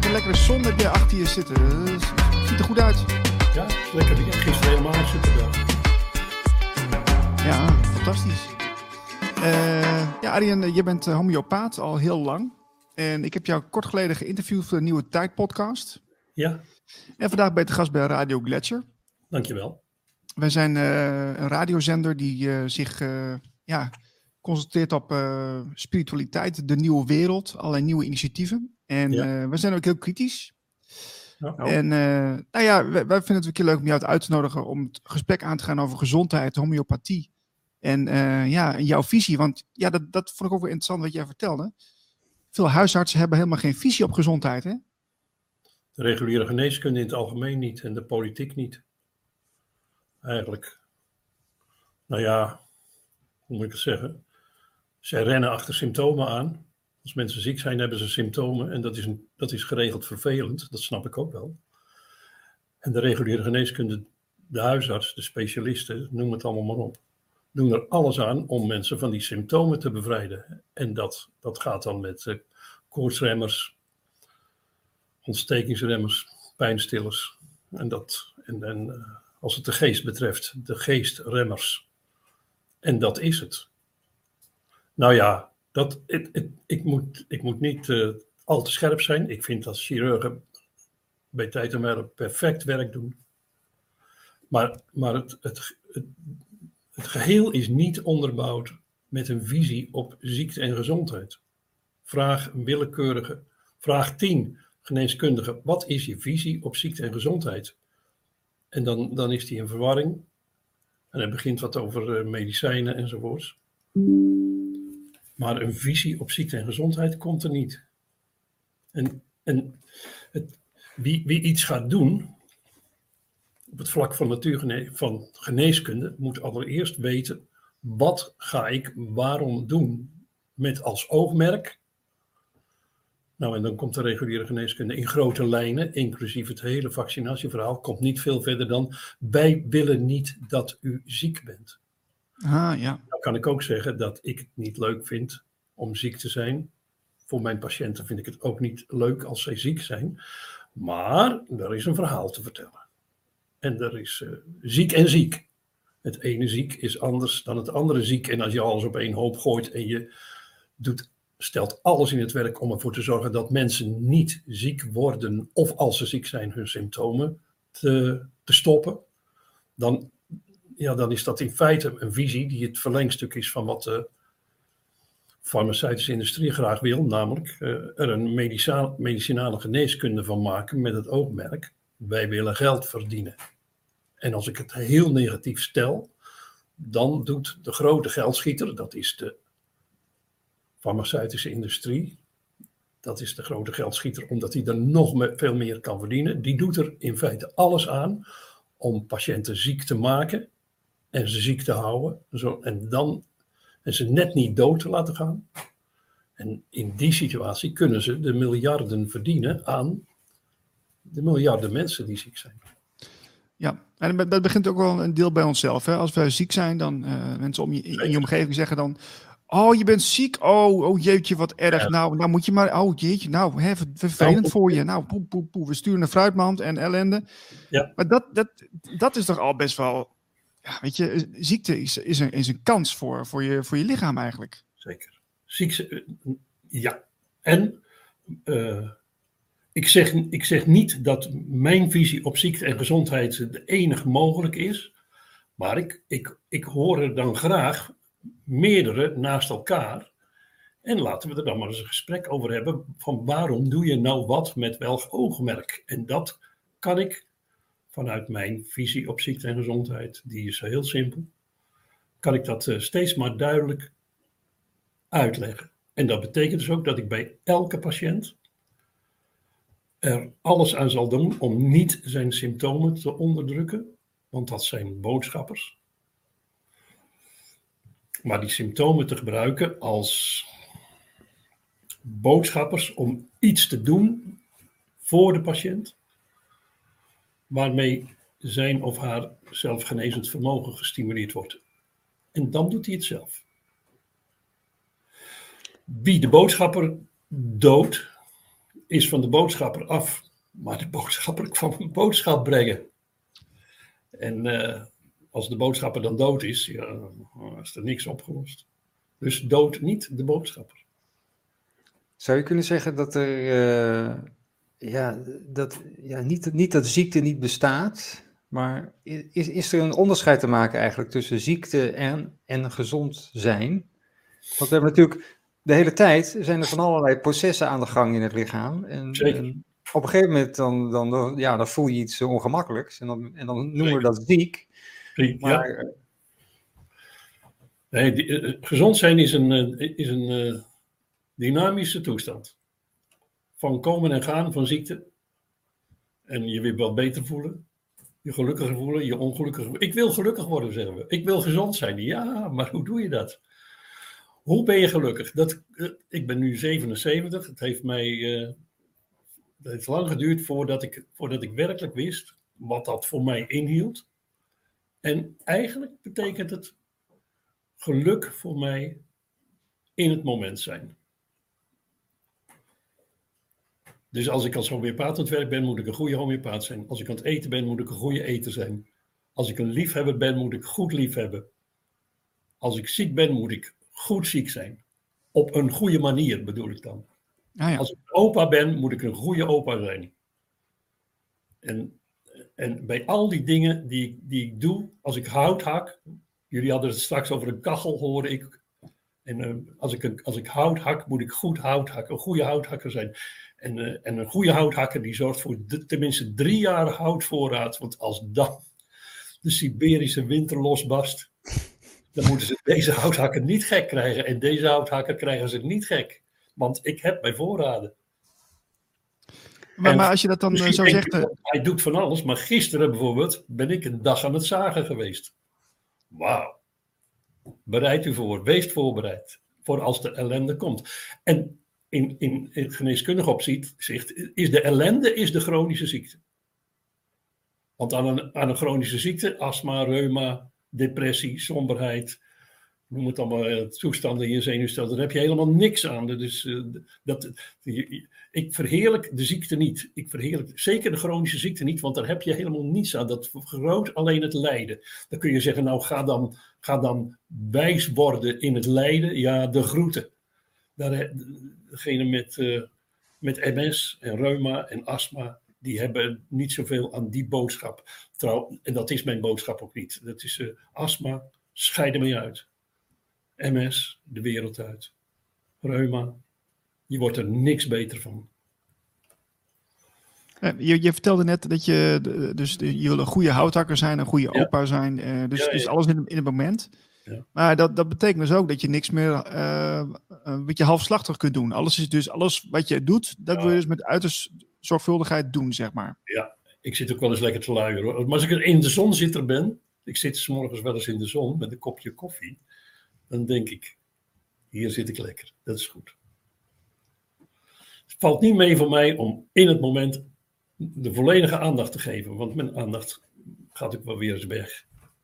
een lekkere zon heb je achter je zitten. Ziet er goed uit. Ja, lekker. Ik heb gisteren helemaal zitten wel. Ja, fantastisch. Ja, Arjen, je bent homeopaat al heel lang. En ik heb jou kort geleden geïnterviewd voor de Nieuwe Tijd podcast. Ja. En vandaag ben je te gast bij Radio Gletscher. Dankjewel. Wij zijn een radiozender die zich concentreert op spiritualiteit, de nieuwe wereld, allerlei nieuwe initiatieven. En we zijn ook heel kritisch. En wij vinden het een keer leuk om jou uit te nodigen om het gesprek aan te gaan over gezondheid, homeopathie. En jouw visie, want dat vond ik ook wel interessant wat jij vertelde. Veel huisartsen hebben helemaal geen visie op gezondheid, hè? De reguliere geneeskunde in het algemeen niet en de politiek niet. Eigenlijk. Nou ja, hoe moet ik het zeggen? Zij rennen achter symptomen aan. Als mensen ziek zijn, hebben ze symptomen en dat is geregeld vervelend. Dat snap ik ook wel. En de reguliere geneeskunde, de huisarts, de specialisten, noem het allemaal maar op, doen er alles aan om mensen van die symptomen te bevrijden. En dat gaat dan met koortsremmers, ontstekingsremmers, pijnstillers. En als het de geest betreft, de geestremmers. En dat is het. Nou ja, ik moet niet al te scherp zijn. Ik vind dat chirurgen bij tijd en wijle perfect werk doen. Maar het geheel is niet onderbouwd met een visie op ziekte en gezondheid. Vraag 10 geneeskundigen, wat is je visie op ziekte en gezondheid? En dan is die in verwarring. En hij begint wat over medicijnen enzovoorts. Maar een visie op ziekte en gezondheid komt er niet. Wie iets gaat doen op het vlak van geneeskunde moet allereerst weten, wat ga ik waarom doen? Met als oogmerk. Nou, en dan komt de reguliere geneeskunde in grote lijnen, inclusief het hele vaccinatieverhaal, komt niet veel verder dan, wij willen niet dat u ziek bent. Ah, ja. Dan kan ik ook zeggen dat ik het niet leuk vind om ziek te zijn. Voor mijn patiënten vind ik het ook niet leuk als zij ziek zijn. Maar er is een verhaal te vertellen. En er is ziek en ziek. Het ene ziek is anders dan het andere ziek. En als je alles op één hoop gooit en je stelt alles in het werk om ervoor te zorgen dat mensen niet ziek worden, of als ze ziek zijn hun symptomen te stoppen, dan is dat in feite een visie die het verlengstuk is van wat de farmaceutische industrie graag wil, namelijk er een medicinale geneeskunde van maken met het oogmerk, wij willen geld verdienen. En als ik het heel negatief stel, dan doet de grote geldschieter, dat is de farmaceutische industrie, dat is de grote geldschieter, omdat hij er nog veel meer kan verdienen, die doet er in feite alles aan om patiënten ziek te maken en ze ziek te houden en ze net niet dood te laten gaan. En in die situatie kunnen ze de miljarden verdienen aan de miljarden mensen die ziek zijn. Ja, en dat begint ook wel een deel bij onszelf. Hè? Als wij ziek zijn, dan mensen in je omgeving zeggen dan, oh, je bent ziek. Oh jeetje, wat erg. Ja. Nou moet je maar, oh jeetje, nou, vervelend voor je. Nou, poe, we sturen een fruitmand en ellende. Ja. Maar dat is toch al best wel, ja, weet je, ziekte is een kans voor je lichaam eigenlijk. Zeker. Ziekte, ja. En ik zeg niet dat mijn visie op ziekte en gezondheid de enige mogelijk is, maar ik hoor er dan graag meerdere naast elkaar. En laten we er dan maar eens een gesprek over hebben van waarom doe je nou wat met welk oogmerk? En dat kan ik vanuit mijn visie op ziekte en gezondheid, die is heel simpel, kan ik dat steeds maar duidelijk uitleggen. En dat betekent dus ook dat ik bij elke patiënt er alles aan zal doen om niet zijn symptomen te onderdrukken, want dat zijn boodschappers. Maar die symptomen te gebruiken als boodschappers om iets te doen voor de patiënt, waarmee zijn of haar zelfgenezend vermogen gestimuleerd wordt. En dan doet hij het zelf. Wie de boodschapper doodt, is van de boodschapper af. Maar de boodschapper kwam een boodschap brengen. En als de boodschapper dan dood is, is er niks opgelost. Dus dood niet de boodschapper. Zou je kunnen zeggen dat er niet dat ziekte niet bestaat, maar is er een onderscheid te maken eigenlijk tussen ziekte en gezond zijn? Want we hebben natuurlijk de hele tijd zijn er van allerlei processen aan de gang in het lichaam. En op een gegeven moment dan voel je iets ongemakkelijks en dan noemen we dat ziek. Maar, nee, gezond zijn is een dynamische toestand. Van komen en gaan van ziekte. En je weer wel beter voelen. Je gelukkiger voelen, je ongelukkiger voelen. Ik wil gelukkig worden, zeggen we. Ik wil gezond zijn. Ja, maar hoe doe je dat? Hoe ben je gelukkig? Ik ben nu 77. Het heeft lang geduurd voordat ik werkelijk wist wat dat voor mij inhield. En eigenlijk betekent het geluk voor mij in het moment zijn. Dus als ik als homeopaat aan het werk ben, moet ik een goede homeopaat zijn. Als ik aan het eten ben, moet ik een goede eter zijn. Als ik een liefhebber ben, moet ik goed liefhebben. Als ik ziek ben, moet ik goed ziek zijn. Op een goede manier bedoel ik dan. Ah, ja. Als ik een opa ben, moet ik een goede opa zijn. En bij al die dingen die ik doe, als ik hout hak, jullie hadden het straks over een kachel, hoorde ik. En als ik hout hak, moet ik goed hout hakken, een goede houthakker zijn. En een goede houthakker die zorgt voor tenminste 3 jaar houtvoorraad. Want als dan de Siberische winter losbarst, dan moeten ze deze houthakker niet gek krijgen. En deze houthakker krijgen ze niet gek. Want ik heb mijn voorraden. Maar als je dat dan zo zegt... Hij doet van alles, maar gisteren bijvoorbeeld ben ik een dag aan het zagen geweest. Wauw. Bereid u voor, wees voorbereid. Voor als de ellende komt. En in geneeskundig opzicht is de ellende de chronische ziekte. Want aan een chronische ziekte, astma, reuma, depressie, somberheid, noem het allemaal, toestanden in je zenuwstelsel, daar heb je helemaal niks aan. Dus, ik verheerlijk de ziekte niet. Ik verheerlijk zeker de chronische ziekte niet, want daar heb je helemaal niets aan. Dat vergroot alleen het lijden. Dan kun je zeggen, nou ga dan wijs worden in het lijden. Ja, de groeten. Degene met MS en reuma en astma, die hebben niet zoveel aan die boodschap. En dat is mijn boodschap ook niet. Dat is astma, scheid ermee uit. MS, de wereld uit. Reuma, je wordt er niks beter van. Je vertelde net dat je wil een goede houthakker zijn, een goede opa zijn. Dus alles in het moment. Ja. Maar dat betekent dus ook dat je niks meer een beetje halfslachtig kunt doen. Alles wat je doet, dat wil je dus met uiterst zorgvuldigheid doen, zeg maar. Ja, ik zit ook wel eens lekker te luieren. Maar als ik er in de zon ben, ik zit 's morgens wel eens in de zon met een kopje koffie, dan denk ik, hier zit ik lekker, dat is goed. Het valt niet mee voor mij om in het moment de volledige aandacht te geven, want mijn aandacht gaat ook wel weer eens weg.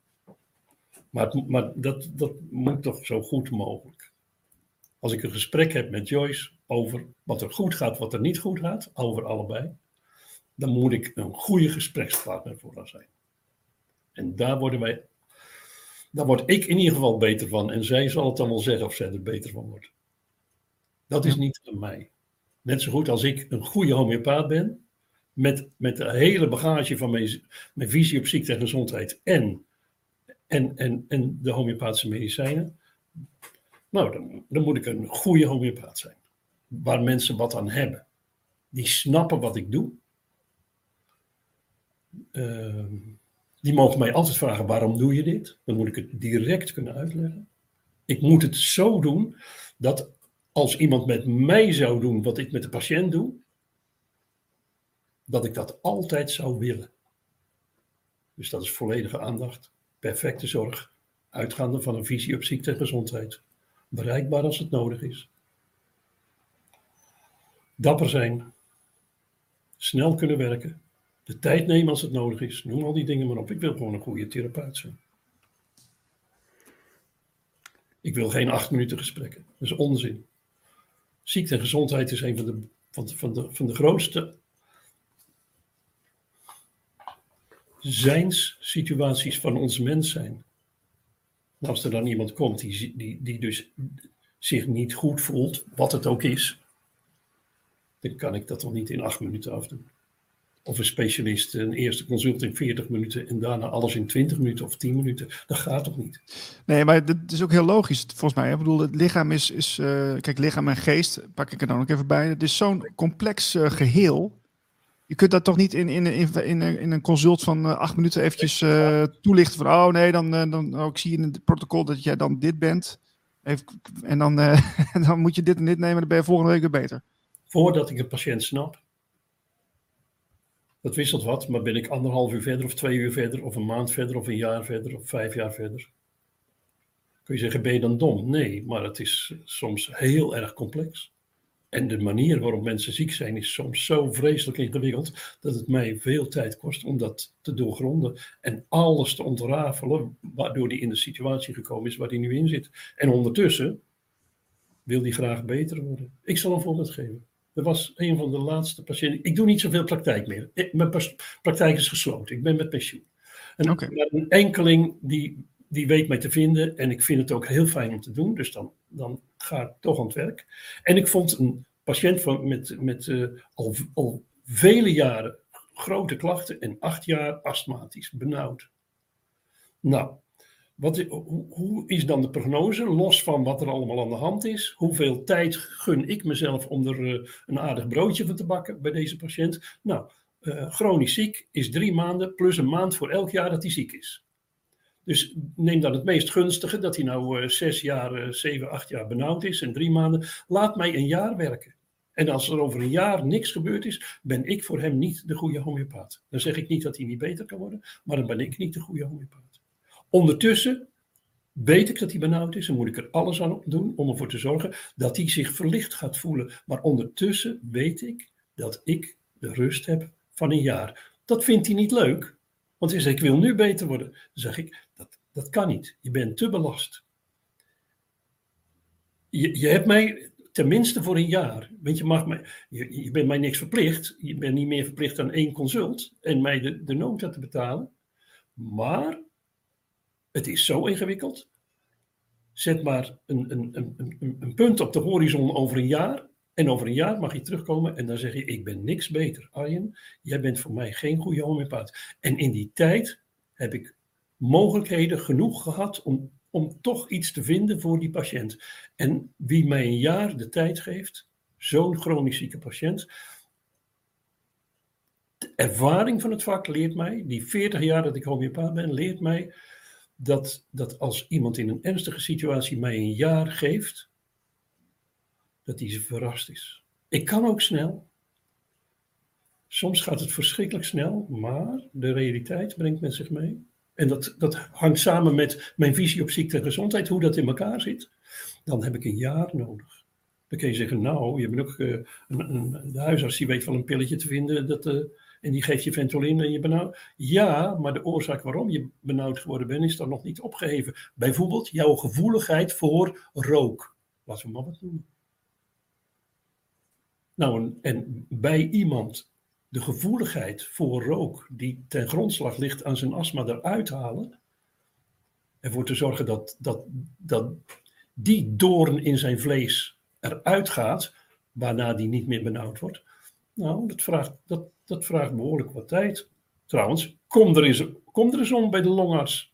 Maar dat moet toch zo goed mogelijk. Als ik een gesprek heb met Joyce over wat er goed gaat, wat er niet goed gaat, over allebei, dan moet ik een goede gesprekspartner voor haar zijn. En daar word ik in ieder geval beter van. En zij zal het dan wel zeggen of zij er beter van wordt. Dat is niet aan mij. Net zo goed als ik een goede homeopaat ben, met de hele bagage van mijn visie op ziekte en gezondheid en de homeopathische medicijnen. Nou, dan moet ik een goede homeopaat zijn. Waar mensen wat aan hebben. Die snappen wat ik doe. Die mogen mij altijd vragen, waarom doe je dit? Dan moet ik het direct kunnen uitleggen. Ik moet het zo doen, dat als iemand met mij zou doen wat ik met de patiënt doe, dat ik dat altijd zou willen. Dus dat is volledige aandacht, perfecte zorg, uitgaande van een visie op ziekte en gezondheid. Bereikbaar als het nodig is. Dapper zijn. Snel kunnen werken. De tijd nemen als het nodig is. Noem al die dingen maar op. Ik wil gewoon een goede therapeut zijn. Ik wil geen 8 minuten gesprekken. Dat is onzin. Ziekte en gezondheid is een van van de grootste zijnssituaties van ons mens zijn. En als er dan iemand komt die dus zich niet goed voelt, wat het ook is, dan kan ik dat toch niet in 8 minuten afdoen. Of een specialist een eerste consult in 40 minuten en daarna alles in 20 minuten of 10 minuten. Dat gaat toch niet? Nee, maar dat is ook heel logisch volgens mij. Ik bedoel, het lichaam is kijk, lichaam en geest, pak ik er dan ook even bij. Het is zo'n complex geheel. Je kunt dat toch niet in een consult van 8 minuten eventjes toelichten van, oh nee, ik zie in het protocol dat jij dan dit bent. En dan, dan moet je dit en dit nemen, dan ben je volgende week weer beter. Voordat ik een patiënt snap, dat wisselt wat, maar ben ik 1,5 uur verder of 2 uur verder of een maand verder of een jaar verder of 5 jaar verder. Kun je zeggen, ben je dan dom? Nee, maar het is soms heel erg complex. En de manier waarop mensen ziek zijn is soms zo vreselijk ingewikkeld dat het mij veel tijd kost om dat te doorgronden en alles te ontrafelen waardoor hij in de situatie gekomen is waar hij nu in zit. En ondertussen wil hij graag beter worden. Ik zal een voorbeeld geven. Er was een van de laatste patiënten. Ik doe niet zoveel praktijk meer. Mijn praktijk is gesloten. Ik ben met pensioen. En een enkeling die weet mij te vinden. En ik vind het ook heel fijn om te doen. Dus dan ga ik toch aan het werk. En ik vond een patiënt met al vele jaren grote klachten. En 8 jaar astmatisch, benauwd. Nou, hoe is dan de prognose? Los van wat er allemaal aan de hand is. Hoeveel tijd gun ik mezelf om er een aardig broodje van te bakken bij deze patiënt? Nou, chronisch ziek is 3 maanden plus een maand voor elk jaar dat hij ziek is. Dus neem dan het meest gunstige, dat hij nou 6 jaar, 7, 8 jaar benauwd is en 3 maanden. Laat mij een jaar werken. En als er over een jaar niks gebeurd is, ben ik voor hem niet de goede homeopaat. Dan zeg ik niet dat hij niet beter kan worden, maar dan ben ik niet de goede homeopaat. Ondertussen weet ik dat hij benauwd is en moet ik er alles aan doen om ervoor te zorgen dat hij zich verlicht gaat voelen. Maar ondertussen weet ik dat ik de rust heb van een jaar. Dat vindt hij niet leuk, want hij zegt ik wil nu beter worden. Dan zeg ik dat kan niet, je bent te belast. Je hebt mij tenminste voor een jaar, want je bent mij niks verplicht. Je bent niet meer verplicht aan 1 consult en mij de nota te betalen. Maar het is zo ingewikkeld. Zet maar een punt op de horizon over een jaar. En over een jaar mag je terugkomen en dan zeg je, ik ben niks beter. Arjen, jij bent voor mij geen goede homeopaat. En in die tijd heb ik mogelijkheden genoeg gehad om toch iets te vinden voor die patiënt. En wie mij een jaar de tijd geeft, zo'n chronisch zieke patiënt, de ervaring van het vak leert mij, die 40 jaar dat ik homeopaat ben, leert mij dat als iemand in een ernstige situatie mij een jaar geeft, dat hij verrast is. Ik kan ook snel. Soms gaat het verschrikkelijk snel, maar de realiteit brengt met zich mee. En dat hangt samen met mijn visie op ziekte en gezondheid, hoe dat in elkaar zit. Dan heb ik een jaar nodig. Dan kun je zeggen, nou, je bent ook de huisarts die weet wel een pilletje te vinden en die geeft je Ventolin en je benauwd. Ja, maar de oorzaak waarom je benauwd geworden bent is dan nog niet opgeheven. Bijvoorbeeld jouw gevoeligheid voor rook. Laten we maar wat noemen. Nou, en bij iemand de gevoeligheid voor rook die ten grondslag ligt aan zijn astma eruit halen. Ervoor te zorgen dat die doorn in zijn vlees eruit gaat, waarna die niet meer benauwd wordt. Nou, dat vraagt behoorlijk wat tijd. Trouwens, kom er eens om bij de longarts.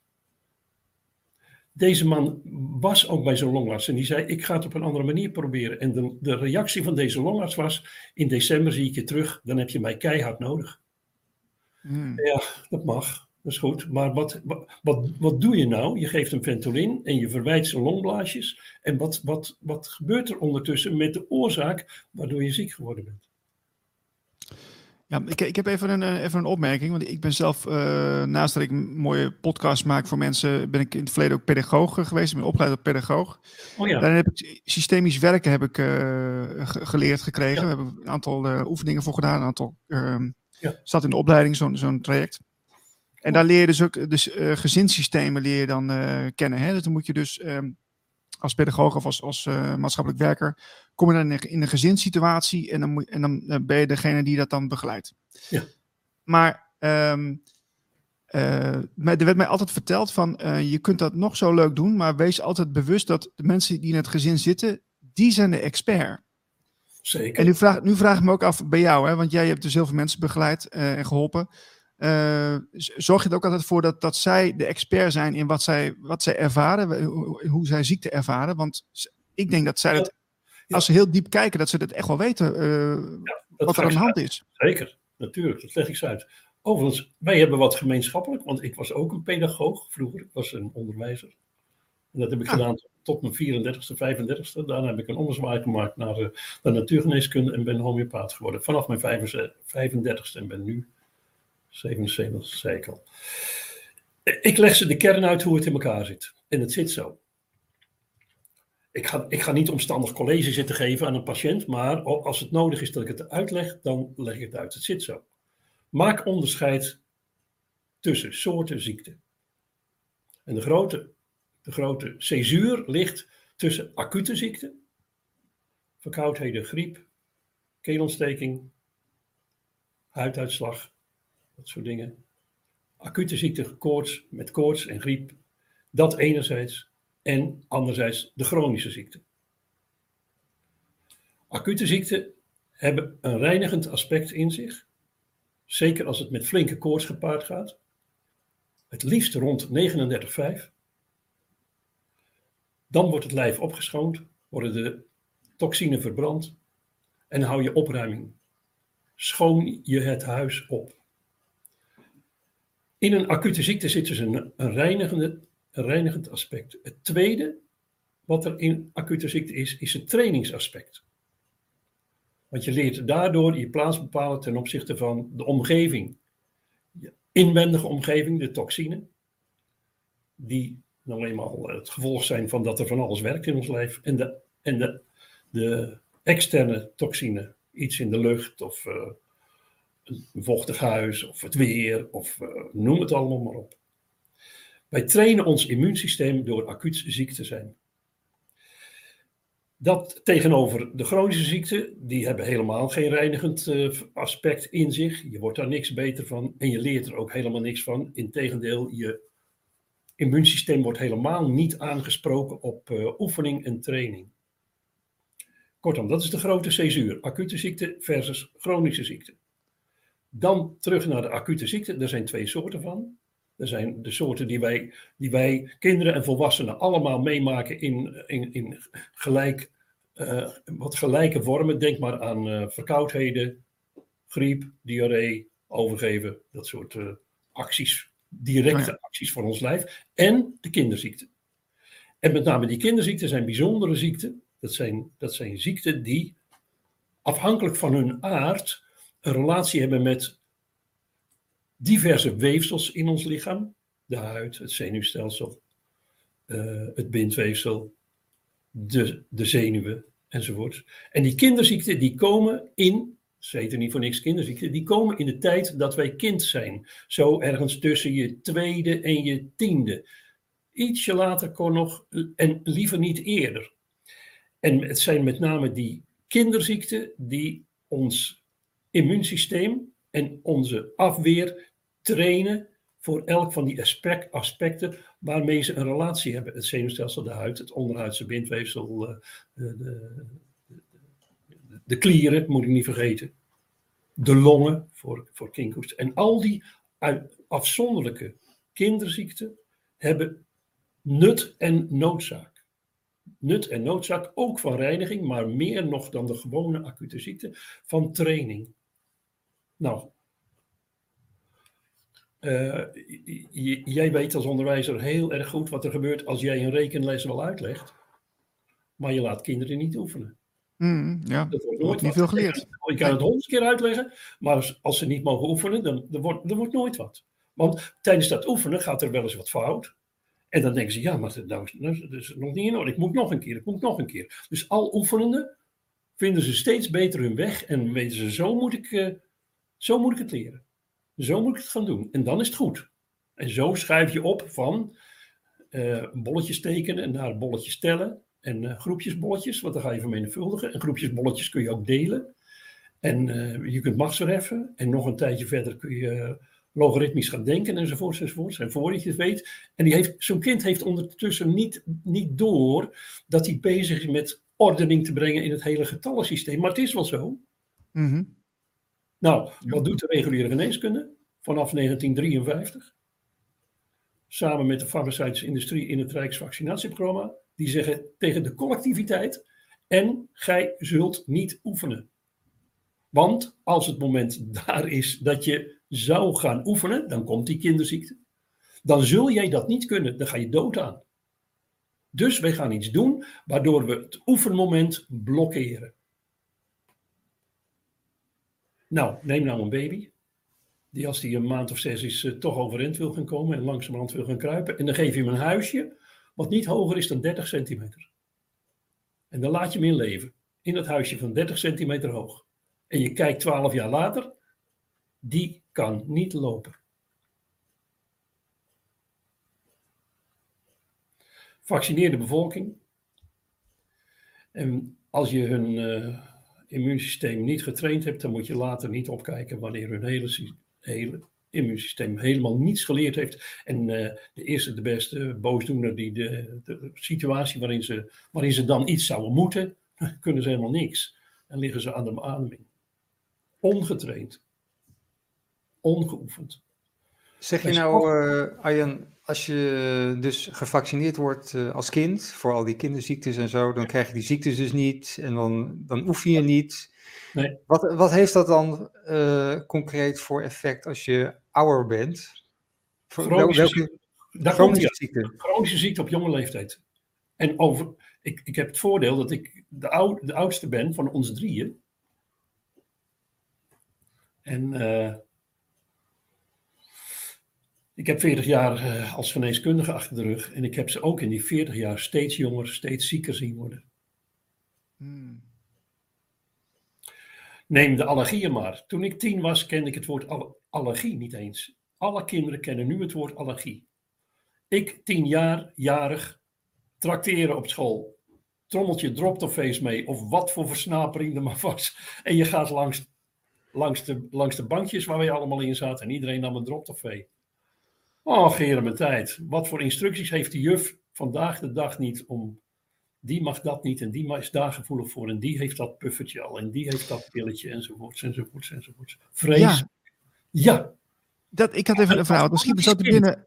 Deze man was ook bij zo'n longarts en die zei, ik ga het op een andere manier proberen. En de reactie van deze longarts was, in december zie ik je terug, dan heb je mij keihard nodig. Ja, dat mag, dat is goed. Maar wat doe je nou? Je geeft hem Ventolin en je verwijt zijn longblaasjes. En wat gebeurt er ondertussen met de oorzaak waardoor je ziek geworden bent? Ja, ik heb even een opmerking, want ik ben zelf, naast dat ik een mooie podcast maak voor mensen, ben ik in het verleden ook pedagoog geweest. Ik ben opgeleid als pedagoog. Oh ja. Daar heb ik systemisch werken geleerd gekregen. Ja. We hebben een aantal oefeningen voor gedaan, een aantal staat in de opleiding, zo'n traject. En daar leer je dus ook gezinssystemen leer je dan kennen. Hè? Dus dan moet je dus als pedagoog of als maatschappelijk werker, kom je dan in een gezinssituatie en dan ben je degene die dat dan begeleidt. Ja. Maar er werd mij altijd verteld van, je kunt dat nog zo leuk doen, maar wees altijd bewust dat de mensen die in het gezin zitten, die zijn de expert. Zeker. En nu vraag ik me ook af bij jou, hè, want jij hebt dus heel veel mensen begeleid en geholpen. Zorg je er ook altijd voor dat zij de expert zijn in wat zij ervaren, hoe zij ziekte ervaren? Want ik denk dat zij als ze heel diep kijken, dat ze dat echt wel weten wat er aan de hand is. Zeker, natuurlijk, dat leg ik ze uit. Overigens, wij hebben wat gemeenschappelijk, want ik was ook een pedagoog vroeger. Ik was een onderwijzer. En dat heb ik gedaan tot mijn 34ste, 35ste. Daarna heb ik een ommezwaai gemaakt naar de natuurgeneeskunde en ben homeopaat geworden. Vanaf mijn 35ste en ben nu 77, zei ik al. Ik leg ze de kern uit hoe het in elkaar zit. En het zit zo. Ik ga niet omstandig college zitten geven aan een patiënt, maar als het nodig is dat ik het uitleg, dan leg ik het uit. Het zit zo. Maak onderscheid tussen soorten ziekte. En de grote césuur ligt tussen acute ziekte, verkoudheden, griep, keelontsteking, huiduitslag, dat soort dingen. Acute ziekte, koorts, met koorts en griep, dat enerzijds. En anderzijds de chronische ziekte. Acute ziekten hebben een reinigend aspect in zich. Zeker als het met flinke koorts gepaard gaat. Het liefst rond 39,5. Dan wordt het lijf opgeschoond, worden de toxine verbrand en hou je opruiming. Schoon je het huis op. In een acute ziekte zit dus een reinigend aspect. Het tweede wat er in acute ziekte is het trainingsaspect. Want je leert daardoor je plaats bepalen ten opzichte van de omgeving. Je inwendige omgeving, de toxine, die nou eenmaal het gevolg zijn van dat er van alles werkt in ons lijf. En de externe toxine, iets in de lucht of een vochtig huis of het weer of noem het allemaal maar op. Wij trainen ons immuunsysteem door acuut ziek te zijn. Dat tegenover de chronische ziekten, die hebben helemaal geen reinigend aspect in zich. Je wordt daar niks beter van en je leert er ook helemaal niks van. Integendeel, je immuunsysteem wordt helemaal niet aangesproken op oefening en training. Kortom, dat is de grote césuur. Acute ziekte versus chronische ziekte. Dan terug naar de acute ziekte. Er zijn 2 soorten van. Er zijn de soorten die wij kinderen en volwassenen allemaal meemaken in wat gelijke vormen. Denk maar aan verkoudheden, griep, diarree, overgeven, dat soort acties, directe acties voor ons lijf. En de kinderziekten. En met name die kinderziekten zijn bijzondere ziekten. Dat zijn ziekten die afhankelijk van hun aard een relatie hebben met diverse weefsels in ons lichaam. De huid, het zenuwstelsel, het bindweefsel, de zenuwen enzovoort. En die kinderziekten die komen ze heten niet voor niks kinderziekten, die komen in de tijd dat wij kind zijn. Zo ergens tussen je 2e en je 10e. Ietsje later kon nog, en liever niet eerder. En het zijn met name die kinderziekten die ons immuunsysteem en onze afweer trainen voor elk van die aspecten waarmee ze een relatie hebben. Het zenuwstelsel, de huid, het onderhuidse bindweefsel, de klieren, moet ik niet vergeten. De longen voor kinkhoest. En al die afzonderlijke kinderziekten hebben nut en noodzaak. Nut en noodzaak ook van reiniging, maar meer nog dan de gewone acute ziekte, van training. Nou, jij weet als onderwijzer heel erg goed wat er gebeurt als jij een rekenles wel uitlegt, maar je laat kinderen niet oefenen. Ja, er wordt niet veel geleerd. Je kan het 100 keer uitleggen, maar als ze niet mogen oefenen, dan wordt nooit wat. Want tijdens dat oefenen gaat er wel eens wat fout. En dan denken ze, ja, maar dat is nog niet in orde. Ik moet nog een keer. Dus al oefenende vinden ze steeds beter hun weg en weten ze, zo moet ik het leren. Zo moet ik het gaan doen. En dan is het goed. En zo schuif je op van bolletjes tekenen naar bolletjes tellen. en groepjesbolletjes, want dan ga je vermenigvuldigen. En groepjesbolletjes kun je ook delen. En je kunt machtsverheffen. En nog een tijdje verder kun je logaritmisch gaan denken enzovoorts enzovoorts. En voordat je het weet. En zo'n kind heeft ondertussen niet door dat hij bezig is met ordening te brengen in het hele getallensysteem. Maar het is wel zo. Mm-hmm. Nou, wat doet de reguliere geneeskunde vanaf 1953? Samen met de farmaceutische industrie in het Rijksvaccinatieprogramma. Die zeggen tegen de collectiviteit: en gij zult niet oefenen. Want als het moment daar is dat je zou gaan oefenen, dan komt die kinderziekte. Dan zul jij dat niet kunnen, dan ga je dood aan. Dus wij gaan iets doen waardoor we het oefenmoment blokkeren. Nou, neem nou een baby. Die als die een maand of 6 is toch overeind wil gaan komen en langzamerhand wil gaan kruipen. En dan geef je hem een huisje wat niet hoger is dan 30 centimeter. En dan laat je hem in leven. In dat huisje van 30 centimeter hoog. En je kijkt 12 jaar later. Die kan niet lopen. Vaccineer de bevolking. En als je hun immuunsysteem niet getraind hebt, dan moet je later niet opkijken wanneer hun hele immuunsysteem helemaal niets geleerd heeft. En de eerste, de beste boosdoener die de situatie waarin ze dan iets zouden moeten, kunnen ze helemaal niks. En liggen ze aan de beademing. Ongetraind. Ongeoefend. Zeg je nou, Arjan, als je dus gevaccineerd wordt als kind, voor al die kinderziektes en zo, dan krijg je die ziektes dus niet en dan oefen je niet. Nee. Wat heeft dat dan concreet voor effect als je ouder bent? Chronische ziekte? Chronische ziekte op jonge leeftijd. En ik heb het voordeel dat ik de oudste ben van ons drieën. En ik heb 40 jaar als geneeskundige achter de rug. En ik heb ze ook in die 40 jaar steeds jonger, steeds zieker zien worden. Neem de allergieën maar. Toen ik 10 was, kende ik het woord allergie niet eens. Alle kinderen kennen nu het woord allergie. Ik, 10 jaar, jarig, trakteren op school. Trommeltje drop-top-face mee, of wat voor versnapering er maar was. En je gaat langs de bankjes waar wij allemaal in zaten. En iedereen nam een drop-top-face. Oh, geren mijn tijd. Wat voor instructies heeft de juf vandaag de dag niet om... Die mag dat niet en die is daar gevoelig voor. En die heeft dat puffertje al. En die heeft dat pilletje enzovoorts enzovoorts enzovoorts. Vrees. Ja. Ik had even een verhaal. Dan schiet me zo te binnen.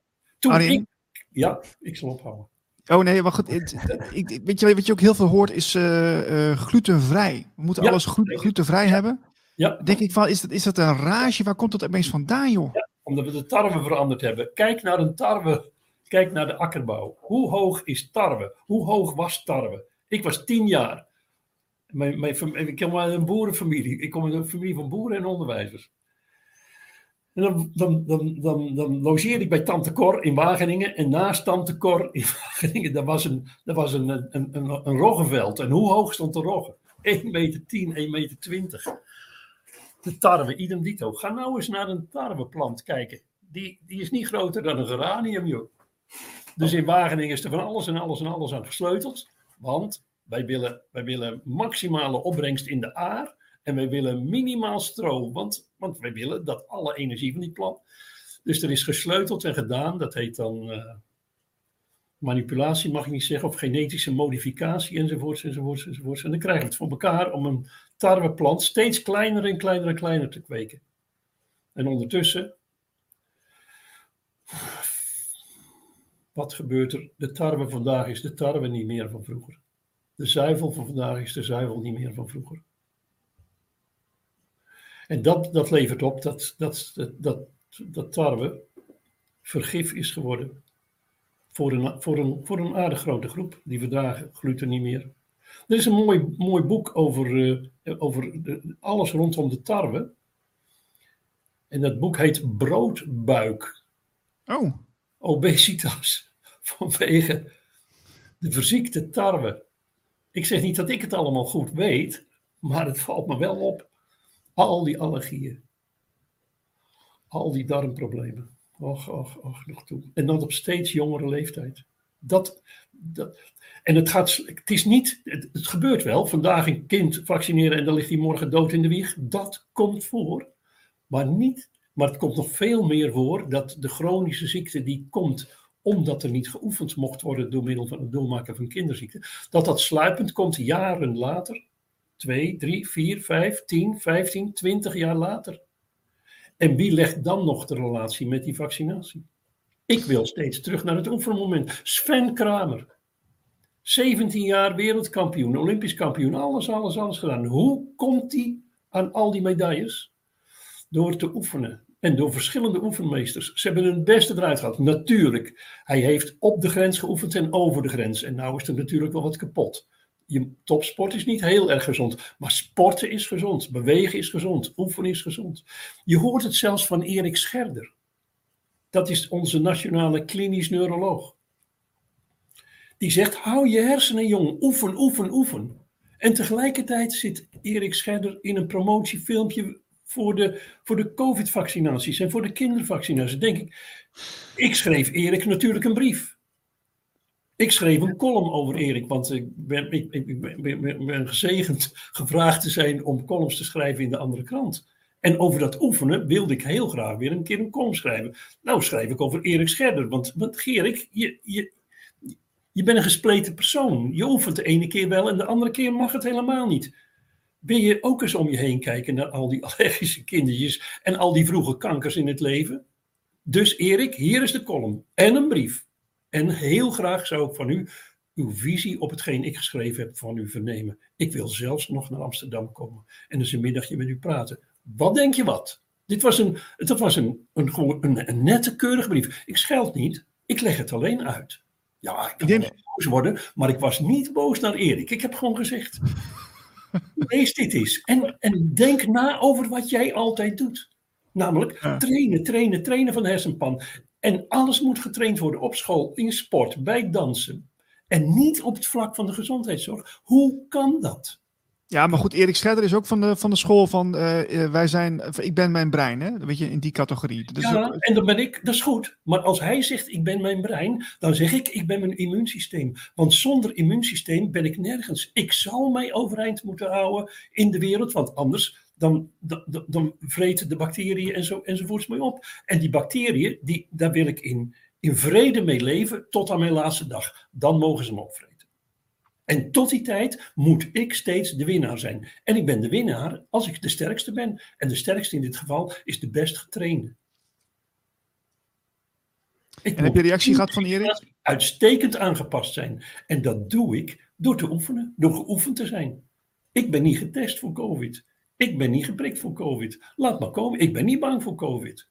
Ik zal ophouden. Oh nee, maar goed. Weet je wat je ook heel veel hoort is glutenvrij. We moeten alles glutenvrij hebben. Ja. Denk ik van, is dat een rage? Waar komt dat opeens vandaan, joh? Ja, omdat we de tarwe veranderd hebben. Kijk naar een tarwe. Kijk naar de akkerbouw. Hoe hoog is tarwe? Hoe hoog was tarwe? Ik was 10 jaar. Ik kom uit een boerenfamilie. Ik kom uit een familie van boeren en onderwijzers. En dan logeerde ik bij Tante Cor in Wageningen. En naast Tante Cor in Wageningen, daar was een roggenveld. En hoe hoog stond de rogge? 1,10 meter, 1,20 meter. De tarwe, idem dito. Ga nou eens naar een tarweplant kijken. Die is niet groter dan een geranium, joh. Dus in Wageningen is er van alles en alles en alles aan gesleuteld. Want wij willen maximale opbrengst in de aar. En wij willen minimaal stro. Want wij willen dat alle energie van die plant. Dus er is gesleuteld en gedaan. Dat heet dan manipulatie, mag ik niet zeggen. Of genetische modificatie enzovoorts enzovoorts enzovoorts. En dan krijg je het voor elkaar om een tarweplant steeds kleiner en kleiner en kleiner te kweken. En ondertussen... Wat gebeurt er? De tarwe vandaag is de tarwe niet meer van vroeger. De zuivel van vandaag is de zuivel niet meer van vroeger. En dat levert op dat tarwe vergif is geworden voor een aardig grote groep. Die verdragen gluten niet meer. Er is een mooi boek over alles rondom de tarwe. En dat boek heet Broodbuik. Oh. Obesitas, vanwege de verziekte tarwe. Ik zeg niet dat ik het allemaal goed weet, maar het valt me wel op. Al die allergieën. Al die darmproblemen. Och, nog toe. En dat op steeds jongere leeftijd. En het is niet, het gebeurt wel. Vandaag een kind vaccineren en dan ligt hij morgen dood in de wieg. Dat komt voor. Maar het komt nog veel meer voor dat de chronische ziekte die komt omdat er niet geoefend mocht worden door middel van het doormaken van kinderziekten, dat sluipend komt jaren later. 2, 3, 4, 5, 10, 15, 20 jaar later. En wie legt dan nog de relatie met die vaccinatie? Ik wil steeds terug naar het oefenmoment. Sven Kramer. 17 jaar wereldkampioen, olympisch kampioen, alles gedaan. Hoe komt hij aan al die medailles? Door te oefenen. En door verschillende oefenmeesters. Ze hebben hun beste eruit gehad. Natuurlijk. Hij heeft op de grens geoefend en over de grens. En nou is er natuurlijk wel wat kapot. Topsport is niet heel erg gezond. Maar sporten is gezond. Bewegen is gezond. Oefenen is gezond. Je hoort het zelfs van Erik Scherder. Dat is onze nationale klinisch neuroloog. Die zegt, hou je hersenen jong. Oefen, oefen, oefen. En tegelijkertijd zit Erik Scherder in een promotiefilmpje voor de COVID-vaccinaties en voor de kindervaccinaties. Denk ik schreef Erik natuurlijk een brief. Ik schreef een column over Erik, want ik ben gezegend gevraagd te zijn om columns te schrijven in de andere krant. En over dat oefenen wilde ik heel graag weer een keer een column schrijven. Nou schrijf ik over Erik Scherder, want Gerik, je bent een gespleten persoon. Je oefent de ene keer wel en de andere keer mag het helemaal niet. Wil je ook eens om je heen kijken naar al die allergische kindertjes en al die vroege kankers in het leven? Dus Erik, hier is de column en een brief. En heel graag zou ik van u uw visie op hetgeen ik geschreven heb van u vernemen. Ik wil zelfs nog naar Amsterdam komen en eens een middagje met u praten. Wat denk je wat? Dat was een nette, keurige brief. Ik scheld niet, ik leg het alleen uit. Ja, ik kan wel boos worden, maar ik was niet boos naar Erik. Ik heb gewoon gezegd, lees dit eens. En denk na over wat jij altijd doet. Namelijk trainen van de hersenpan. En alles moet getraind worden op school, in sport, bij dansen. En niet op het vlak van de gezondheidszorg. Hoe kan dat? Ja, maar goed, Erik Scherder is ook van de school van ik ben mijn brein, hè? Weet je, in die categorie. Dus ja, en dan ben ik, dat is goed. Maar als hij zegt ik ben mijn brein, dan zeg ik ben mijn immuunsysteem. Want zonder immuunsysteem ben ik nergens. Ik zal mij overeind moeten houden in de wereld, want anders dan vreten de bacteriën enzovoorts mee op. En die bacteriën, daar wil ik in vrede mee leven tot aan mijn laatste dag. Dan mogen ze me opvreten. En tot die tijd moet ik steeds de winnaar zijn. En ik ben de winnaar als ik de sterkste ben. En de sterkste in dit geval is de best getrainde. En heb je reactie gehad van Erik? Uitstekend aangepast zijn. En dat doe ik door te oefenen, door geoefend te zijn. Ik ben niet getest voor COVID. Ik ben niet geprikt voor COVID. Laat maar komen, ik ben niet bang voor COVID.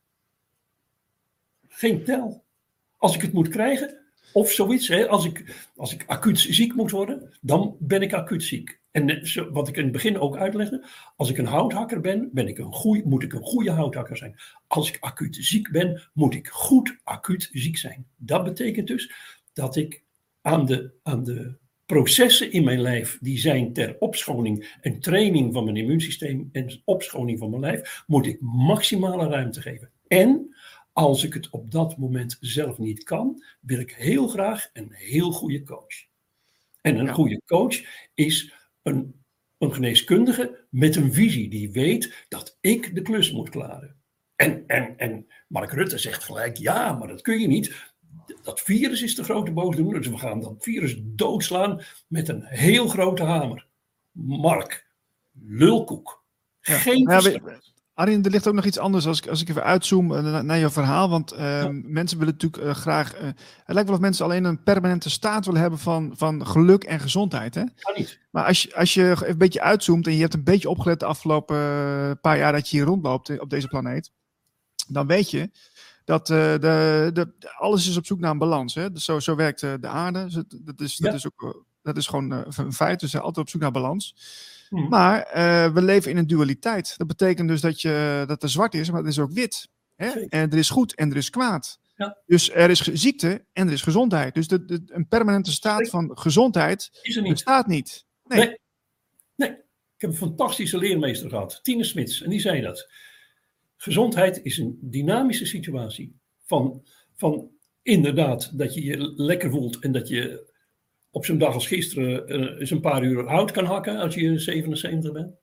Geen tel. Als ik het moet krijgen, of zoiets, hè, als ik acuut ziek moet worden, dan ben ik acuut ziek. En wat ik in het begin ook uitlegde, als ik een houthakker ben, moet ik een goede houthakker zijn. Als ik acuut ziek ben, moet ik goed acuut ziek zijn. Dat betekent dus dat ik aan de processen in mijn lijf, die zijn ter opschoning en training van mijn immuunsysteem en opschoning van mijn lijf, moet ik maximale ruimte geven. En als ik het op dat moment zelf niet kan, wil ik heel graag een heel goede coach. En een goede coach is een geneeskundige met een visie die weet dat ik de klus moet klaren. En Mark Rutte zegt gelijk, ja, maar dat kun je niet. Dat virus is de grote boosdoener, dus we gaan dat virus doodslaan met een heel grote hamer. Mark, lulkoek. Geen verstand. Arjen, er ligt ook nog iets anders als ik even uitzoom naar jouw verhaal. Want mensen willen natuurlijk graag... het lijkt wel of mensen alleen een permanente staat willen hebben van geluk en gezondheid. Hè? Kan niet. Maar als je een beetje uitzoomt en je hebt een beetje opgelet de afgelopen paar jaar dat je hier rondloopt op deze planeet, dan weet je dat alles is op zoek naar een balans. Hè? Dus zo werkt de aarde. Dat is gewoon een feit. Dus altijd op zoek naar balans. Maar we leven in een dualiteit. Dat betekent dus dat er zwart is, maar er is ook wit. Hè? En er is goed en er is kwaad. Ja. Dus er is ziekte en er is gezondheid. Dus een permanente staat van gezondheid bestaat niet. Nee. Ik heb een fantastische leermeester gehad, Tine Smits, en die zei dat. Gezondheid is een dynamische situatie van inderdaad dat je je lekker voelt en dat je op zo'n dag als gisteren eens een paar uur hout kan hakken als je 77 bent.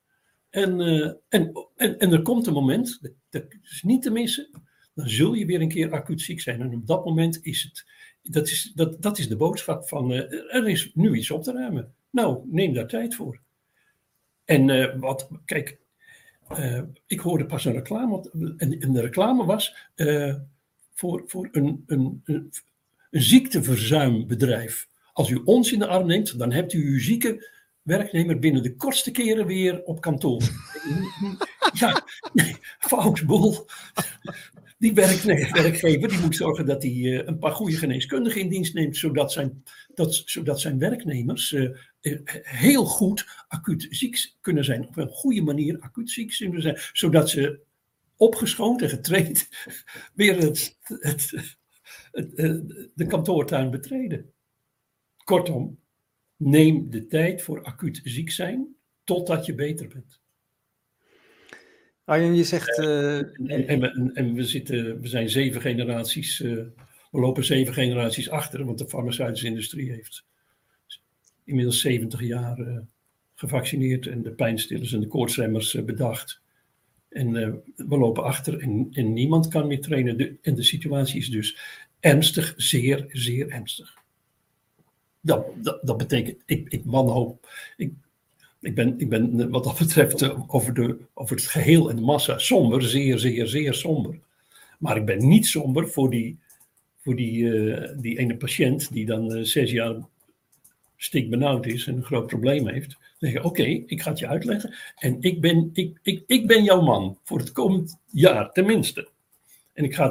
En er komt een moment, dat is niet te missen, dan zul je weer een keer acuut ziek zijn. En op dat moment is het, dat is de boodschap van, er is nu iets op te ruimen. Nou, neem daar tijd voor. En kijk, ik hoorde pas een reclame, en de reclame was voor een ziekteverzuimbedrijf. Als u ons in de arm neemt, dan hebt u uw zieke werknemer binnen de kortste keren weer op kantoor. Ja, nee, fout boel. Die werkgever die moet zorgen dat hij een paar goede geneeskundigen in dienst neemt, zodat zijn werknemers heel goed acuut ziek kunnen zijn. Op een goede manier acuut ziek kunnen zijn, zodat ze opgeschoond en getraind weer de kantoortuin betreden. Kortom, neem de tijd voor acuut ziek zijn totdat je beter bent. Arjen, je zegt... En we zijn 7 generaties... we lopen 7 generaties achter, want de farmaceutische industrie heeft inmiddels 70 jaar gevaccineerd en de pijnstillers en de koortsremmers bedacht. En we lopen achter en niemand kan meer trainen. En de situatie is dus ernstig, zeer, zeer ernstig. Dat betekent, ik wanhoop. Ik ben wat dat betreft over het geheel en de massa somber, zeer, zeer, zeer somber. Maar ik ben niet somber voor die ene patiënt die dan 6 jaar stikbenauwd is en een groot probleem heeft. Dan zeg je, oké, ik ga het je uitleggen. En ik ben jouw man voor het komend jaar, tenminste. En ik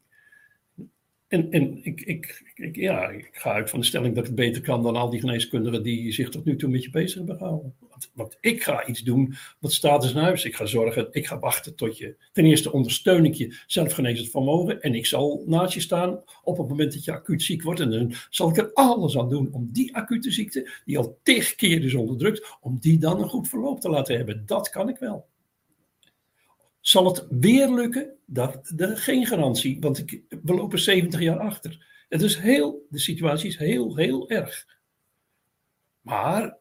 ga uit van de stelling dat ik het beter kan dan al die geneeskundigen die zich tot nu toe met je bezig hebben gehouden. Want ik ga iets doen wat staat is in huis. Ik ga wachten tot je... Ten eerste ondersteun ik je zelfgenezend vermogen en ik zal naast je staan op het moment dat je acuut ziek wordt. En dan zal ik er alles aan doen om die acute ziekte, die al 10 keer is onderdrukt, om die dan een goed verloop te laten hebben. Dat kan ik wel. Zal het weer lukken? Geen garantie, want we lopen 70 jaar achter. De situatie is heel, heel erg. Maar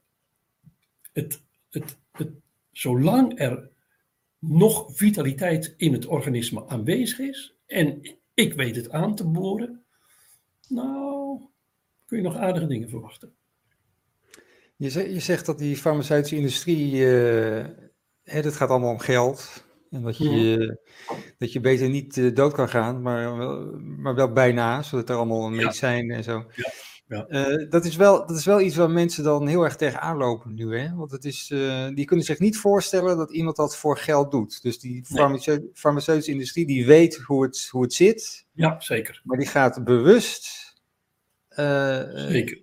zolang er nog vitaliteit in het organisme aanwezig is, en ik weet het aan te boren, nou, kun je nog aardige dingen verwachten. Je zegt dat die farmaceutische industrie, dat gaat allemaal om geld. En dat je beter niet dood kan gaan, maar wel bijna, zodat er allemaal medicijnen en zo. Ja. Dat is wel iets waar mensen dan heel erg tegenaan lopen nu, hè? Want het is, die kunnen zich niet voorstellen dat iemand dat voor geld doet. Dus die farmaceutische industrie, die weet hoe het zit. Ja, zeker. Maar die gaat bewust zeker.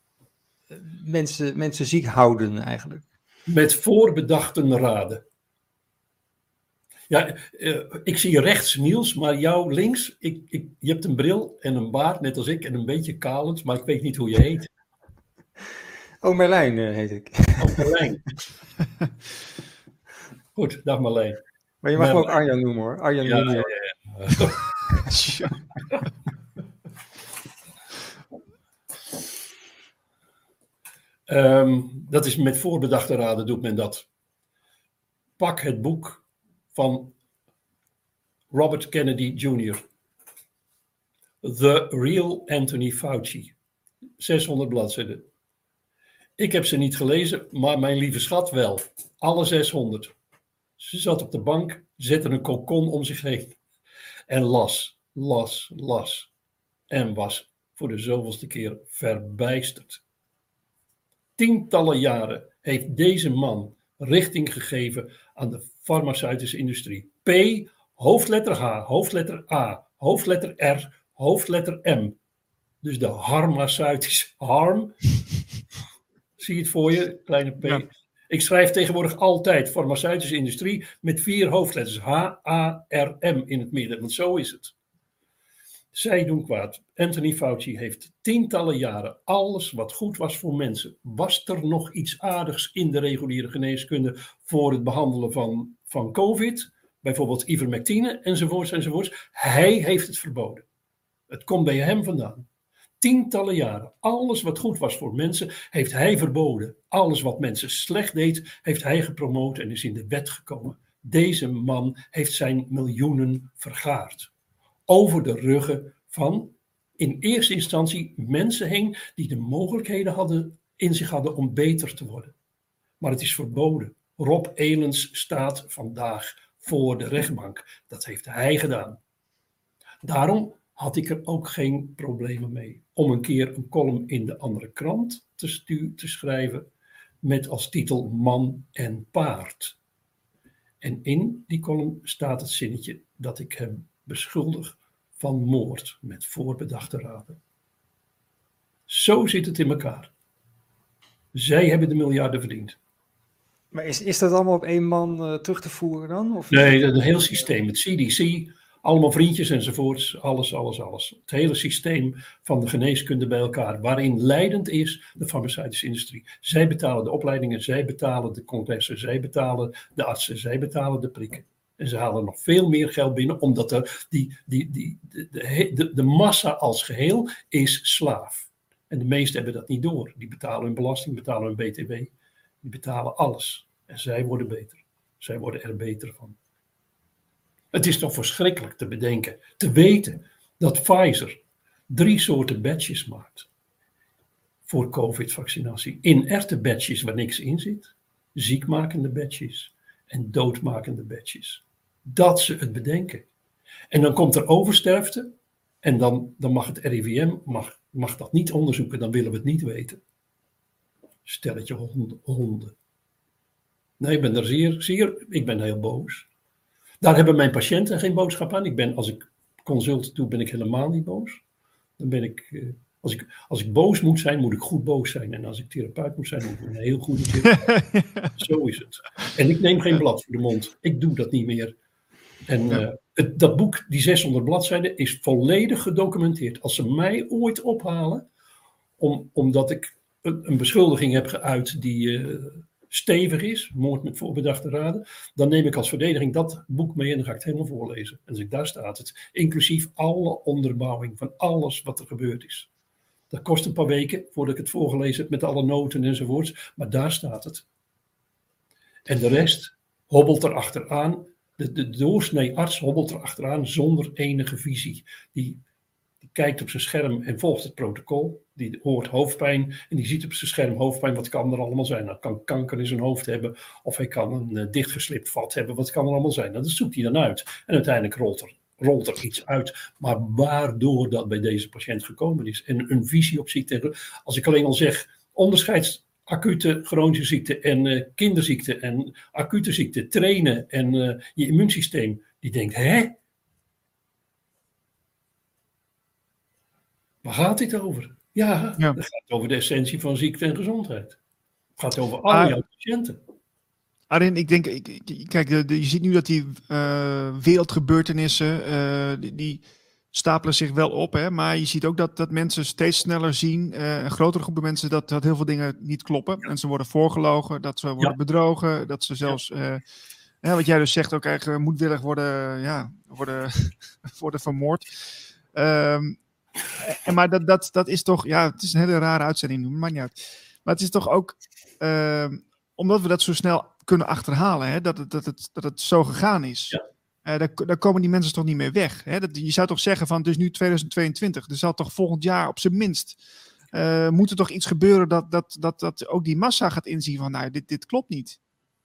Mensen ziek houden eigenlijk. Met voorbedachte raden. Ja, ik zie rechts Niels, maar jou links, je hebt een bril en een baard, net als ik, en een beetje kalend, maar ik weet niet hoe je heet. Oh, Merlijn heet ik. Oh, Merlijn. Goed, dag Marleen. Maar je mag me ook Arjan noemen hoor. Arjan junior. Dat is met voorbedachte raden doet men dat. Pak het boek van Robert Kennedy Jr. The Real Anthony Fauci. 600 bladzijden. Ik heb ze niet gelezen, maar mijn lieve schat wel. Alle 600. Ze zat op de bank, zette een kokon om zich heen. En las. En was voor de zoveelste keer verbijsterd. Tientallen jaren heeft deze man richting gegeven aan de farmaceutische industrie. P, hoofdletter H, hoofdletter A, hoofdletter R, hoofdletter M. Dus de farmaceutische harm. Zie je het voor je, kleine P? Ja. Ik schrijf tegenwoordig altijd farmaceutische industrie met 4 hoofdletters. H, A, R, M in het midden. Want zo is het. Zij doen kwaad. Anthony Fauci heeft tientallen jaren alles wat goed was voor mensen. Was er nog iets aardigs in de reguliere geneeskunde voor het behandelen van COVID? Bijvoorbeeld ivermectine enzovoorts. Hij heeft het verboden. Het komt bij hem vandaan. Tientallen jaren. Alles wat goed was voor mensen, heeft hij verboden. Alles wat mensen slecht deed, heeft hij gepromoot en is in de wet gekomen. Deze man heeft zijn miljoenen vergaard. Over de ruggen van, in eerste instantie, mensen heen die de mogelijkheden in zich hadden om beter te worden. Maar het is verboden. Rob Elens staat vandaag voor de rechtbank. Dat heeft hij gedaan. Daarom had ik er ook geen problemen mee om een keer een column in de andere krant te schrijven met als titel Man en Paard. En in die column staat het zinnetje dat ik hem beschuldig van moord met voorbedachte raden. Zo zit het in elkaar. Zij hebben de miljarden verdiend. Maar is dat allemaal op één man terug te voeren dan? Of nee, een heel systeem. Het CDC, allemaal vriendjes enzovoorts. Alles. Het hele systeem van de geneeskunde bij elkaar. Waarin leidend is de farmaceutische industrie. Zij betalen de opleidingen, zij betalen de congressen, zij betalen de artsen, zij betalen de prikken. En ze halen nog veel meer geld binnen, omdat er de massa als geheel is slaaf. En de meesten hebben dat niet door. Die betalen hun belasting, betalen hun BTW. Die betalen alles. En zij worden beter. Zij worden er beter van. Het is toch verschrikkelijk te bedenken, te weten dat Pfizer 3 soorten badges maakt voor COVID-vaccinatie. Inerte badges waar niks in zit, ziekmakende badges en doodmakende badges. Dat ze het bedenken. En dan komt er oversterfte en dan mag het RIVM mag dat niet onderzoeken, dan willen we het niet weten. Stelletje honden. Nee, ik ben er ik ben heel boos. Daar hebben mijn patiënten geen boodschap aan. Als ik consulten doe, ben ik helemaal niet boos. Dan ben ik, als ik boos moet zijn, moet ik goed boos zijn. En als ik therapeut moet zijn, moet ik een heel goede therapeut. Zo is het. En ik neem geen blad voor de mond. Ik doe dat niet meer. En dat boek, die 600 bladzijden, is volledig gedocumenteerd. Als ze mij ooit ophalen, omdat ik een beschuldiging heb geuit die stevig is, moord met voorbedachte raden, dan neem ik als verdediging dat boek mee en dan ga ik het helemaal voorlezen. En dus daar staat het, inclusief alle onderbouwing van alles wat er gebeurd is. Dat kost een paar weken voordat ik het voorgelezen heb met alle noten enzovoorts, maar daar staat het. En de rest hobbelt er achteraan, de doorsnee arts hobbelt er achteraan zonder enige visie. Die kijkt op zijn scherm en volgt het protocol. Die hoort hoofdpijn en die ziet op zijn scherm hoofdpijn. Wat kan er allemaal zijn? Dat kan kanker in zijn hoofd hebben of hij kan een dichtgeslipt vat hebben. Wat kan er allemaal zijn? Dat zoekt hij dan uit. En uiteindelijk rolt er iets uit. Maar waardoor dat bij deze patiënt gekomen is. En een visie op ziekte. Als ik alleen al zeg, acute chronische ziekte en kinderziekte en acute ziekte, trainen en je immuunsysteem. Die denkt, hè? Waar gaat dit over? Ja, het gaat over de essentie van ziekte en gezondheid. Het gaat over al jouw patiënten. Arin, ik denk, kijk, je ziet nu dat die wereldgebeurtenissen, die stapelen zich wel op, hè, maar je ziet ook dat mensen steeds sneller zien, een grotere groep mensen, dat heel veel dingen niet kloppen. En ze worden voorgelogen, dat ze worden bedrogen, dat ze zelfs, wat jij dus zegt, ook eigenlijk moedwillig worden vermoord. Maar dat is toch, het is een hele rare uitzending nu, maakt niet uit. Maar het is toch ook, omdat we dat zo snel kunnen achterhalen, hè, dat het zo gegaan is. Ja. Daar komen die mensen toch niet meer weg. Hè? Je zou toch zeggen van, het is nu 2022, er zal toch volgend jaar op zijn minst, moet er toch iets gebeuren dat ook die massa gaat inzien van, nou, dit klopt niet.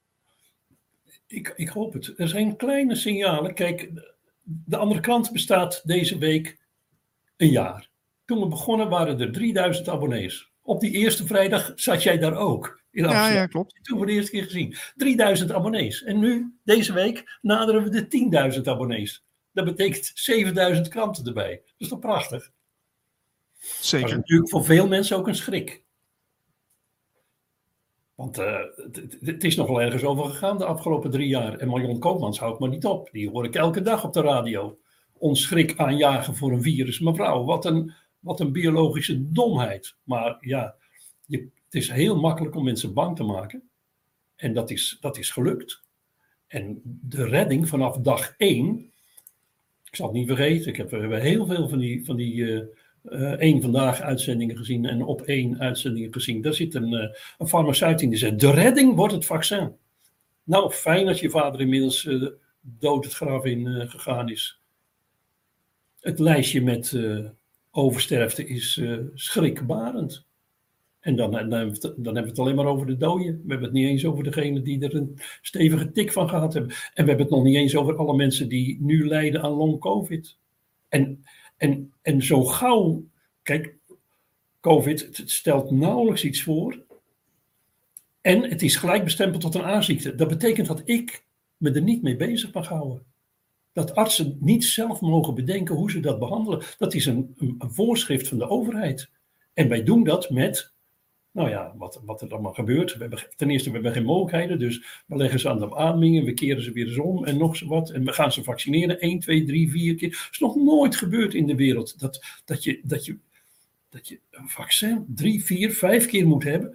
Ik hoop het. Er zijn kleine signalen. Kijk, de andere krant bestaat deze week een jaar. Toen we begonnen waren er 3000 abonnees. Op die eerste vrijdag zat jij daar ook. In Amsterdam. Ja, klopt. Toen voor de eerste keer gezien. 3000 abonnees. En nu, deze week, naderen we de 10.000 abonnees. Dat betekent 7000 kranten erbij. Dat is toch prachtig? Zeker. Dat is natuurlijk voor veel mensen ook een schrik. Want het is nog wel ergens over gegaan de afgelopen 3 jaar. En Marion Koopmans houdt maar niet op. Die hoor ik elke dag op de radio. Ons schrik aanjagen voor een virus. Mevrouw, wat een biologische domheid. Maar ja, het is heel makkelijk om mensen bang te maken. En dat is gelukt. En de redding vanaf dag 1 Ik zal het niet vergeten. We hebben heel veel van die één vandaag uitzendingen gezien en op één uitzendingen gezien. Daar zit een farmaceut in die zegt, de redding wordt het vaccin. Nou, fijn dat je vader inmiddels dood het graf in gegaan is. Het lijstje met oversterfte is schrikbarend. En dan hebben we het alleen maar over de doden. We hebben het niet eens over degenen die er een stevige tik van gehad hebben. En we hebben het nog niet eens over alle mensen die nu lijden aan long covid. En zo gauw, kijk, covid, het stelt nauwelijks iets voor. En het is gelijk bestempeld tot een A-ziekte. Dat betekent dat ik me er niet mee bezig mag houden. Dat artsen niet zelf mogen bedenken hoe ze dat behandelen. Dat is een voorschrift van de overheid. En wij doen dat met, nou ja, wat er allemaal gebeurt. Ten eerste, we hebben geen mogelijkheden, dus we leggen ze aan de beademing, we keren ze weer eens om en nog zo wat. En we gaan ze vaccineren 1, 2, 3, 4 keer. Het is nog nooit gebeurd in de wereld dat je een vaccin 3, 4, 5 keer moet hebben.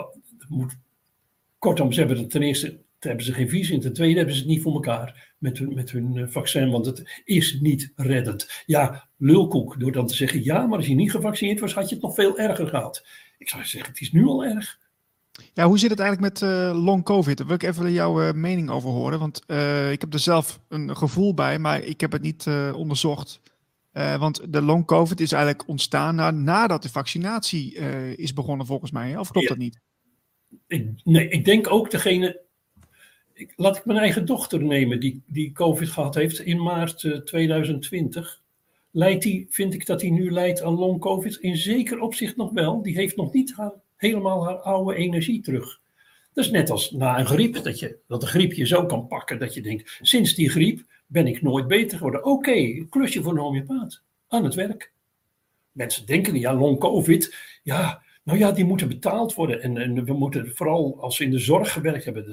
Kortom, ze hebben ten eerste hebben ze geen visie en ten tweede hebben ze het niet voor elkaar met hun vaccin, want het is niet reddend. Ja, lulkoek, door dan te zeggen, ja, maar als je niet gevaccineerd was, had je het nog veel erger gehad. Ik zou zeggen, het is nu al erg. Ja, hoe zit het eigenlijk met long covid? Daar wil ik even jouw mening over horen, want ik heb er zelf een gevoel bij, maar ik heb het niet onderzocht. Want de long covid is eigenlijk ontstaan nadat de vaccinatie is begonnen volgens mij, of klopt dat niet? Nee, ik denk ook degene... Laat ik mijn eigen dochter nemen die COVID gehad heeft in maart 2020. Vind ik dat hij nu lijdt aan long COVID? In zeker opzicht nog wel. Die heeft nog niet helemaal haar oude energie terug. Dat is net als na een griep, dat een griep je zo kan pakken dat je denkt, sinds die griep ben ik nooit beter geworden. Oké, klusje voor een homeopaat. Aan het werk. Mensen denken, ja, long COVID, ja... Nou ja, die moeten betaald worden. En we moeten vooral als we in de zorg gewerkt hebben.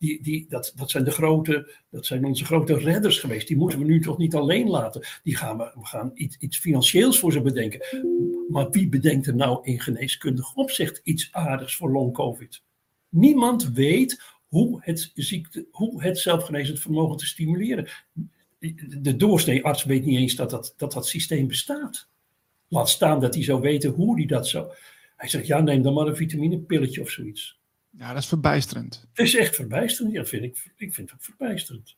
Dat zijn onze grote redders geweest. Die moeten we nu toch niet alleen laten. We gaan iets financieels voor ze bedenken. Maar wie bedenkt er nou in geneeskundig opzicht iets aardigs voor long covid? Niemand weet hoe het zelfgenezend vermogen te stimuleren. De doorsnee arts weet niet eens dat systeem bestaat. Laat staan dat hij zou weten hoe hij dat zou... Hij zegt, ja, neem dan maar een vitaminepilletje of zoiets. Ja, dat is verbijsterend. Het is echt verbijsterend. Ja, ik vind het ook verbijsterend.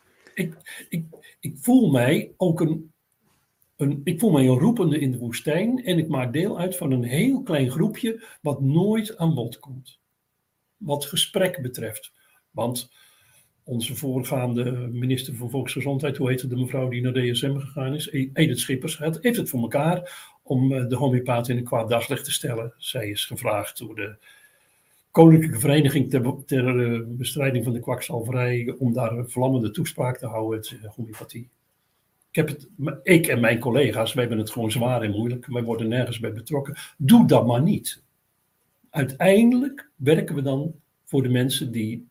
Ik voel mij ook een roepende in de woestijn. En ik maak deel uit van een heel klein groepje wat nooit aan bod komt. Wat gesprek betreft. Want onze voorgaande minister van Volksgezondheid, hoe heette de mevrouw die naar DSM gegaan is? Edith Schippers, heeft het voor elkaar om de homeopaat in een kwaad daglicht te stellen. Zij is gevraagd door de Koninklijke Vereniging ter bestrijding van de kwakzalverij om daar een vlammende toespraak te houden, het homeopathie. Ik en mijn collega's, wij hebben het gewoon zwaar en moeilijk. Wij worden nergens bij betrokken. Doe dat maar niet. Uiteindelijk werken we dan voor de mensen die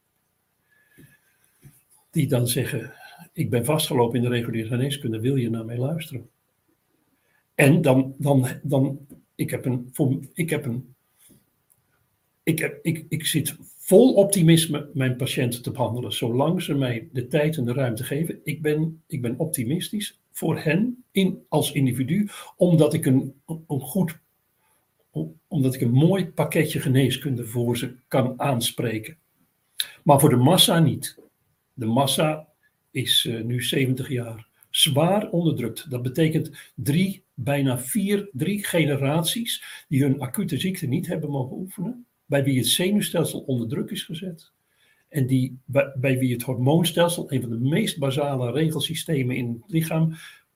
dan zeggen, ik ben vastgelopen in de reguliere geneeskunde, wil je naar mij luisteren? En ik zit vol optimisme mijn patiënten te behandelen, zolang ze mij de tijd en de ruimte geven. Ik ben optimistisch voor hen als individu, omdat ik een mooi pakketje geneeskunde voor ze kan aanspreken. Maar voor de massa niet. De massa is nu 70 jaar zwaar onderdrukt. Dat betekent bijna 3 generaties die hun acute ziekte niet hebben mogen oefenen, bij wie het zenuwstelsel onder druk is gezet en bij wie het hormoonstelsel, een van de meest basale regelsystemen in het lichaam,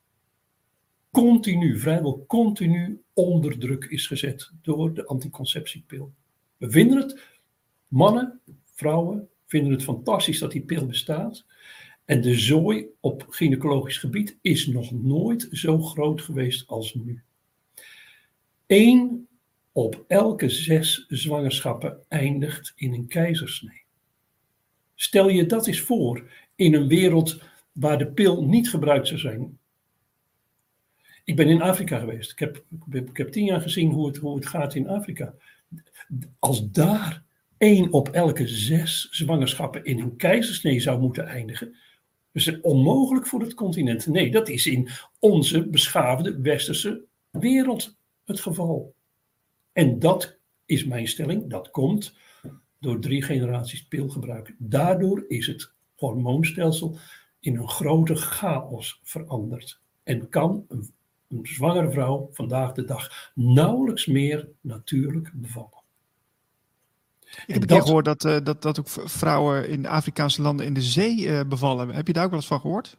vrijwel continu onder druk is gezet door de anticonceptiepil. We vinden het, mannen, vrouwen, vinden het fantastisch dat die pil bestaat. En de zooi op gynaecologisch gebied is nog nooit zo groot geweest als nu. 1 op elke 6 zwangerschappen eindigt in een keizersnee. Stel je dat eens voor in een wereld waar de pil niet gebruikt zou zijn. Ik ben in Afrika geweest. Ik heb 10 jaar gezien hoe het gaat in Afrika. Als daar 1 op elke 6 zwangerschappen in een keizersnee zou moeten eindigen, Dus onmogelijk voor het continent. Nee, dat is in onze beschaafde westerse wereld het geval. En dat is mijn stelling, dat komt door 3 generaties pilgebruik. Daardoor is het hormoonstelsel in een grote chaos veranderd. En kan een zwangere vrouw vandaag de dag nauwelijks meer natuurlijk bevallen. Ik heb een keer gehoord dat ook vrouwen in de Afrikaanse landen in de zee bevallen. Heb je daar ook wel eens van gehoord?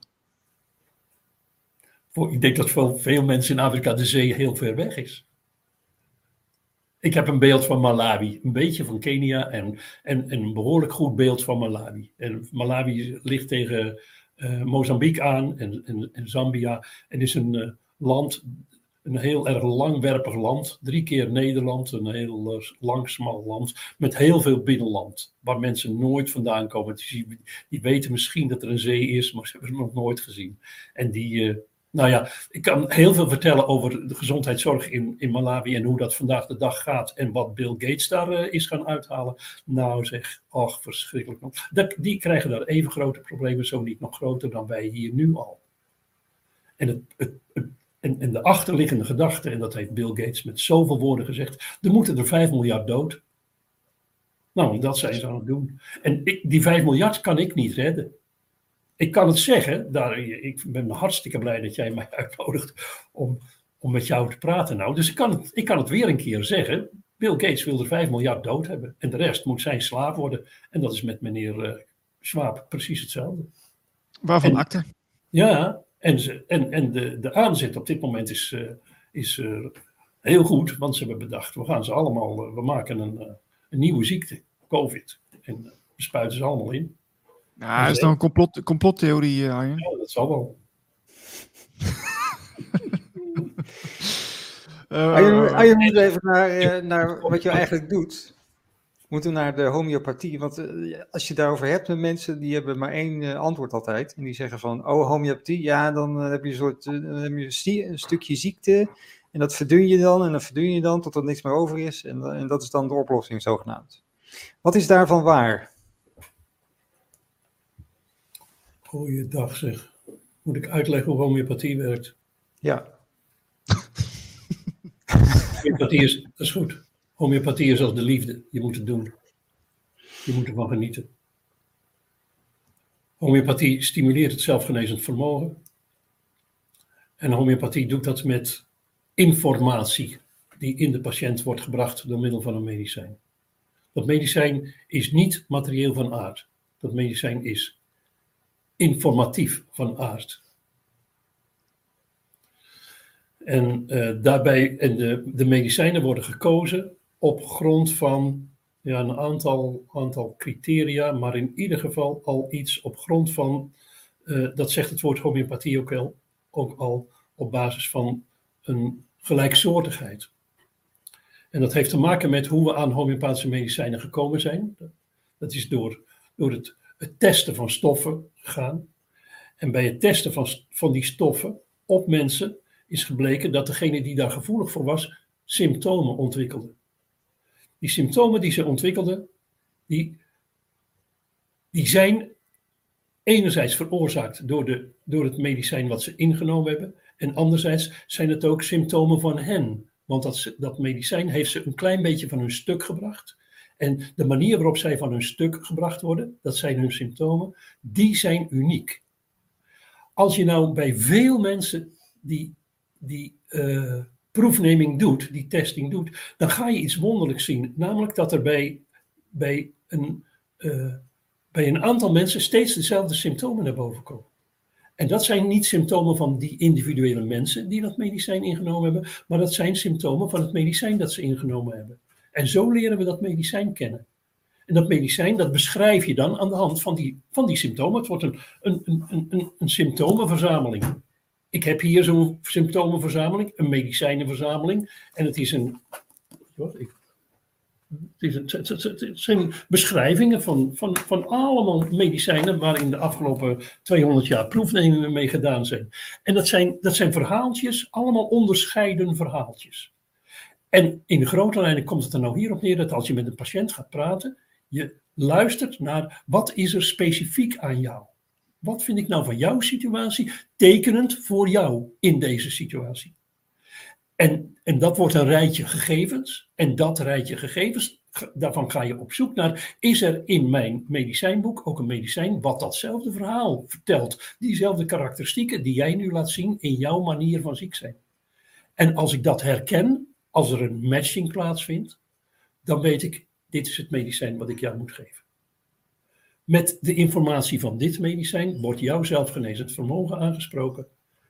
Ik denk dat voor veel mensen in Afrika de zee heel ver weg is. Ik heb een beeld van Malawi, een beetje van Kenia en een behoorlijk goed beeld van Malawi. En Malawi ligt tegen Mozambique aan en Zambia. En is een land, een heel erg langwerpig land. 3 keer Nederland, een heel lang, smal land. Met heel veel binnenland, waar mensen nooit vandaan komen. Die weten misschien dat er een zee is, maar ze hebben het nog nooit gezien. En ik kan heel veel vertellen over de gezondheidszorg in Malawi en hoe dat vandaag de dag gaat en wat Bill Gates daar is gaan uithalen. Nou zeg, verschrikkelijk nog. Die krijgen daar even grote problemen, zo niet nog groter dan wij hier nu al. En de achterliggende gedachte, en dat heeft Bill Gates met zoveel woorden gezegd, er moeten er 5 miljard dood. Nou, dat zijn ze aan het doen. En die 5 miljard kan ik niet redden. Ik kan het zeggen, ik ben hartstikke blij dat jij mij uitnodigt om met jou te praten nou. Dus ik kan het weer een keer zeggen. Bill Gates wil er 5 miljard dood hebben. En de rest moet zijn slaaf worden. En dat is met meneer Schwab precies hetzelfde. Waarvan akte? Ja, en de aanzet op dit moment is heel goed. Want ze hebben bedacht, we maken een nieuwe ziekte, COVID. En we spuiten ze allemaal in. Ja, dat is dan een complottheorie, Arjen. Ja, dat zal wel. Arjen moet even naar wat je eigenlijk doet. We moeten naar de homeopathie. Want als je daarover hebt met mensen, die hebben maar 1 antwoord altijd. En die zeggen van, homeopathie, ja, dan heb je een stukje ziekte. En dat verdun je dan tot er niks meer over is. En dat is dan de oplossing zogenaamd. Wat is daarvan waar? Goeiedag zeg. Moet ik uitleggen hoe homeopathie werkt? Ja. Homeopathie dat is goed. Homeopathie is als de liefde. Je moet het doen. Je moet ervan genieten. Homeopathie stimuleert het zelfgenezend vermogen. En homeopathie doet dat met informatie die in de patiënt wordt gebracht door middel van een medicijn. Dat medicijn is niet materieel van aard. Dat medicijn is informatief van aard. En de medicijnen worden gekozen op grond van een aantal criteria, maar in ieder geval al iets op grond van, dat zegt het woord homeopathie ook al op basis van een gelijksoortigheid. En dat heeft te maken met hoe we aan homeopathische medicijnen gekomen zijn. Dat is door het testen van stoffen gegaan. En bij het testen van die stoffen op mensen is gebleken dat degene die daar gevoelig voor was, symptomen ontwikkelde. Die symptomen die ze ontwikkelden, die zijn enerzijds veroorzaakt door het medicijn wat ze ingenomen hebben. En anderzijds zijn het ook symptomen van hen. Want dat medicijn heeft ze een klein beetje van hun stuk gebracht. En de manier waarop zij van hun stuk gebracht worden, dat zijn hun symptomen, die zijn uniek. Als je nou bij veel mensen die proefneming doet, die testing doet, dan ga je iets wonderlijks zien. Namelijk dat er bij een aantal mensen steeds dezelfde symptomen naar boven komen. En dat zijn niet symptomen van die individuele mensen die dat medicijn ingenomen hebben, maar dat zijn symptomen van het medicijn dat ze ingenomen hebben. En zo leren we dat medicijn kennen. En dat medicijn, dat beschrijf je dan aan de hand van die symptomen. Het wordt een symptomenverzameling. Ik heb hier zo'n symptomenverzameling, een medicijnenverzameling. En het zijn beschrijvingen van allemaal medicijnen waarin de afgelopen 200 jaar proefnemingen mee gedaan zijn. En dat zijn verhaaltjes, allemaal onderscheiden verhaaltjes. En in de grote lijnen komt het er nou hierop neer dat als je met een patiënt gaat praten, je luistert naar wat is er specifiek aan jou. Wat vind ik nou van jouw situatie tekenend voor jou in deze situatie? En dat wordt een rijtje gegevens. En dat rijtje gegevens, daarvan ga je op zoek naar, is er in mijn medicijnboek ook een medicijn wat datzelfde verhaal vertelt? Diezelfde karakteristieken die jij nu laat zien in jouw manier van ziek zijn. En als ik dat herken, als er een matching plaatsvindt, dan weet ik, dit is het medicijn wat ik jou moet geven. Met de informatie van dit medicijn wordt jouw zelfgenezend vermogen aangesproken.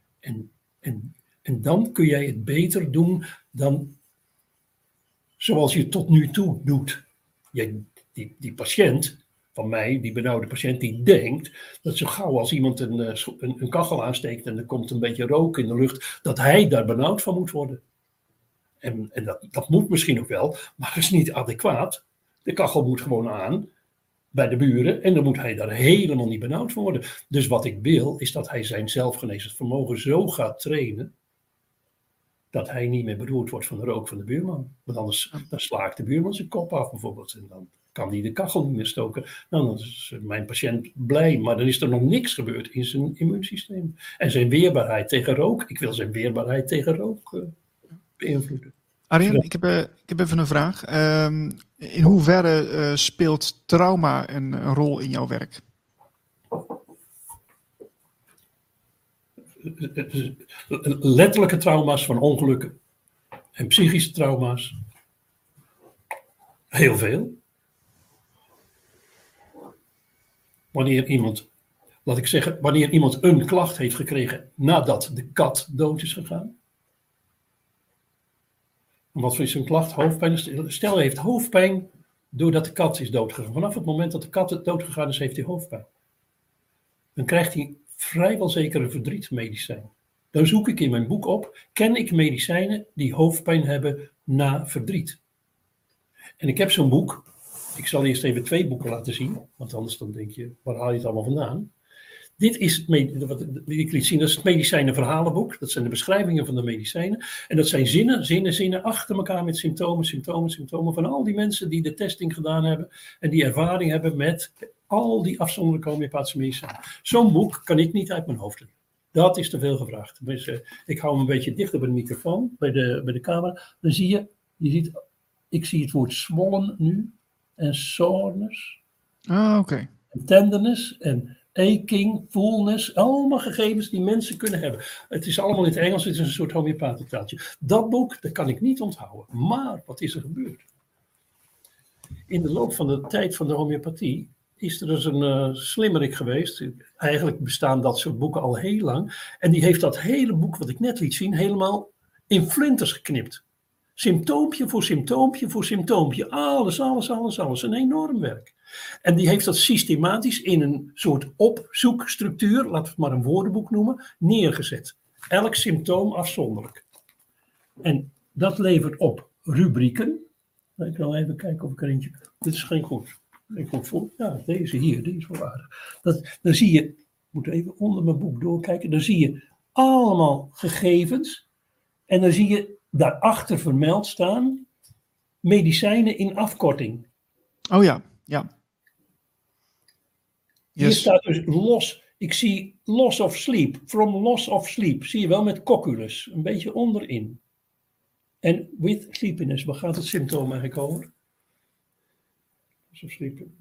En dan kun jij het beter doen dan zoals je het tot nu toe doet. Die patiënt van mij, die benauwde patiënt, die denkt dat zo gauw als iemand een kachel aansteekt en er komt een beetje rook in de lucht, dat hij daar benauwd van moet worden. En dat moet misschien ook wel, maar dat is niet adequaat. De kachel moet gewoon aan bij de buren en dan moet hij daar helemaal niet benauwd van worden. Dus wat ik wil, is dat hij zijn zelfgenezend vermogen zo gaat trainen, dat hij niet meer beroerd wordt van de rook van de buurman. Want anders dan slaakt de buurman zijn kop af bijvoorbeeld. En dan kan hij de kachel niet meer stoken. Nou, dan is mijn patiënt blij. Maar dan is er nog niks gebeurd in zijn immuunsysteem. En zijn weerbaarheid tegen rook. Ik wil zijn weerbaarheid tegen rook beïnvloeden. Arjen, ik heb even een vraag. In hoeverre speelt trauma een rol in jouw werk? Letterlijke trauma's van ongelukken en psychische trauma's. Heel veel. Wanneer iemand een klacht heeft gekregen nadat de kat dood is gegaan. En wat is een klacht? Hoofdpijn. Stel hij heeft hoofdpijn doordat de kat is doodgegaan. Vanaf het moment dat de kat doodgegaan is, heeft hij hoofdpijn. Dan krijgt hij vrijwel zeker een verdrietmedicijn. Dan zoek ik in mijn boek op, ken ik medicijnen die hoofdpijn hebben na verdriet. En ik heb zo'n boek, ik zal eerst even 2 boeken laten zien, want anders dan denk je, waar haal je het allemaal vandaan? Dit is wat ik liet zien, dat is het medicijnenverhalenboek, dat zijn de beschrijvingen van de medicijnen. En dat zijn zinnen achter elkaar met symptomen van al die mensen die de testing gedaan hebben en die ervaring hebben met al die afzonderlijke homeopathische medicijnen. Zo'n boek kan ik niet uit mijn hoofd leren. Dat is te veel gevraagd. Dus, ik hou hem een beetje dichter bij de microfoon, bij de camera. Dan zie je, ik zie het woord zwollen nu. En soreness. Oké. En tenderness. En aching, fullness. Allemaal gegevens die mensen kunnen hebben. Het is allemaal in het Engels. Het is een soort homeopathentaaltje. Dat boek, dat kan ik niet onthouden. Maar, wat is er gebeurd? In de loop van de tijd van de homeopathie is er dus een slimmerik geweest. Eigenlijk bestaan dat soort boeken al heel lang. En die heeft dat hele boek wat ik net liet zien helemaal in flinters geknipt. Symptoompje voor symptoompje voor symptoompje. Alles. Een enorm werk. En die heeft dat systematisch in een soort opzoekstructuur, laten we het maar een woordenboek noemen, neergezet. Elk symptoom afzonderlijk. En dat levert op rubrieken. Ik wil even kijken of ik er eentje... Dit is geen goed. Ja, deze hier, die is wel aardig. Dan zie je, ik moet even onder mijn boek doorkijken, dan zie je allemaal gegevens en dan zie je daarachter vermeld staan medicijnen in afkorting. Oh ja, ja. Yes. Hier staat dus los, ik zie loss of sleep, from loss of sleep, zie je wel met cocculus, een beetje onderin. En with sleepiness, waar gaat het symptoom eigenlijk over? Zo sliepen.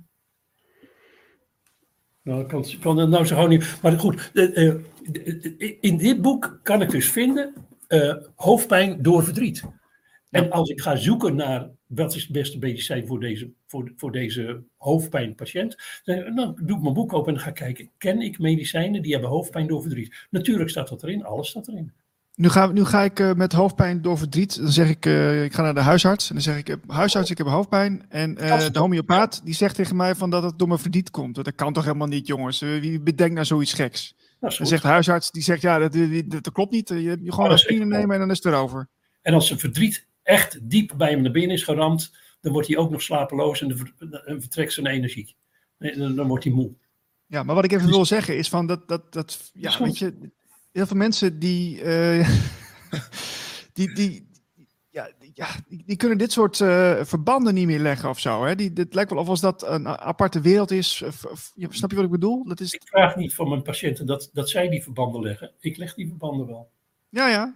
Nou, ik kan het nou zo gewoon niet. Maar goed, in dit boek kan ik dus vinden hoofdpijn door verdriet. En als ik ga zoeken naar wat is het beste medicijn voor deze hoofdpijnpatiënt, dan doe ik mijn boek open en dan ga ik kijken, ken ik medicijnen die hebben hoofdpijn door verdriet? Natuurlijk staat dat erin, alles staat erin. Nu ga ik met hoofdpijn door verdriet. Dan zeg ik, ik ga naar de huisarts. En dan zeg ik, huisarts, ik heb hoofdpijn. En de homeopaat die zegt tegen mij van dat het door mijn verdriet komt. Dat kan toch helemaal niet, jongens? Wie bedenkt nou zoiets geks? Dan zegt de huisarts, die zegt, ja, dat klopt niet. Je hebt gewoon aspirine nemen en dan is het erover. En als zijn verdriet echt diep bij hem naar binnen is geramd, dan wordt hij ook nog slapeloos en dan vertrekt zijn energie. Dan wordt hij moe. Ja, maar wat ik even wil zeggen is van dat ja, weet je... Heel veel mensen die die kunnen dit soort verbanden niet meer leggen of zo. Hè? Het lijkt wel of dat een aparte wereld is. Snap je wat ik bedoel? Ik vraag niet van mijn patiënten dat zij die verbanden leggen. Ik leg die verbanden wel. Ja.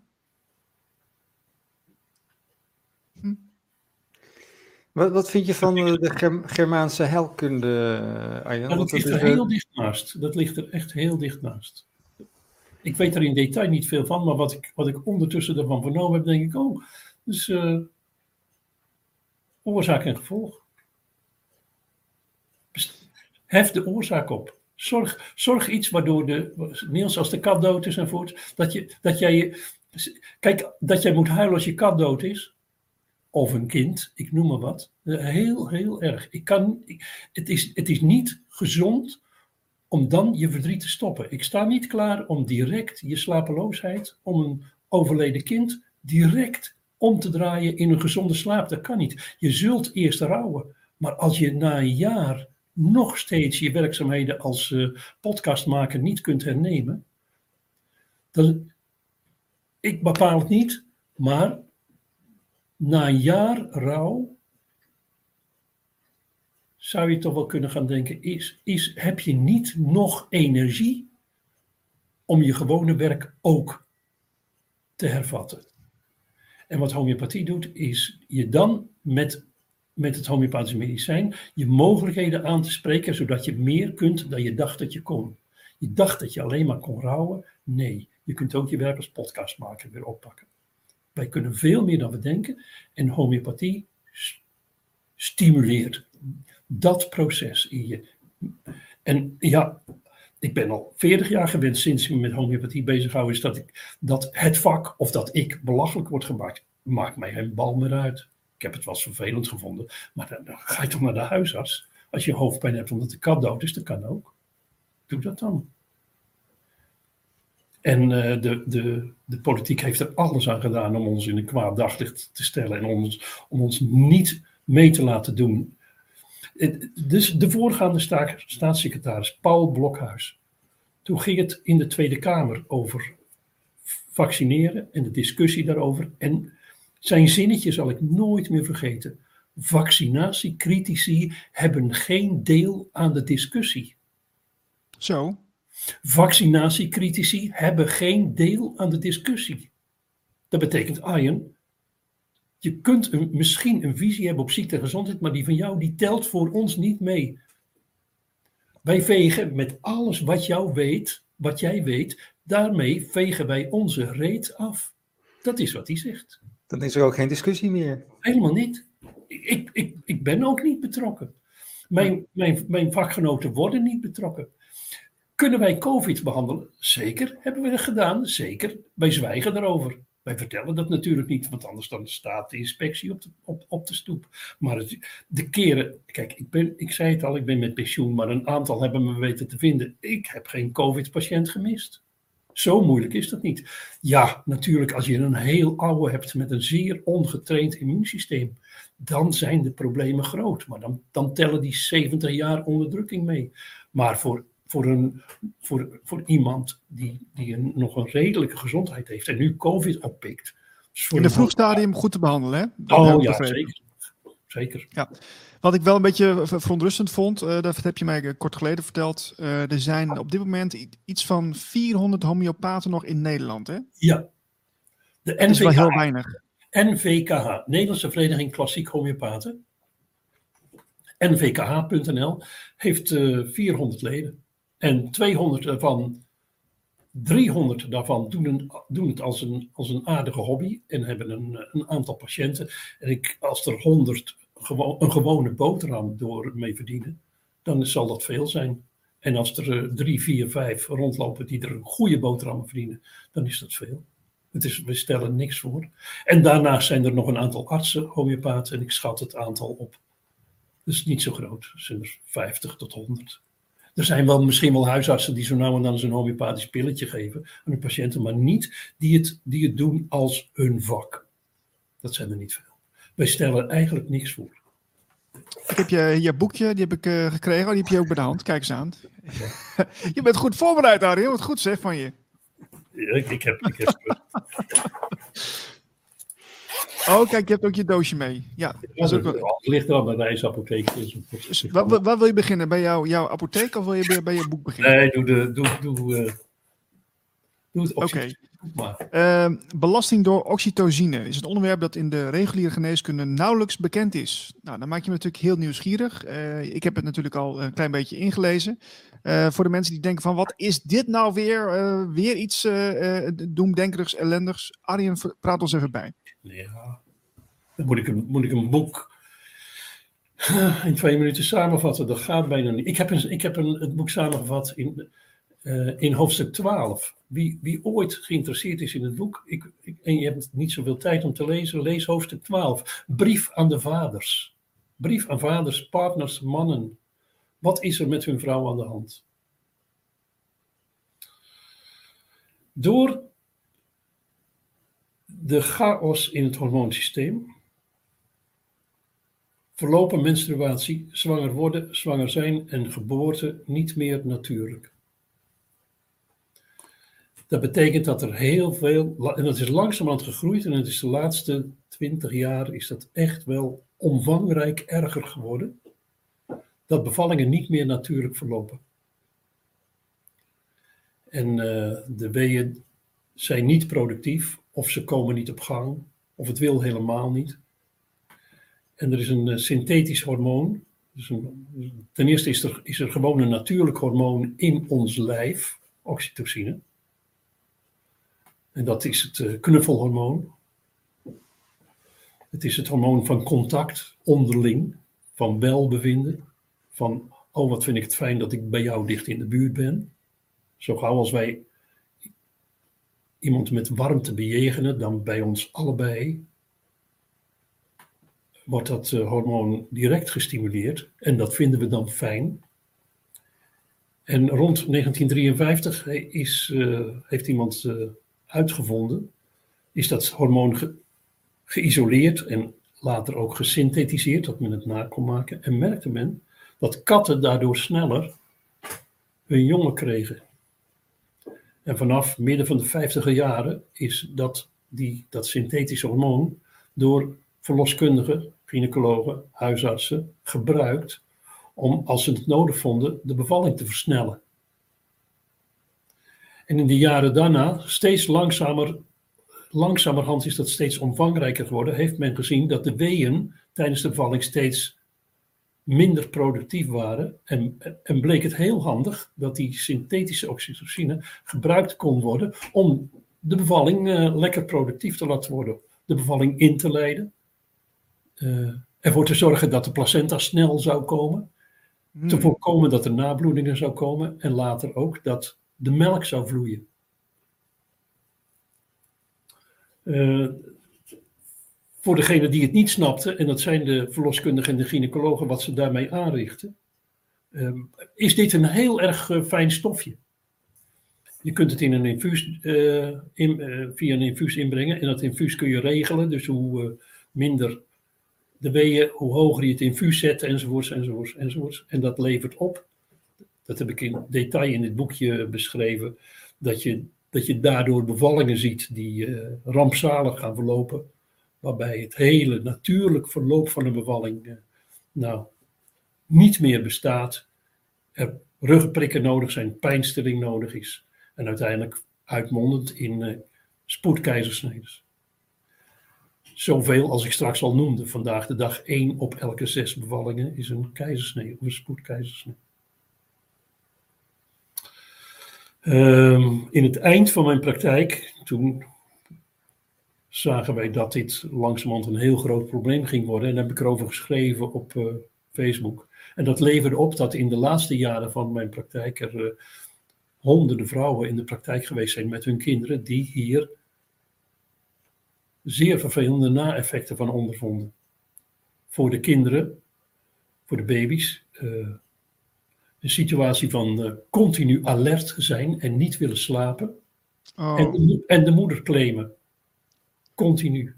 Wat vind je van de Germaanse heilkunde, Arjan? Dat ligt er heel dicht naast. Dat ligt er echt heel dicht naast. Ik weet er in detail niet veel van, maar wat ik ondertussen ervan vernomen heb, denk ik, dus oorzaak en gevolg. Hef de oorzaak op. Zorg iets waardoor Niels, als de kat dood is enzovoort, dat jij moet huilen als je kat dood is. Of een kind, ik noem maar wat. Heel, heel erg. Het is niet gezond om dan je verdriet te stoppen. Ik sta niet klaar om direct je slapeloosheid, om een overleden kind, direct om te draaien in een gezonde slaap. Dat kan niet. Je zult eerst rouwen. Maar als je na een jaar nog steeds je werkzaamheden als podcastmaker niet kunt hernemen, dan, ik bepaal het niet, maar na een jaar rouw zou je toch wel kunnen gaan denken, heb je niet nog energie om je gewone werk ook te hervatten? En wat homeopathie doet, is je dan met het homeopathische medicijn je mogelijkheden aan te spreken, zodat je meer kunt dan je dacht dat je kon. Je dacht dat je alleen maar kon rouwen. Nee, je kunt ook je werk als podcastmaker weer oppakken. Wij kunnen veel meer dan we denken en homeopathie stimuleert dat proces in je. En ja, ik ben al 40 jaar gewend sinds ik me met homeopathie bezig hou, is dat het vak of dat ik belachelijk wordt gemaakt. Maakt mij geen bal meer uit. Ik heb het wel eens vervelend gevonden, maar dan ga je toch naar de huisarts. Als je hoofdpijn hebt omdat de kat dood is, dat kan ook. Doe dat dan. En de politiek heeft er alles aan gedaan om ons in een kwaad daglicht te stellen en om ons niet mee te laten doen. Dus de voorgaande staatssecretaris Paul Blokhuis, toen ging het in de Tweede Kamer over vaccineren en de discussie daarover. En zijn zinnetje zal ik nooit meer vergeten. Vaccinatiecritici hebben geen deel aan de discussie. Zo. Vaccinatiecritici hebben geen deel aan de discussie. Dat betekent, Arjen, je kunt misschien een visie hebben op ziekte en gezondheid, maar die van jou die telt voor ons niet mee. Wij vegen met alles wat jij weet, daarmee vegen wij onze reet af. Dat is wat hij zegt. Dan is er ook geen discussie meer. Helemaal niet. Ik ben ook niet betrokken. Mijn vakgenoten worden niet betrokken. Kunnen wij COVID behandelen? Zeker, hebben we dat gedaan. Zeker, wij zwijgen daarover. Wij vertellen dat natuurlijk niet, want anders dan staat de inspectie op de stoep. Maar de keren, kijk, ik zei het al, ik ben met pensioen, maar een aantal hebben me weten te vinden. Ik heb geen COVID-patiënt gemist. Zo moeilijk is dat niet. Ja, natuurlijk, als je een heel oude hebt met een zeer ongetraind immuunsysteem, dan zijn de problemen groot. Maar dan tellen die 70 jaar onderdrukking mee. Maar voor iemand die nog een redelijke gezondheid heeft en nu COVID oppikt. In de vroeg stadium goed te behandelen, hè? Zeker. Ja. Wat ik wel een beetje verontrustend vond, dat heb je mij kort geleden verteld. Er zijn op dit moment iets van 400 homeopaten nog in Nederland, hè? Ja. De NVKH, dat is wel heel weinig. NVKH, Nederlandse Vereniging Klassiek Homeopaten. NVKH.nl heeft 400 leden. En 300 daarvan doen het als een aardige hobby en hebben een aantal patiënten. En als er 100 een gewone boterham door mee verdienen, dan zal dat veel zijn. En als er 3, 4, 5 rondlopen die er een goede boterham verdienen, dan is dat veel. We stellen niks voor. En daarnaast zijn er nog een aantal artsen, homeopaten, en ik schat het aantal op. Dat is niet zo groot, er zijn er 50 tot 100. Er zijn misschien wel huisartsen die zo nou en dan eens een homeopathisch pilletje geven aan hun patiënten, maar niet die het doen als hun vak. Dat zijn er niet veel. Wij stellen eigenlijk niks voor. Ik heb je boekje, die heb ik gekregen. Die heb je ook bij de hand. Kijk eens aan. Je bent goed voorbereid, Arjen. Wat goed zeg van je. Ja, ik heb Oh, kijk, je hebt ook je doosje mee. Ja, dat is ook wel... Het ligt er al bij de reisapotheek. Dus waar wil je beginnen? Bij jouw apotheek of wil je bij je boek beginnen? Nee, doe het Oké. maar. Belasting door oxytocine is een onderwerp dat in de reguliere geneeskunde nauwelijks bekend is. Nou, dan maak je me natuurlijk heel nieuwsgierig. Ik heb het natuurlijk al een klein beetje ingelezen. Voor de mensen die denken van, wat is dit nou weer? Weer iets doemdenkerigs, ellendigs. Arjen, praat ons even bij. Ja, dan moet ik een boek in 2 minuten samenvatten. Dat gaat bijna niet. Ik heb het boek samengevat in hoofdstuk 12. Wie ooit geïnteresseerd is in het boek, en je hebt niet zoveel tijd om te lezen, lees hoofdstuk 12. Brief aan de vaders. Brief aan vaders, partners, mannen. Wat is er met hun vrouw aan de hand? Door de chaos in het hormoonsysteem verlopen menstruatie, zwanger worden, zwanger zijn en geboorte niet meer natuurlijk. Dat betekent dat er heel veel, en dat is langzamerhand gegroeid en het is de laatste 20 jaar is dat echt wel omvangrijk erger geworden, dat bevallingen niet meer natuurlijk verlopen. En de weeën zijn niet productief, of ze komen niet op gang, of het wil helemaal niet. En er is een synthetisch hormoon. Dus ten eerste is er gewoon een natuurlijk hormoon in ons lijf, oxytocine. En dat is het knuffelhormoon. Het is het hormoon van contact, onderling, van welbevinden. Van, oh wat vind ik het fijn dat ik bij jou dicht in de buurt ben. Zo gauw als wij iemand met warmte bejegenen, dan bij ons allebei, wordt dat hormoon direct gestimuleerd. En dat vinden we dan fijn. En rond 1953 heeft iemand uitgevonden, is dat hormoon geïsoleerd en later ook gesynthetiseerd, dat men het na kon maken. En merkte men dat katten daardoor sneller hun jongen kregen. En vanaf midden van de 50er jaren is dat synthetische hormoon door verloskundigen, gynaecologen, huisartsen gebruikt om, als ze het nodig vonden, de bevalling te versnellen. En in de jaren daarna, steeds langzamerhand is dat steeds omvangrijker geworden, heeft men gezien dat de weeën tijdens de bevalling steeds minder productief waren. En bleek het heel handig dat die synthetische oxytocine gebruikt kon worden om de bevalling lekker productief te laten worden. De bevalling in te leiden. Ervoor te zorgen dat de placenta snel zou komen. Te voorkomen dat er nabloedingen zou komen. En later ook dat de melk zou vloeien. Voor degenen die het niet snapten, en dat zijn de verloskundigen en de gynaecologen, wat ze daarmee aanrichten, is dit een heel erg fijn stofje. Je kunt het in een infuus, via een infuus inbrengen en dat infuus kun je regelen, dus hoe minder de weeën, hoe hoger je het infuus zet, enzovoorts. En dat levert op, dat heb ik in detail in dit boekje beschreven, dat je daardoor bevallingen ziet die rampzalig gaan verlopen, waarbij het hele natuurlijk verloop van een bevalling niet meer bestaat. Er ruggenprikken nodig zijn, pijnstilling nodig is. En uiteindelijk uitmondend in spoedkeizersneden. Zoveel als ik straks al noemde. Vandaag de dag 1 op elke 6 bevallingen is een keizersnee of een spoedkeizersnee. In het eind van mijn praktijk, toen zagen wij dat dit langzamerhand een heel groot probleem ging worden. En daar heb ik erover geschreven op Facebook. En dat leverde op dat in de laatste jaren van mijn praktijk er honderden vrouwen in de praktijk geweest zijn met hun kinderen die hier zeer vervelende na-effecten van ondervonden. Voor de kinderen, voor de baby's, een situatie van continu alert zijn en niet willen slapen. Oh. En de moeder claimen. Continu.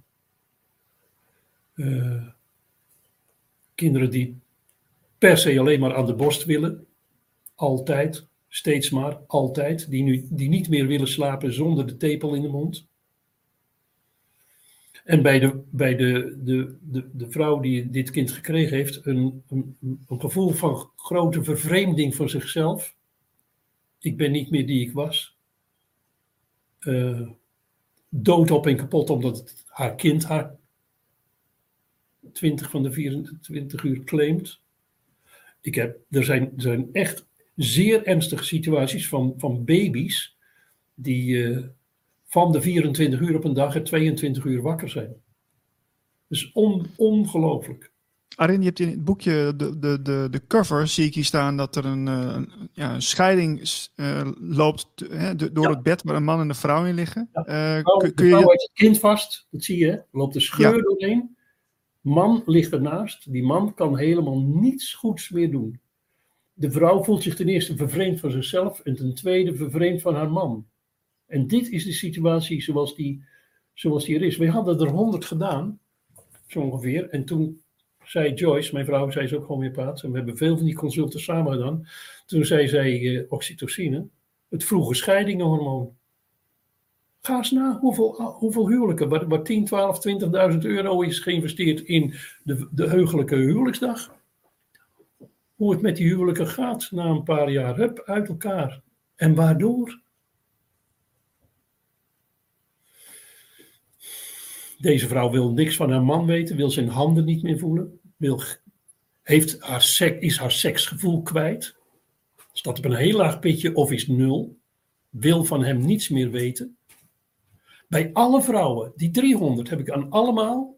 Kinderen die per se alleen maar aan de borst willen. Altijd. Steeds maar. Altijd. Die niet meer willen slapen zonder de tepel in de mond. En bij de vrouw die dit kind gekregen heeft, een gevoel van grote vervreemding van zichzelf. Ik ben niet meer die ik was. Dood op en kapot omdat haar kind haar 20 van de 24 uur claimt. Er zijn echt zeer ernstige situaties van baby's die van de 24 uur op een dag 22 uur wakker zijn. Dus ongelooflijk. Arin, je hebt in het boekje de cover, zie ik hier staan dat er een scheiding loopt door het bed waar een man en een vrouw in liggen. Ja. De vrouw heeft het kind vast, dat zie je, er loopt een scheur doorheen. Man ligt ernaast, die man kan helemaal niets goeds meer doen. De vrouw voelt zich ten eerste vervreemd van zichzelf en ten tweede vervreemd van haar man. En dit is de situatie zoals die er is. We hadden er 100 gedaan, zo ongeveer. En toen zei Joyce, mijn vrouw, zei ze ook gewoon weer praten. En we hebben veel van die consulten samen gedaan. Toen zei zij oxytocine, het vroege scheidingenhormoon. Ga eens na hoeveel huwelijken, waar 10, 12, 20.000 euro is geïnvesteerd in de heugelijke huwelijksdag. Hoe het met die huwelijken gaat na een paar jaar. Hup, uit elkaar. En waardoor? Deze vrouw wil niks van haar man weten, wil zijn handen niet meer voelen, is haar seksgevoel kwijt, staat op een heel laag pitje of is 0, wil van hem niets meer weten. Bij alle vrouwen, die 300 heb ik aan allemaal,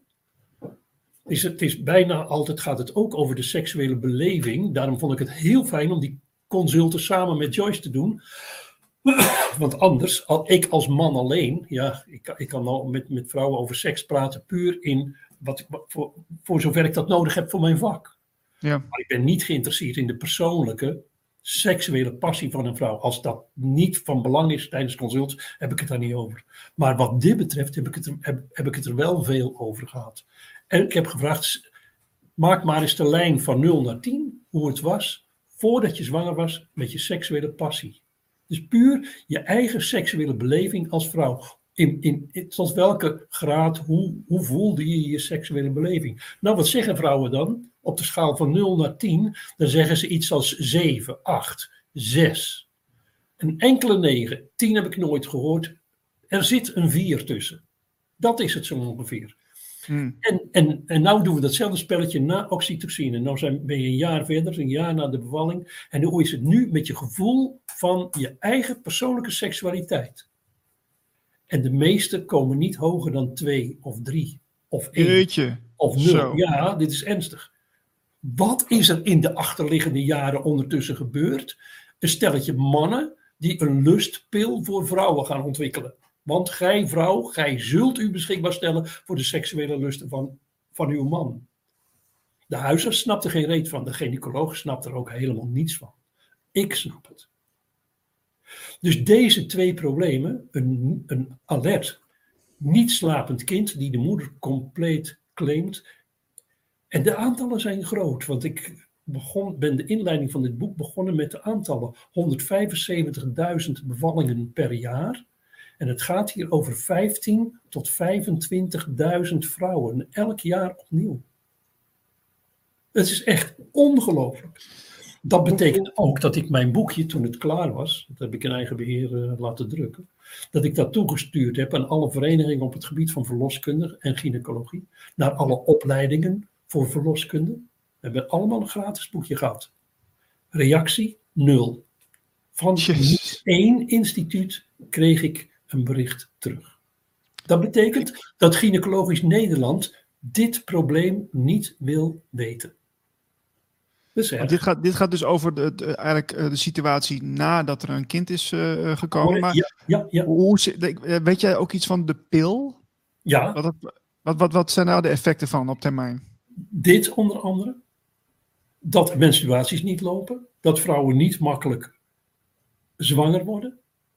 het is bijna altijd gaat het ook over de seksuele beleving. Daarom vond ik het heel fijn om die consulten samen met Joyce te doen. Want anders, ik als man alleen, ja, ik kan al met vrouwen over seks praten, puur in voor zover ik dat nodig heb voor mijn vak. Ja. Maar ik ben niet geïnteresseerd in de persoonlijke seksuele passie van een vrouw. Als dat niet van belang is tijdens consults, heb ik het daar niet over. Maar wat dit betreft heb ik het er wel veel over gehad. En ik heb gevraagd, maak maar eens de lijn van 0 naar 10, hoe het was voordat je zwanger was met je seksuele passie. Dus puur je eigen seksuele beleving als vrouw. Tot welke graad, hoe voelde je je seksuele beleving? Nou, wat zeggen vrouwen dan? Op de schaal van 0 naar 10, dan zeggen ze iets als 7, 8, 6. Een enkele 9, 10 heb ik nooit gehoord. Er zit een 4 tussen. Dat is het zo ongeveer. En nou doen we datzelfde spelletje na oxytocine. Nou ben je een jaar verder, een jaar na de bevalling. En hoe is het nu met je gevoel van je eigen persoonlijke seksualiteit? En de meeste komen niet hoger dan 2 of 3 of 1 Jeetje. of 0. Zo. Ja, dit is ernstig. Wat is er in de achterliggende jaren ondertussen gebeurd? Een stelletje mannen die een lustpil voor vrouwen gaan ontwikkelen. Want gij vrouw, gij zult u beschikbaar stellen voor de seksuele lusten van uw man. De huisarts snapt er geen reet van. De gynaecoloog snapt er ook helemaal niets van. Ik snap het. Dus deze 2 problemen, een alert, niet slapend kind die de moeder compleet claimt. En de aantallen zijn groot, want ik ben de inleiding van dit boek begonnen met de aantallen. 175.000 bevallingen per jaar. En het gaat hier over 15 tot 25.000 vrouwen, elk jaar opnieuw. Het is echt ongelooflijk. Dat betekent ook dat ik mijn boekje, toen het klaar was, dat heb ik in eigen beheer laten drukken, dat ik dat toegestuurd heb aan alle verenigingen op het gebied van verloskunde en gynaecologie, naar alle opleidingen voor verloskunde. We hebben allemaal een gratis boekje gehad. Reactie 0. Van 1 instituut kreeg ik een bericht terug. Dat betekent dat Gynaecologisch Nederland dit probleem niet wil weten. Dit gaat dus over de situatie nadat er een kind is gekomen. Maar ja. Weet jij ook iets van de pil? Ja. Wat zijn nou de effecten van op termijn? Dit onder andere. Dat menstruaties niet lopen. Dat vrouwen niet makkelijk zwanger worden.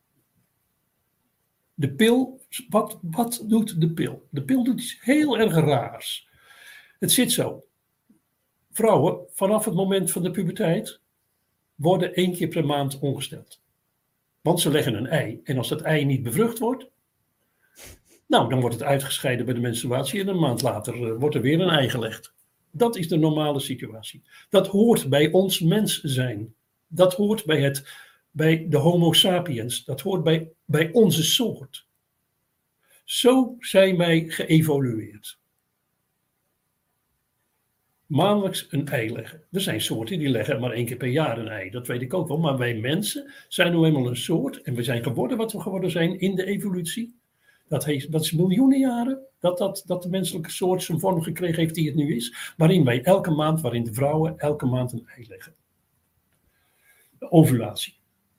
De pil, wat doet de pil? De pil doet iets heel erg raars. Het zit zo. Vrouwen vanaf het moment van de puberteit worden 1 keer per maand ongesteld. Want ze leggen een ei. En als dat ei niet bevrucht wordt, Nou, dan wordt het uitgescheiden bij de menstruatie en een maand later wordt er weer een ei gelegd. Dat is de normale situatie. Dat hoort bij ons mens zijn. Dat hoort bij de Homo sapiens. Dat hoort bij onze soort. Zo zijn wij geëvolueerd. Maandelijks een ei leggen. Er zijn soorten die leggen maar 1 keer per jaar een ei. Dat weet ik ook wel. Maar wij mensen zijn nu eenmaal een soort. En we zijn geworden wat we geworden zijn in de evolutie. Dat is miljoenen jaren dat de menselijke soort zijn vorm gekregen heeft die het nu is. Waarin de vrouwen elke maand een ei leggen. De ovulatie.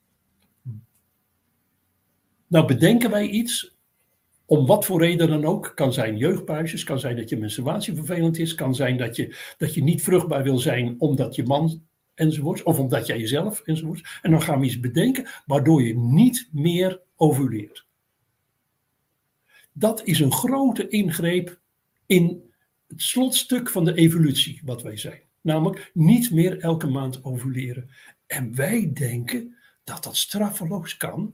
Nou bedenken wij iets, om wat voor reden dan ook. Kan zijn jeugdpuisjes, kan zijn dat je menstruatie vervelend is, kan zijn dat je niet vruchtbaar wil zijn omdat je man enzovoorts, of omdat jij jezelf enzovoorts. En dan gaan we iets bedenken waardoor je niet meer ovuleert. Dat is een grote ingreep in het slotstuk van de evolutie wat wij zijn. Namelijk niet meer elke maand ovuleren. En wij denken dat dat straffeloos kan.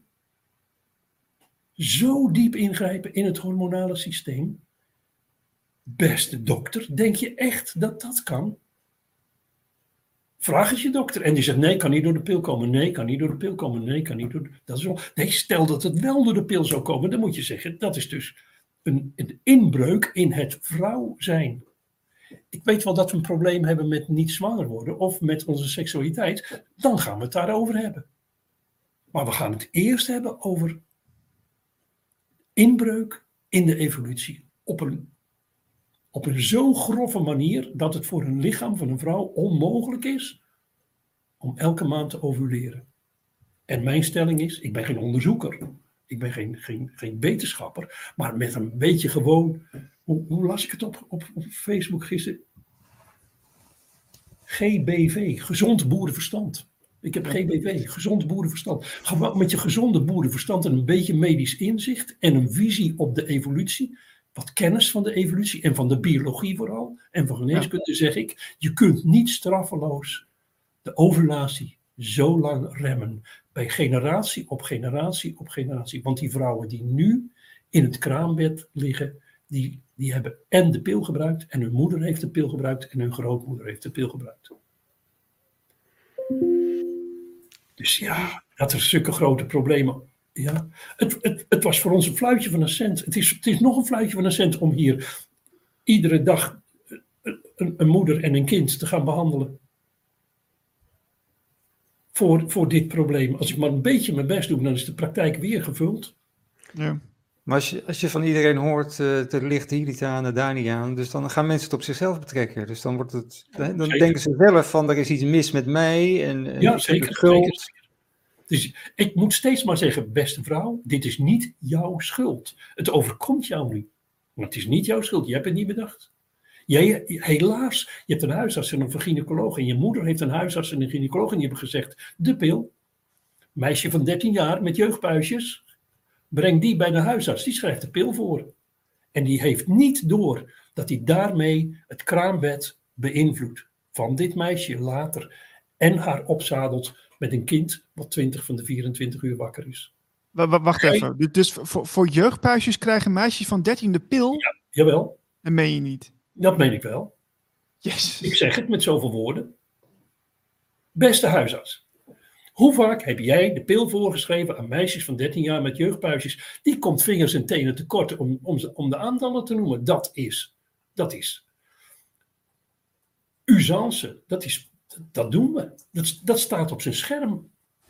Zo diep ingrijpen in het hormonale systeem. Beste dokter, denk je echt dat dat kan? Vraag eens je dokter. En die zegt, nee, kan niet door de pil komen. Nee, kan niet door de pil komen. Nee, kan niet door dat is wel. Nee, stel dat het wel door de pil zou komen. Dan moet je zeggen, dat is dus een inbreuk in het vrouw zijn. Ik weet wel dat we een probleem hebben met niet zwanger worden. Of met onze seksualiteit. Dan gaan we het daarover hebben. Maar we gaan het eerst hebben over inbreuk in de evolutie. Op een zo grove manier dat het voor een lichaam van een vrouw onmogelijk is om elke maand te ovuleren. En mijn stelling is, ik ben geen onderzoeker, ik ben geen wetenschapper, maar met een beetje gewoon, hoe las ik het op Facebook gisteren? GBV, gezond boerenverstand. Ik heb GBV, gezond boerenverstand. Gewoon met je gezonde boerenverstand en een beetje medisch inzicht en een visie op de evolutie, wat kennis van de evolutie en van de biologie vooral, en van geneeskunde zeg ik, je kunt niet straffeloos de ovulatie zo lang remmen. Bij generatie op generatie op generatie. Want die vrouwen die nu in het kraambed liggen, die hebben en de pil gebruikt, en hun moeder heeft de pil gebruikt, en hun grootmoeder heeft de pil gebruikt. Dus ja, dat er zulke grote problemen. Ja. Het was voor ons een fluitje van een cent. Het is nog een fluitje van een cent om hier iedere dag een moeder en een kind te gaan behandelen. Voor dit probleem. Als ik maar een beetje mijn best doe, dan is de praktijk weer gevuld. Ja. Maar als je van iedereen hoort, er ligt hier aan, daar niet aan, dus dan gaan mensen het op zichzelf betrekken. Dus dan denken ze zelf van, er is iets mis met mij en ja, zeker. Schuld. Dus ik moet steeds maar zeggen, beste vrouw, dit is niet jouw schuld. Het overkomt jou nu. Maar het is niet jouw schuld, je hebt het niet bedacht. Helaas, je hebt een huisarts en een gynaecoloog en je moeder heeft een huisarts en een gynaecoloog en die hebben gezegd, de pil, meisje van 13 jaar met jeugdpuisjes, breng die bij de huisarts, die schrijft de pil voor. En die heeft niet door dat hij daarmee het kraambed beïnvloedt van dit meisje later en haar opzadelt met een kind wat 20 van de 24 uur wakker is. Wacht even, dus voor jeugdpuisjes krijgen meisjes van 13 de pil? Ja, jawel. Dat meen je niet? Dat meen ik wel. Yes. Ik zeg het met zoveel woorden. Beste huisarts, hoe vaak heb jij de pil voorgeschreven aan meisjes van 13 jaar met jeugdpuisjes? Die komt vingers en tenen tekort om de aantallen te noemen. Dat is usance. Dat doen we. Dat staat op zijn scherm.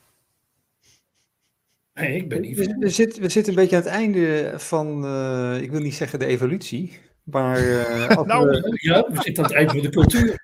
Nee, ik ben niet. We zitten een beetje aan het einde van, ik wil niet zeggen de evolutie, maar... we zitten aan het einde van de cultuur.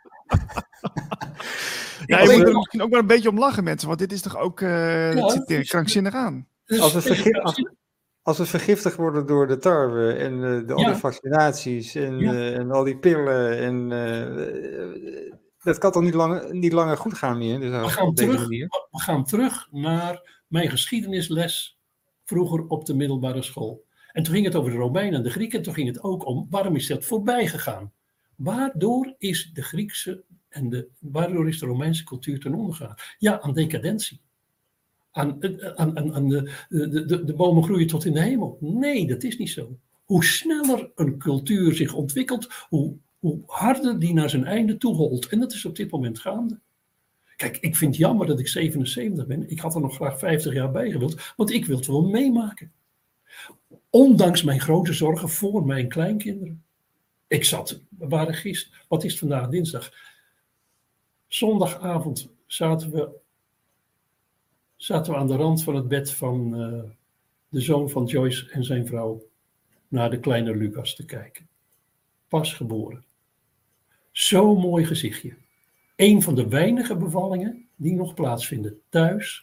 Ja, je moet er misschien ook maar een beetje om lachen, mensen, want dit is toch ook het zit er krankzinnig aan. Als we vergiftigd worden door de tarwe en al die vaccinaties en al die pillen en dat kan toch niet langer goed gaan meer? Dus we gaan terug naar mijn geschiedenisles vroeger op de middelbare school. En toen ging het over de Romeinen en de Grieken. En toen ging het ook om, waarom is dat voorbij gegaan? Waardoor is de Griekse waardoor is de Romeinse cultuur ten onder gegaan? Ja, aan decadentie. Aan de bomen groeien tot in de hemel. Nee, dat is niet zo. hoe sneller een cultuur zich ontwikkelt, hoe harder die naar zijn einde toe holt. En dat is op dit moment gaande. Kijk, ik vind het jammer dat ik 77 ben. Ik had er nog graag 50 jaar bij gewild, want ik wil het wel meemaken. Ondanks mijn grote zorgen voor mijn kleinkinderen. We waren gisteren, wat is het vandaag, dinsdag? Zondagavond zaten we aan de rand van het bed van de zoon van Joyce en zijn vrouw naar de kleine Lucas te kijken. Pas geboren. Zo'n mooi gezichtje. Een van de weinige bevallingen die nog plaatsvinden thuis,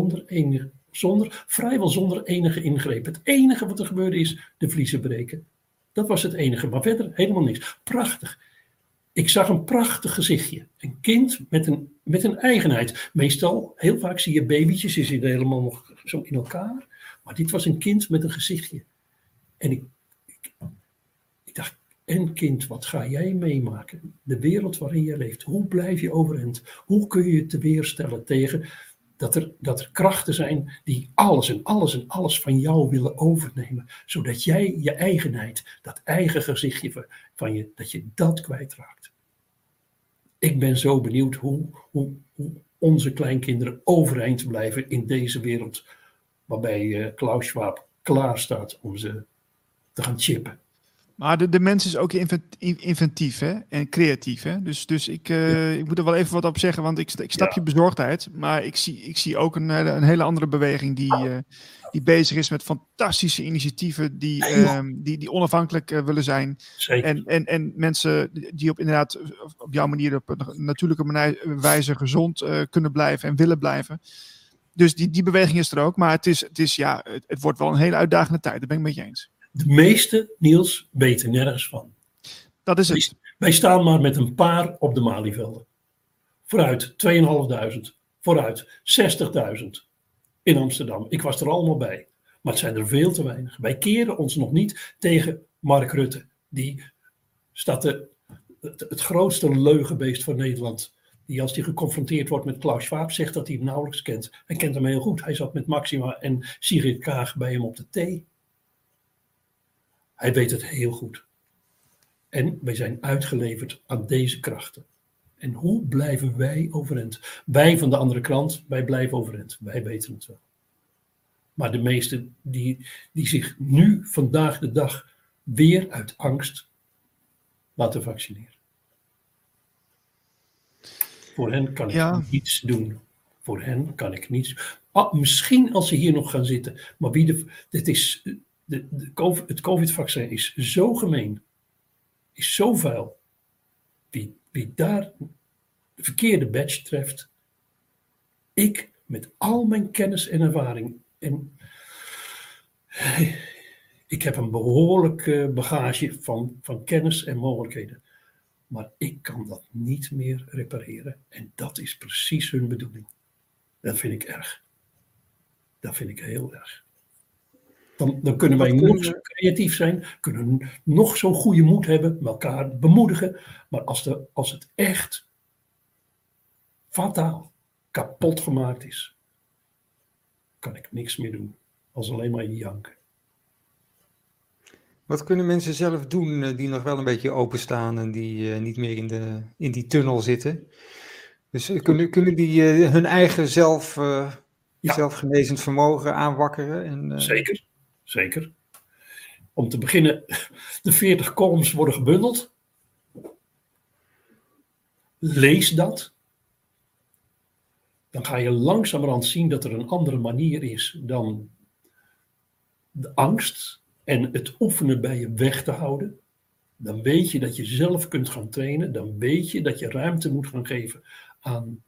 vrijwel zonder enige ingreep. Het enige wat er gebeurde is de vliezen breken. Dat was het enige, maar verder helemaal niks. Prachtig. Ik zag een prachtig gezichtje. Een kind met een eigenheid. Meestal, heel vaak zie je babytjes, die zitten helemaal nog zo in elkaar. Maar dit was een kind met een gezichtje. En ik dacht, en kind, wat ga jij meemaken? De wereld waarin je leeft. Hoe blijf je overeind? Hoe kun je te weerstellen tegen dat er krachten zijn die alles en alles en alles van jou willen overnemen. Zodat jij je eigenheid, dat eigen gezichtje van je, dat je dat kwijtraakt. Ik ben zo benieuwd hoe onze kleinkinderen overeind blijven in deze wereld. Waarbij Klaus Schwab klaar staat om ze te gaan chippen. Maar de mens is ook inventief, hè? En creatief. Hè? Dus ik moet er wel even wat op zeggen, want ik snap je bezorgdheid. Maar ik zie ook een hele andere beweging die bezig is met fantastische initiatieven die onafhankelijk willen zijn. Zeker. En mensen die inderdaad op jouw manier op een natuurlijke wijze gezond kunnen blijven en willen blijven. Dus die beweging is er ook. Maar het wordt wel een hele uitdagende tijd. Daar ben ik met je eens. De meeste, Niels, weten nergens van. Dat is het. Wij staan maar met een paar op de Malievelden. Vooruit 2.500. Vooruit 60.000 in Amsterdam. Ik was er allemaal bij. Maar het zijn er veel te weinig. Wij keren ons nog niet tegen Mark Rutte. Die staat het grootste leugenbeest van Nederland. Die als hij geconfronteerd wordt met Klaus Schwab zegt dat hij hem nauwelijks kent. Hij kent hem heel goed. Hij zat met Maxima en Sigrid Kaag bij hem op de thee. Hij weet het heel goed. En wij zijn uitgeleverd aan deze krachten. En hoe blijven wij overeind? Wij van de andere kant, wij blijven overeind. Wij weten het wel. Maar de meesten die zich nu, vandaag de dag, weer uit angst laten vaccineren. Voor hen kan ik niets doen. Voor hen kan ik niets. Misschien als ze hier nog gaan zitten. Maar het COVID-vaccin is zo gemeen. Is zo vuil. Wie daar de verkeerde badge treft. Ik met al mijn kennis en ervaring. En ik heb een behoorlijk bagage van kennis en mogelijkheden. Maar ik kan dat niet meer repareren. En dat is precies hun bedoeling. Dat vind ik erg. Dat vind ik heel erg. Dan kunnen wij nog zo creatief zijn, kunnen nog zo'n goede moed hebben, elkaar bemoedigen. Maar als het echt fataal, kapot gemaakt is, kan ik niks meer doen. Als alleen maar janken. Wat kunnen mensen zelf doen die nog wel een beetje openstaan en die niet meer in die tunnel zitten? Dus kunnen die hun eigen zelfgenezend vermogen aanwakkeren? Zeker. Om te beginnen, de 40 columns worden gebundeld. Lees dat. Dan ga je langzamerhand zien dat er een andere manier is dan de angst en het oefenen bij je weg te houden. Dan weet je dat je zelf kunt gaan trainen. Dan weet je dat je ruimte moet gaan geven aan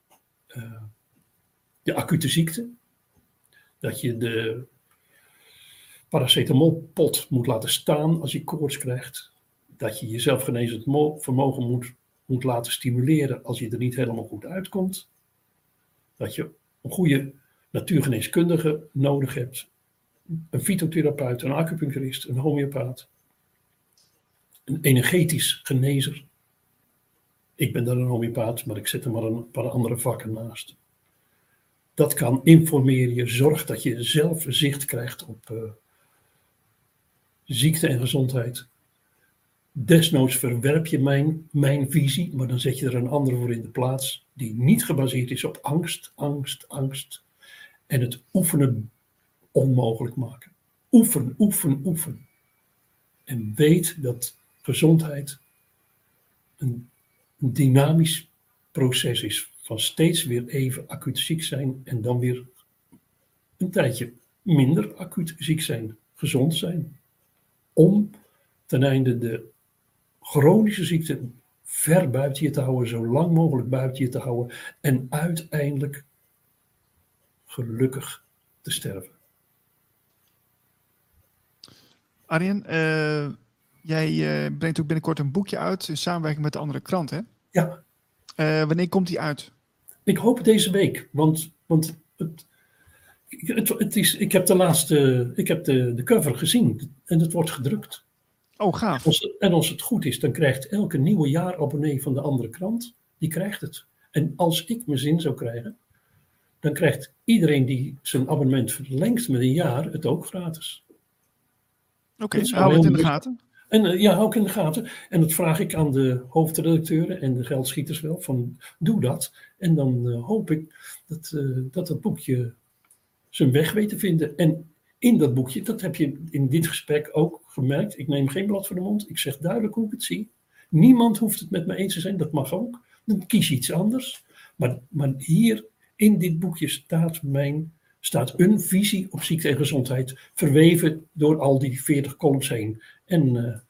de acute ziekte. Dat je de paracetamolpot moet laten staan als je koorts krijgt. Dat je je zelfgenezend vermogen moet laten stimuleren als je er niet helemaal goed uitkomt. Dat je een goede natuurgeneeskundige nodig hebt. Een fytotherapeut, een acupuncturist, een homeopaat. Een energetisch genezer. Ik ben dan een homeopaat, maar ik zet er maar een paar andere vakken naast. Dat kan informeren je, zorg dat je zelf zicht krijgt op ziekte en gezondheid. Desnoods verwerp je mijn visie, maar dan zet je er een andere voor in de plaats, die niet gebaseerd is op angst, angst, angst. En het oefenen onmogelijk maken. Oefen, oefen, oefen. En weet dat gezondheid een dynamisch proces is. Van steeds weer even acuut ziek zijn en dan weer een tijdje minder acuut ziek zijn. Gezond zijn. Om ten einde de chronische ziekte ver buiten je te houden, zo lang mogelijk buiten je te houden en uiteindelijk gelukkig te sterven. Arjen, jij brengt ook binnenkort een boekje uit in samenwerking met de andere krant, hè? Ja. Wanneer komt die uit? Ik hoop deze week, want ik heb de cover gezien en het wordt gedrukt. Oh, gaaf. En als het goed is, dan krijgt elke nieuwe jaarabonnee van de andere krant, die krijgt het. En als ik mijn zin zou krijgen, dan krijgt iedereen die zijn abonnement verlengt met een jaar het ook gratis. Oké, hou het in de gaten. En hou ik in de gaten. En dat vraag ik aan de hoofdredacteuren en de geldschieters wel, van doe dat. En dan hoop ik dat het boekje zijn weg weet te vinden. En in dat boekje, dat heb je in dit gesprek ook gemerkt, ik neem geen blad voor de mond, ik zeg duidelijk hoe ik het zie. Niemand hoeft het met me eens te zijn, dat mag ook. Dan kies je iets anders. Maar hier in dit boekje staat een visie op ziekte en gezondheid, verweven door al die 40 columns heen. En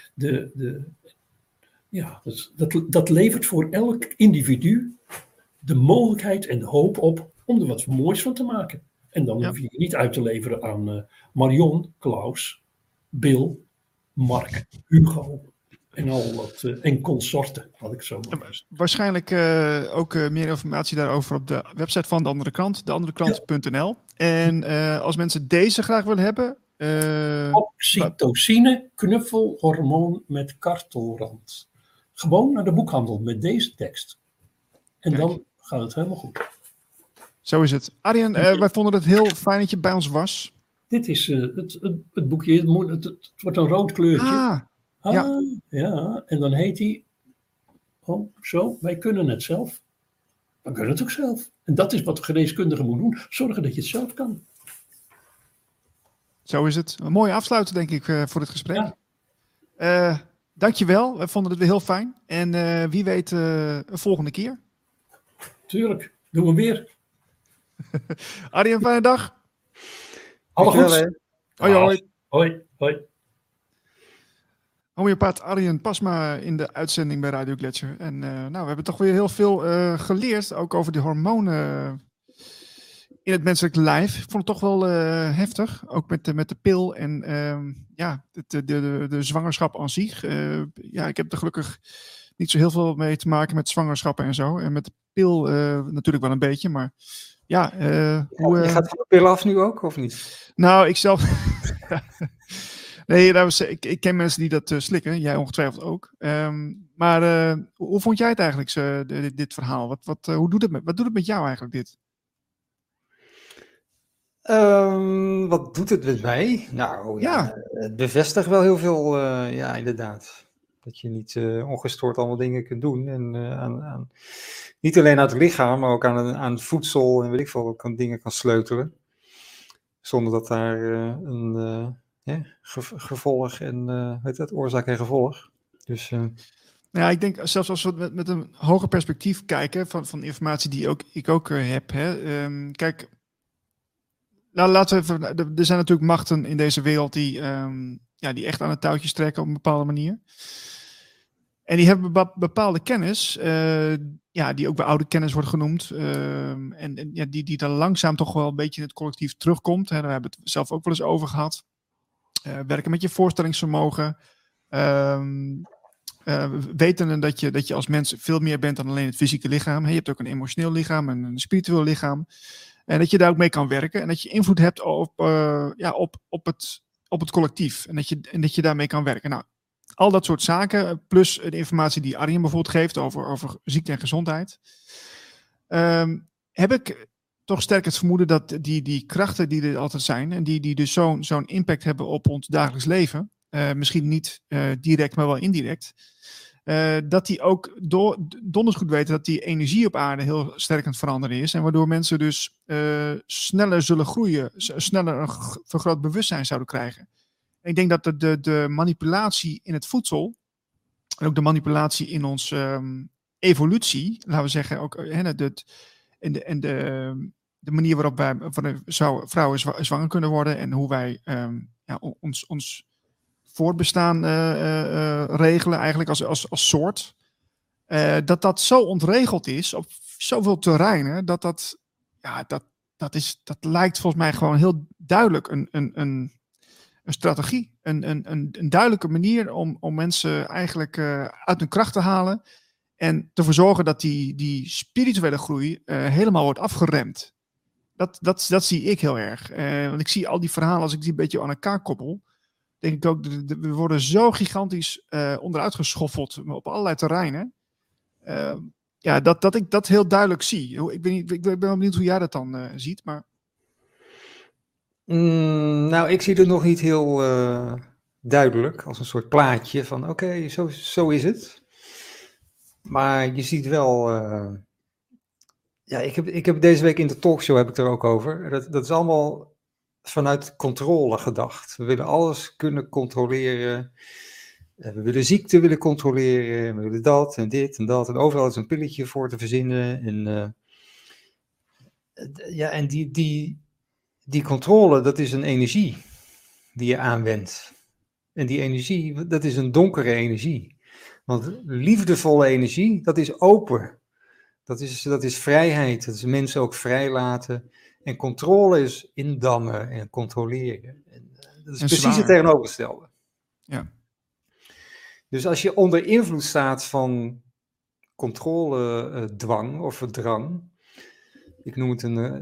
dat levert voor elk individu de mogelijkheid en de hoop op om er wat moois van te maken. En dan hoef je niet uit te leveren aan Marion, Klaus, Bill, Mark, Hugo en al wat en consorten, had ik zo maar gezegd. Waarschijnlijk ook meer informatie daarover op de website van de andere krant, deanderekrant.nl. En als mensen deze graag willen hebben... Oxytocine, knuffelhormoon met kartelrand. Gewoon naar de boekhandel met deze tekst. En dan gaat het helemaal goed. Zo is het. Arjen, wij vonden het heel fijn dat je bij ons was. Dit is het boekje. Het wordt een rood kleurtje. Ja. En dan heet hij... Oh, zo. Wij kunnen het zelf. We kunnen het ook zelf. En dat is wat de geneeskundige moet doen. Zorgen dat je het zelf kan. Zo is het. Een mooie afsluiter, denk ik, voor het gesprek. Ja. Dankjewel. We vonden het weer heel fijn. En wie weet een volgende keer. Tuurlijk. Doen we weer. Arjen, fijne dag. Alle goed. Hoi. Hoi. Homeopaat Arjen Pasma in de uitzending bij Radio Gletscher. En we hebben toch weer heel veel geleerd, ook over die hormonen in het menselijk lijf. Ik vond het toch wel heftig, ook met de pil en de zwangerschap aan zich. Ik heb er gelukkig niet zo heel veel mee te maken met zwangerschappen en zo. En met de pil natuurlijk wel een beetje, maar ja. Je gaat van de pil af nu ook, of niet? Nou, ik zelf... Nee, ik ken mensen die dat slikken. Jij ongetwijfeld ook. Maar hoe vond jij het eigenlijk, dit verhaal? Wat doet het met jou eigenlijk, dit? Wat doet het met mij? Nou ja, het bevestigt wel heel veel, inderdaad. Dat je niet ongestoord allemaal dingen kunt doen. En niet alleen aan het lichaam, maar ook aan het voedsel en weet ik veel, dingen kan sleutelen. Zonder dat daar gevolg en oorzaak en gevolg. Dus, ja, ik denk zelfs als we met een hoger perspectief kijken van informatie die ik ook heb. Kijk, nou, laten we even, er zijn natuurlijk machten in deze wereld die echt aan het touwtje trekken op een bepaalde manier. En die hebben bepaalde kennis, die ook bij oude kennis wordt genoemd. Die dan langzaam toch wel een beetje in het collectief terugkomt. Hè. Daar hebben we het zelf ook wel eens over gehad. Werken met je voorstellingsvermogen. Weten dat je als mens veel meer bent dan alleen het fysieke lichaam. Je hebt ook een emotioneel lichaam en een spiritueel lichaam. En dat je daar ook mee kan werken. En dat je invloed hebt op het collectief. En dat je daarmee kan werken. Nou, al dat soort zaken. Plus de informatie die Arjen bijvoorbeeld geeft over ziekte en gezondheid. Heb ik toch sterk het vermoeden dat die krachten die er altijd zijn. En die dus zo'n impact hebben op ons dagelijks leven. misschien niet direct, maar wel indirect, dat die ook donders goed weten dat die energie op aarde heel sterk aan het veranderen is. En waardoor mensen dus sneller zullen groeien, sneller een vergroot bewustzijn zouden krijgen. En ik denk dat de manipulatie in het voedsel, en ook de manipulatie in onze evolutie, laten we zeggen, ook de manier waarop wij vrouwen zwanger kunnen worden en hoe wij ons voortbestaan regelen eigenlijk als soort. Dat zo ontregeld is op zoveel terreinen, dat lijkt volgens mij gewoon heel duidelijk een strategie. Een duidelijke manier om mensen eigenlijk uit hun kracht te halen en ervoor zorgen dat die spirituele groei helemaal wordt afgeremd. Dat zie ik heel erg. Want ik zie al die verhalen, als ik die een beetje aan elkaar koppel, denk ik ook, we worden zo gigantisch onderuit geschoffeld op allerlei terreinen. Dat ik dat heel duidelijk zie. Ik ben wel benieuwd hoe jij dat dan ziet, maar... Nou, ik zie het nog niet heel duidelijk, als een soort plaatje van oké, zo is het. Maar je ziet wel... ik heb deze week in de talkshow heb ik er ook over. Dat is allemaal vanuit controle gedacht. We willen alles kunnen controleren. We willen ziekte willen controleren. We willen dat en dit en dat. En overal is een pilletje voor te verzinnen. En die controle, dat is een energie die je aanwendt. En die energie, dat is een donkere energie. Want liefdevolle energie, dat is open. Dat is vrijheid. Dat is mensen ook vrijlaten. En controle is indammen en controleren. Dat is precies zwaar. het tegenovergestelde. Ja. Dus als je onder invloed staat van controledwang of drang, ik noem het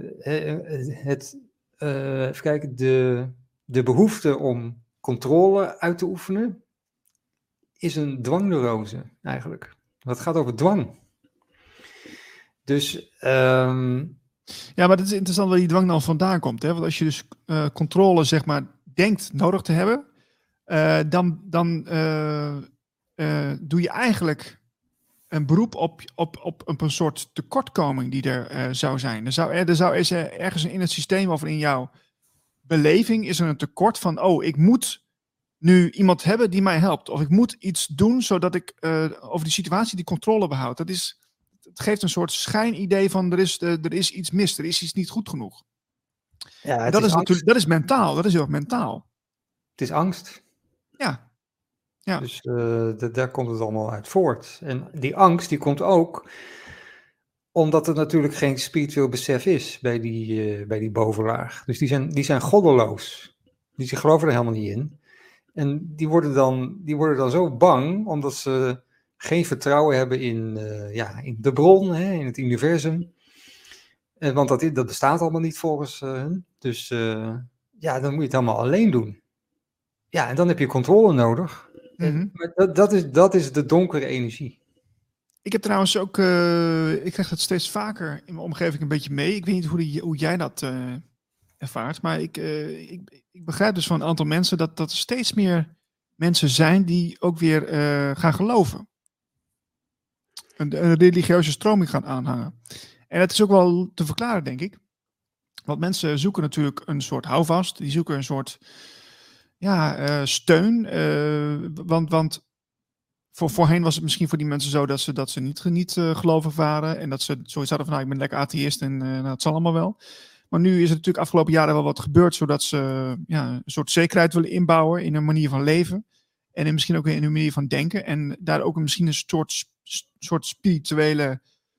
even kijken, de behoefte om controle uit te oefenen, is een dwangneurose eigenlijk. Dat gaat over dwang. Dus... Ja, maar het is interessant waar die dwang dan vandaan komt. Hè? Want als je dus controle, zeg maar, denkt nodig te hebben, dan doe je eigenlijk een beroep op een soort tekortkoming die er zou zijn. Er zou ergens in het systeem of in jouw beleving is er een tekort van, ik moet nu iemand hebben die mij helpt. Of ik moet iets doen zodat ik over die situatie die controle behoud. Het geeft een soort schijnidee van er is iets mis, er is iets niet goed genoeg. Ja, dat is mentaal, dat is heel erg mentaal. Het is angst. Ja. Dus daar komt het allemaal uit voort. En die angst die komt ook omdat er natuurlijk geen spiritueel besef is bij die bovenlaag. Dus die zijn goddeloos. Die geloven er helemaal niet in. En die worden dan zo bang omdat ze geen vertrouwen hebben in de bron, in het universum. Want dat bestaat allemaal niet volgens hun. Dus dan moet je het allemaal alleen doen. Ja, en dan heb je controle nodig. Mm-hmm. Maar dat is de donkere energie. Ik heb trouwens ook, ik krijg dat steeds vaker in mijn omgeving een beetje mee. Ik weet niet hoe jij dat ervaart, maar ik begrijp dus van een aantal mensen dat er steeds meer mensen zijn die ook weer gaan geloven. Een religieuze stroming gaan aanhangen. En dat is ook wel te verklaren, denk ik. Want mensen zoeken natuurlijk een soort houvast. Die zoeken een soort steun. Want voorheen was het misschien voor die mensen zo dat ze niet gelovig waren. En dat ze zoiets hadden van, ik ben lekker atheïst en het zal allemaal wel. Maar nu is er natuurlijk afgelopen jaren wel wat gebeurd, zodat ze een soort zekerheid willen inbouwen in hun manier van leven. En misschien ook in hun manier van denken. En daar ook misschien een soort spirituele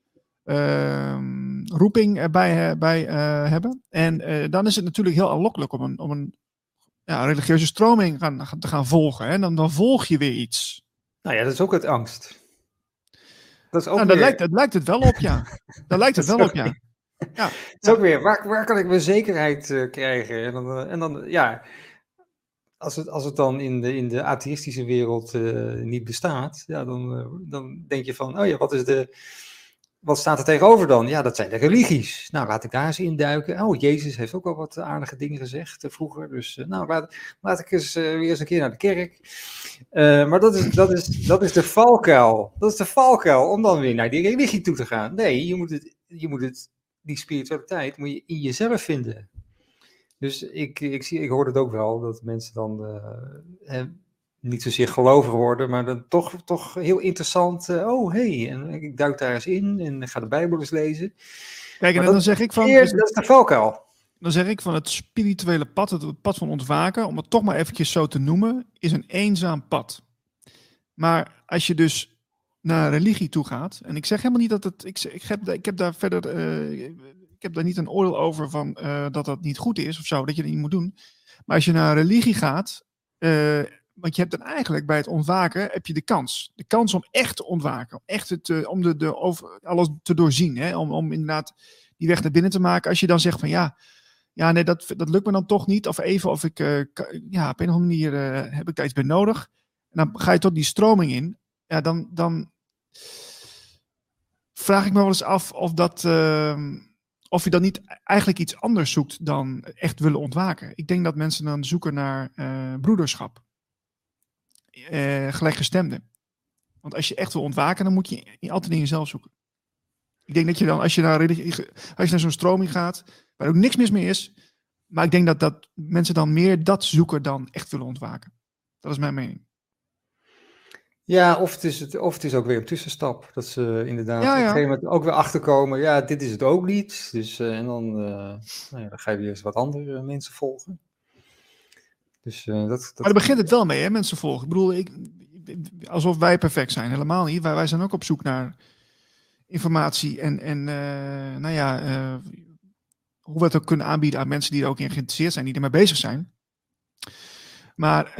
roeping bij hebben. En dan is het natuurlijk heel aanlokkelijk om een religieuze stroming te gaan volgen. Hè? Dan volg je weer iets. Nou ja, dat is ook het angst. Dat is ook lijkt het wel op, ja. Daar lijkt het wel op, ja. Ja. Het is ook weer, waar kan ik mijn zekerheid krijgen? En dan als het dan in de atheïstische wereld niet bestaat, dan denk je van, wat is wat staat er tegenover dan? Ja, dat zijn de religies. Nou, laat ik daar eens induiken. Oh, Jezus heeft ook al wat aardige dingen gezegd vroeger. Dus laat ik eens weer eens een keer naar de kerk. Maar dat is de valkuil. Dat is de valkuil om dan weer naar die religie toe te gaan. Nee, je moet het die spiritualiteit moet je in jezelf vinden. Dus ik hoor het ook wel, dat mensen dan niet zozeer gelovig worden, maar dan toch heel interessant. En ik duik daar eens in en ga de Bijbel eens lezen. Kijk, en dan zeg ik van... dat is de valkuil. Dan zeg ik van het spirituele pad, het pad van ontwaken, om het toch maar eventjes zo te noemen, is een eenzaam pad. Maar als je dus naar religie toe gaat, en ik zeg helemaal niet dat het... Ik heb daar verder... ik heb daar niet een oordeel over van dat dat niet goed is of zo, dat je dat niet moet doen. Maar als je naar religie gaat, want je hebt dan eigenlijk bij het ontwaken, heb je de kans. De kans om echt te ontwaken. Om alles te doorzien. Hè? Om inderdaad die weg naar binnen te maken. Als je dan zegt van nee, dat lukt me dan toch niet. Of even, of ik, op een of andere manier heb ik daar iets bij nodig. En dan ga je tot die stroming in. Ja, dan vraag ik me wel eens af of je dan niet eigenlijk iets anders zoekt dan echt willen ontwaken. Ik denk dat mensen dan zoeken naar broederschap. Gelijkgestemden. Want als je echt wil ontwaken, dan moet je altijd in jezelf zoeken. Ik denk dat je dan, als je naar zo'n stroming gaat, waar ook niks mis mee is, maar ik denk dat mensen dan meer dat zoeken dan echt willen ontwaken. Dat is mijn mening. Ja, of het is ook weer een tussenstap. Dat ze inderdaad op een gegeven moment ook weer achterkomen. Ja, dit is het ook niet. Dus, en dan ga je weer eens wat andere mensen volgen. Dus, maar daar begint het wel mee, hè, mensen volgen. Ik bedoel, alsof wij perfect zijn. Helemaal niet. Wij zijn ook op zoek naar informatie en hoe we het ook kunnen aanbieden aan mensen die er ook in geïnteresseerd zijn, die ermee bezig zijn. Maar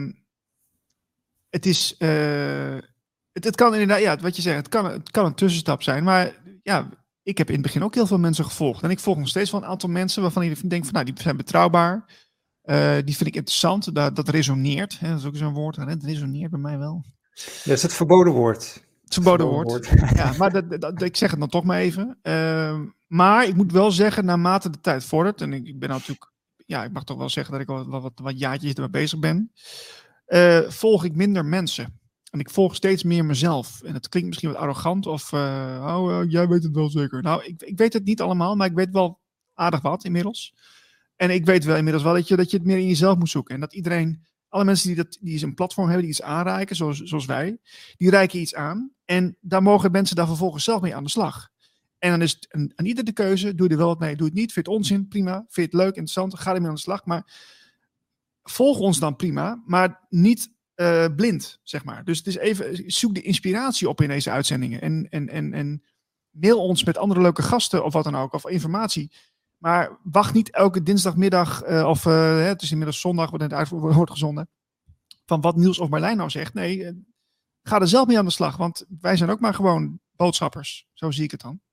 het is, het kan inderdaad, wat je zegt, het kan een tussenstap zijn. Maar ja, ik heb in het begin ook heel veel mensen gevolgd. En ik volg nog steeds wel een aantal mensen waarvan ik denk van, die zijn betrouwbaar. Die vind ik interessant. Dat resoneert. Hè? Dat is ook zo'n woord. Het resoneert bij mij wel. Dat is het verboden woord. Het verboden woord. Ja, maar ik zeg het dan toch maar even. Maar ik moet wel zeggen, naarmate de tijd vordert, en ik ben natuurlijk, ik mag toch wel zeggen dat ik al wat jaartjes ermee bezig ben, volg ik minder mensen. En ik volg steeds meer mezelf. En het klinkt misschien wat arrogant of, jij weet het wel zeker. Nou, ik weet het niet allemaal, maar ik weet wel aardig wat inmiddels. En ik weet wel inmiddels wel dat je het meer in jezelf moet zoeken. En dat iedereen, alle mensen die eens een platform hebben, die iets aanreiken, zoals wij, die reiken iets aan. En daar mogen mensen daar vervolgens zelf mee aan de slag. En dan is het aan ieder de keuze, doe je er wel wat mee, doe het niet, vind je het onzin, prima, vind je het leuk, interessant, ga ermee aan de slag. Maar volg ons dan prima, maar niet blind, zeg maar. Dus het is even, zoek de inspiratie op in deze uitzendingen. En mail ons met andere leuke gasten of wat dan ook, of informatie. Maar wacht niet elke dinsdagmiddag, het is inmiddels zondag, wanneer het wordt gezonden, van wat Niels of Marlijn nou zegt. Nee, ga er zelf mee aan de slag, want wij zijn ook maar gewoon boodschappers. Zo zie ik het dan.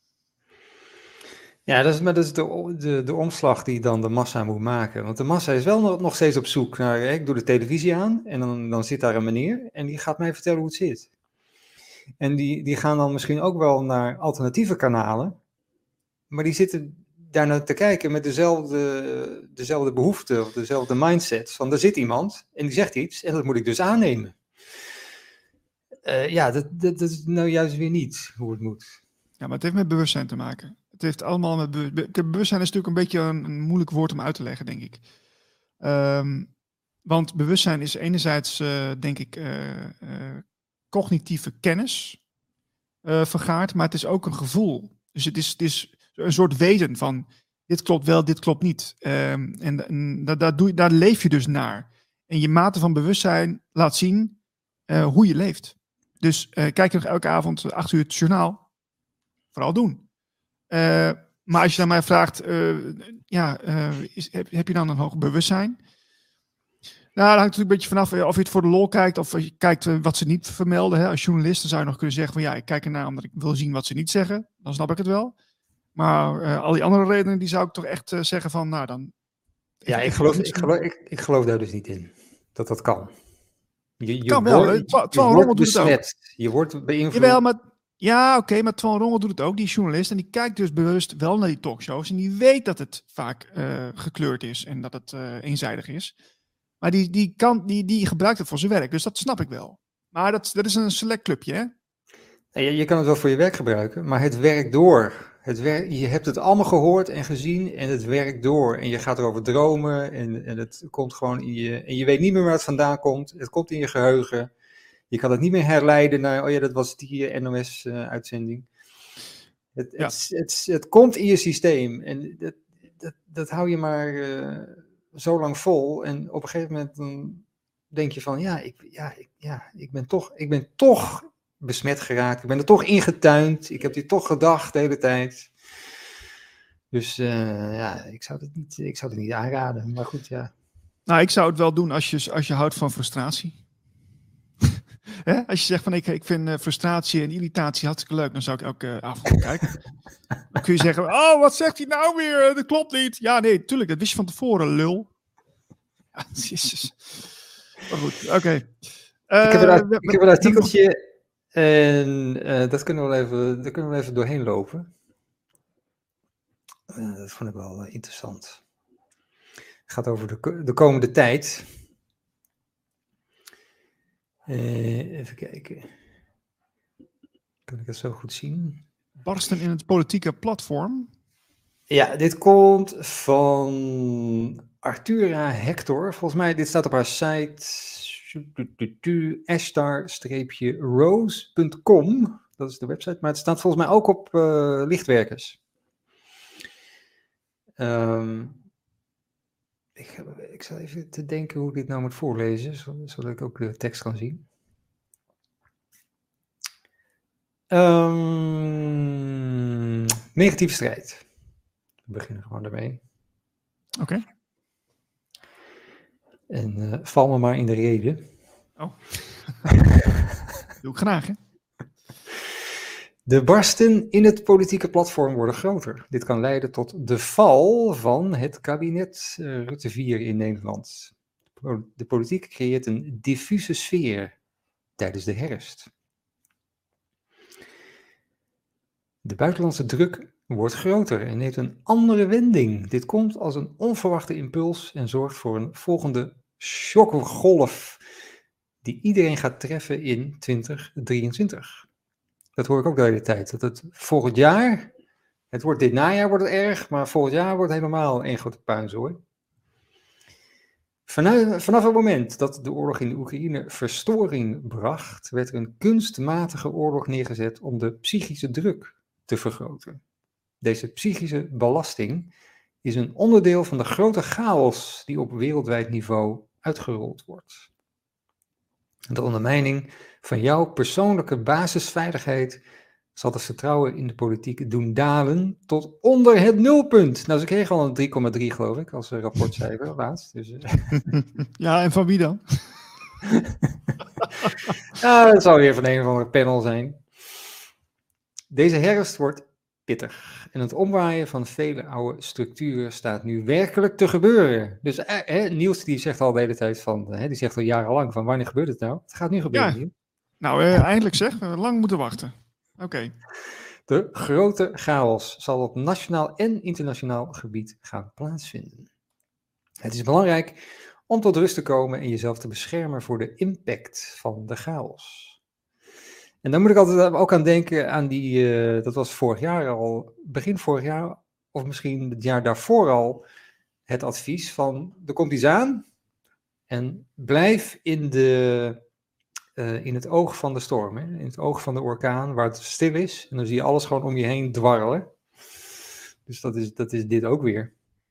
Ja, dat is de omslag die dan de massa moet maken. Want de massa is wel nog steeds op zoek naar, ik doe de televisie aan en dan zit daar een meneer en die gaat mij vertellen hoe het zit. En die gaan dan misschien ook wel naar alternatieve kanalen, maar die zitten daarnaar te kijken met dezelfde behoeften of dezelfde mindset. Van er zit iemand en die zegt iets en dat moet ik dus aannemen. Dat is nou juist weer niet hoe het moet. Ja, maar het heeft met bewustzijn te maken. Het heeft allemaal met bewustzijn is natuurlijk een beetje een moeilijk woord om uit te leggen, denk ik. Want bewustzijn is enerzijds, denk ik, cognitieve kennis vergaard, maar het is ook een gevoel. Dus het is een soort weten van, dit klopt wel, dit klopt niet. Daar leef je dus naar. En je mate van bewustzijn laat zien hoe je leeft. Dus kijk je nog elke avond 8 uur het journaal. Vooral doen. Maar als je naar mij vraagt, heb je dan een hoog bewustzijn? Nou, dat hangt natuurlijk een beetje vanaf of je het voor de lol kijkt of je kijkt wat ze niet vermelden. Hè. Als journalist dan zou je nog kunnen zeggen van ik kijk ernaar omdat ik wil zien wat ze niet zeggen. Dan snap ik het wel. Maar al die andere redenen, die zou ik toch echt zeggen van, nou dan... Ja, ik geloof daar dus niet in. Dat kan. Je kan wel, wordt besmet. Je wordt beïnvloed. Jawel, maar Ja, oké, maar Twan Rongel doet het ook, die journalist. En die kijkt dus bewust wel naar die talkshows. En die weet dat het vaak gekleurd is en dat het eenzijdig is. Maar die gebruikt het voor zijn werk. Dus dat snap ik wel. Maar dat is een select clubje, hè? Je kan het wel voor je werk gebruiken, maar het werkt door. Je hebt het allemaal gehoord en gezien en het werkt door. En je gaat erover dromen en het komt gewoon in je... En je weet niet meer waar het vandaan komt. Het komt in je geheugen. Je kan het niet meer herleiden naar, oh ja, dat was die NOS-uitzending. Het komt in je systeem en dat hou je maar zo lang vol. En op een gegeven moment dan denk je van, ik ben toch besmet geraakt. Ik ben er toch ingetuind. Ik heb dit toch gedacht de hele tijd. Dus ik zou het niet aanraden. Maar goed, ja. Nou, ik zou het wel doen als je houdt van frustratie. Als je zegt van ik vind frustratie en irritatie hartstikke leuk, dan zou ik elke avond kijken. Dan kun je zeggen, oh, wat zegt hij nou weer? Dat klopt niet. Ja, nee, tuurlijk, dat wist je van tevoren, lul. Ja, jezus. Maar goed, oké. Ik heb een artikeltje en daar kunnen we even doorheen lopen. Dat vond ik wel interessant. Het gaat over de komende tijd. Even kijken. Kan ik het zo goed zien? Barsten in het politieke platform. Ja, dit komt van Artura Hector. Volgens mij, dit staat op haar site ashtar-rose.com. Dat is de website, maar het staat volgens mij ook op Lichtwerkers. Ik zal even te denken hoe ik dit nou moet voorlezen, zodat ik ook de tekst kan zien. Negatieve strijd. We beginnen gewoon daarmee. Oké. En val me maar in de reden. Oh. Doe ik graag, hè? De barsten in het politieke platform worden groter. Dit kan leiden tot de val van het kabinet Rutte 4 in Nederland. De politiek creëert een diffuse sfeer tijdens de herfst. De buitenlandse druk wordt groter en neemt een andere wending. Dit komt als een onverwachte impuls en zorgt voor een volgende shockgolf die iedereen gaat treffen in 2023. Dat hoor ik ook de hele tijd. Dat het volgend jaar, dit najaar wordt het erg, maar volgend jaar wordt het helemaal een grote puinzooi. Vanaf het moment dat de oorlog in de Oekraïne verstoring bracht, werd er een kunstmatige oorlog neergezet om de psychische druk te vergroten. Deze psychische belasting is een onderdeel van de grote chaos die op wereldwijd niveau uitgerold wordt. De ondermijning van jouw persoonlijke basisveiligheid zal het vertrouwen in de politiek doen dalen tot onder het nulpunt. Nou, ze kregen al een 3,3 geloof ik, als rapportcijfer laatst. Dus, Ja, en van wie dan? Dat zou weer van een of andere panel zijn. Deze herfst wordt pittig. En het omwaaien van vele oude structuren staat nu werkelijk te gebeuren. Dus Niels die zegt al de hele tijd van, die zegt al jarenlang van wanneer gebeurt het nou? Het gaat nu gebeuren. Ja. Nou, eindelijk zeg, we hebben lang moeten wachten. Oké. De grote chaos zal op nationaal en internationaal gebied gaan plaatsvinden. Het is belangrijk om tot rust te komen en jezelf te beschermen voor de impact van de chaos. En dan moet ik altijd ook aan denken aan dat was vorig jaar al, begin vorig jaar, of misschien het jaar daarvoor al, het advies van, er komt iets aan en blijf in het oog van de storm, in het oog van de orkaan, waar het stil is, en dan zie je alles gewoon om je heen dwarrelen. Dus dat is dit ook weer.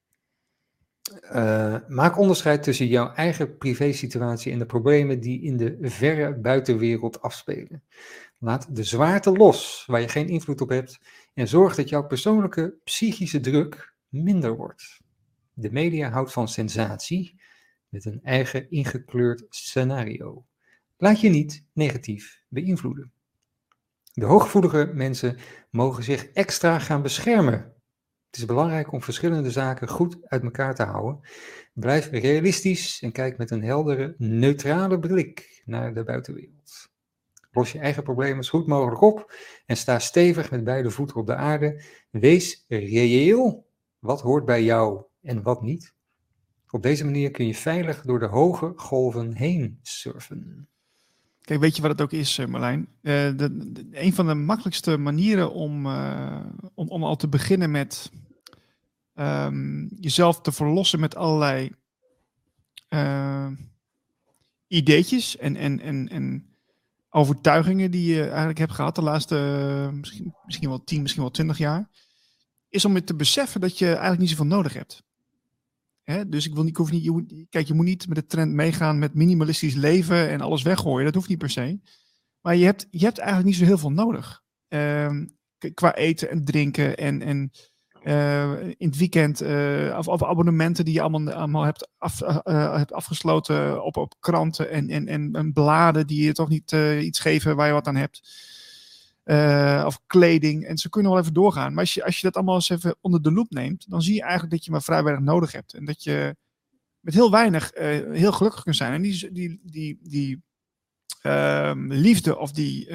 Maak onderscheid tussen jouw eigen privésituatie en de problemen die in de verre buitenwereld afspelen. Laat de zwaarte los, waar je geen invloed op hebt, en zorg dat jouw persoonlijke psychische druk minder wordt. De media houdt van sensatie, met een eigen ingekleurd scenario. Laat je niet negatief beïnvloeden. De hooggevoelige mensen mogen zich extra gaan beschermen. Het is belangrijk om verschillende zaken goed uit elkaar te houden. Blijf realistisch en kijk met een heldere, neutrale blik naar de buitenwereld. Los je eigen problemen zo goed mogelijk op en sta stevig met beide voeten op de aarde. Wees reëel. Wat hoort bij jou en wat niet? Op deze manier kun je veilig door de hoge golven heen surfen. Kijk, weet je wat het ook is, Marlijn? Een van de makkelijkste manieren om al te beginnen met jezelf te verlossen met allerlei ideetjes en overtuigingen die je eigenlijk hebt gehad de laatste misschien wel 10, misschien wel 20 jaar, is om je te beseffen dat je eigenlijk niet zoveel nodig hebt. Hè? Dus je moet niet met de trend meegaan met minimalistisch leven en alles weggooien. Dat hoeft niet per se. Maar je hebt eigenlijk niet zo heel veel nodig. Qua eten en drinken en in het weekend of abonnementen die je allemaal hebt afgesloten op kranten en bladen die je toch niet iets geven waar je wat aan hebt. Of kleding. En ze kunnen wel even doorgaan. Maar als je dat allemaal eens even onder de loep neemt, dan zie je eigenlijk dat je maar vrij weinig nodig hebt. En dat je met heel weinig heel gelukkig kunt zijn. En die liefde of die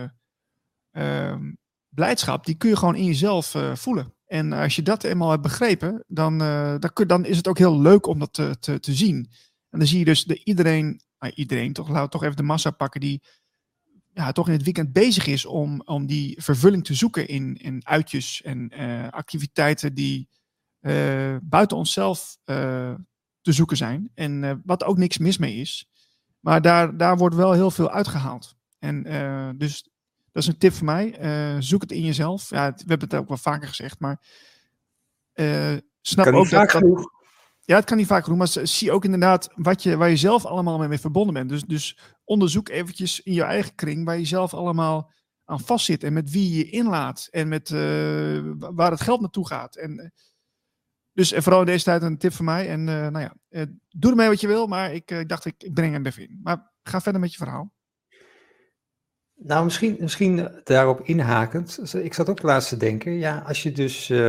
blijdschap, die kun je gewoon in jezelf voelen. En als je dat eenmaal hebt begrepen, dan is het ook heel leuk om dat te zien. En dan zie je dus iedereen toch, laten we toch even de massa pakken, die toch in het weekend bezig is om die vervulling te zoeken in uitjes en activiteiten die buiten onszelf te zoeken zijn. En wat ook niks mis mee is. Maar daar wordt wel heel veel uitgehaald. En dus dat is een tip voor mij. Zoek het in jezelf. Ja, we hebben het ook wel vaker gezegd, maar snap kan ook vaak dat... genoeg. Ja, het kan niet vaak genoeg, maar zie ook inderdaad waar je zelf allemaal mee verbonden bent. Dus onderzoek eventjes in je eigen kring waar je zelf allemaal aan vastzit en met wie je inlaat en met waar het geld naartoe gaat. Dus vooral in deze tijd een tip van mij. En doe ermee wat je wil, maar ik dacht ik breng hem even in. Maar ga verder met je verhaal. Nou, misschien daarop inhakend. Ik zat ook laatst te denken, ja, als je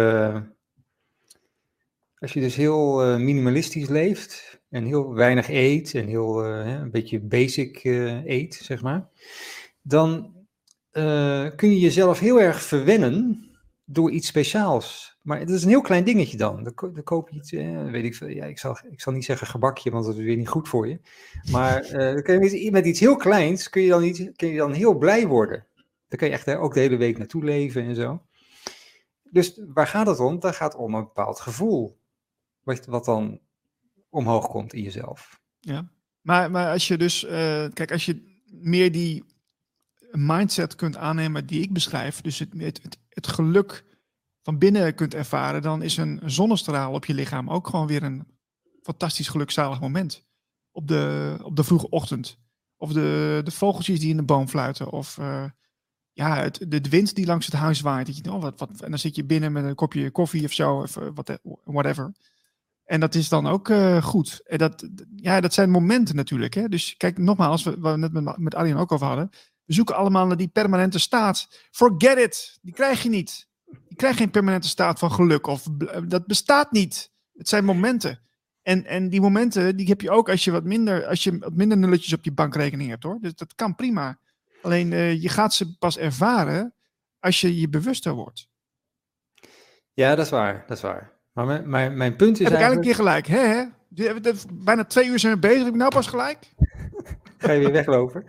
dus heel minimalistisch leeft en heel weinig eet en heel een beetje basic eet, zeg maar, dan kun je jezelf heel erg verwennen door iets speciaals. Maar het is een heel klein dingetje dan. Dan koop je iets, weet ik veel. Ja, ik zal niet zeggen gebakje, want dat is weer niet goed voor je. Maar met iets heel kleins kun je dan heel blij worden. Dan kun je echt ook de hele week naartoe leven en zo. Dus waar gaat het om? Dat gaat om een bepaald gevoel. Wat dan omhoog komt in jezelf. Ja, maar als je dus... kijk, als je meer die mindset kunt aannemen die ik beschrijf, dus het geluk van binnen kunt ervaren, dan is een zonnestraal op je lichaam ook gewoon weer een fantastisch gelukzalig moment. Op de vroege ochtend. Of de vogeltjes die in de boom fluiten. Of de wind die langs het huis waait. Dat je, en dan zit je binnen met een kopje koffie of zo. Of whatever. En dat is dan ook goed. En dat zijn momenten natuurlijk. Hè? Dus kijk, nogmaals, we net met Arjen ook over hadden. We zoeken allemaal naar die permanente staat. Forget it. Die krijg je niet. Je krijgt geen permanente staat van geluk. Dat bestaat niet. Het zijn momenten. En die momenten, die heb je ook als je wat minder nulletjes op je bankrekening hebt, hoor. Dus dat kan prima. Alleen je gaat ze pas ervaren als je je bewuster wordt. Ja, dat is waar. Maar mijn punt is heb ik eigenlijk eigenlijk... een keer gelijk, hè? Bijna 2 uur zijn we bezig. Heb ik nou pas gelijk? Ga je weer weglopen?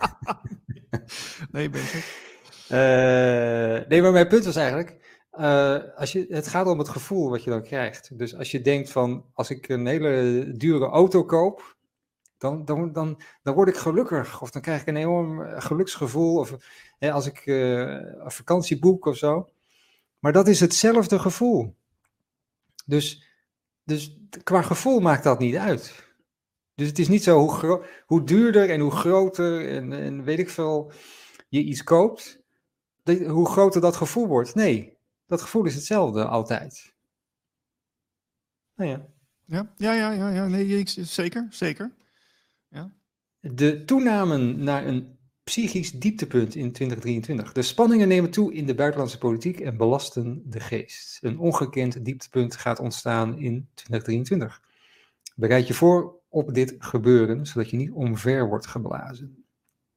Nee, bezig. Nee, maar mijn punt was eigenlijk... het gaat om het gevoel wat je dan krijgt. Dus als je denkt van... Als ik een hele dure auto koop... Dan word ik gelukkig. Of dan krijg ik een enorm geluksgevoel. Of als ik een vakantie boek of zo. Maar dat is hetzelfde gevoel. Dus qua gevoel maakt dat niet uit. Dus het is niet zo hoe duurder en hoe groter en weet ik veel je iets koopt, hoe groter dat gevoel wordt. Nee, dat gevoel is hetzelfde altijd. Nou ja. Ja. Nee, zeker. Ja. De toename naar een psychisch dieptepunt in 2023. De spanningen nemen toe in de buitenlandse politiek en belasten de geest. Een ongekend dieptepunt gaat ontstaan in 2023. Bereid je voor op dit gebeuren, zodat je niet omver wordt geblazen.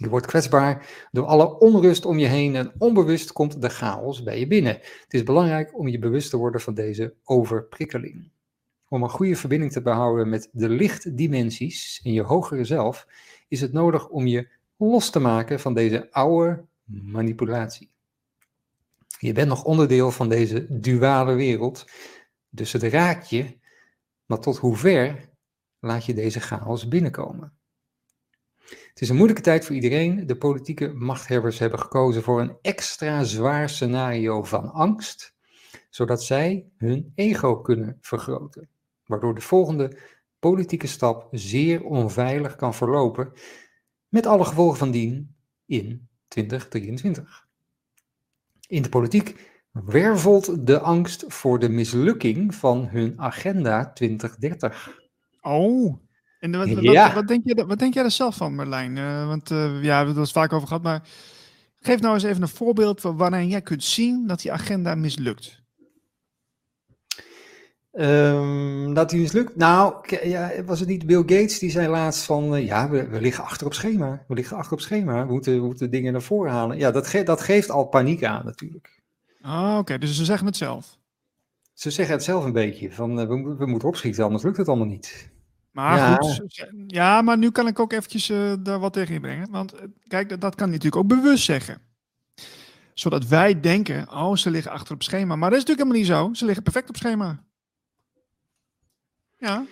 Je wordt kwetsbaar door alle onrust om je heen en onbewust komt de chaos bij je binnen. Het is belangrijk om je bewust te worden van deze overprikkeling. Om een goede verbinding te behouden met de lichtdimensies in je hogere zelf, is het nodig om je los te maken van deze oude manipulatie. Je bent nog onderdeel van deze duale wereld, dus het raakt je, maar tot hoe ver laat je deze chaos binnenkomen? Het is een moeilijke tijd voor iedereen. De politieke machthebbers hebben gekozen voor een extra zwaar scenario van angst, zodat zij hun ego kunnen vergroten, waardoor de volgende politieke stap zeer onveilig kan verlopen, met alle gevolgen van dien in 2023. In de politiek wervelt de angst voor de mislukking van hun agenda 2030. Oh, en Ja. wat denk jij er zelf van, Marlijn? Want ja, we hebben het vaak over gehad, maar geef nou eens even een voorbeeld van waarin jij kunt zien dat die agenda mislukt. Dat die mislukt? Nou, was het niet Bill Gates die zei laatst van, we liggen achter op schema. We liggen achter op schema. We moeten dingen naar voren halen. Ja, dat geeft al paniek aan natuurlijk. Ah, oké, dus ze zeggen het zelf. Ze zeggen het zelf een beetje, van we moeten opschieten, anders lukt het allemaal niet. Maar Ja. goed, ja, maar nu kan ik ook eventjes daar wat tegen inbrengen. Want kijk, dat kan hij natuurlijk ook bewust zeggen. Zodat wij denken, oh, ze liggen achter op schema. Maar dat is natuurlijk helemaal niet zo. Ze liggen perfect op schema. Ja.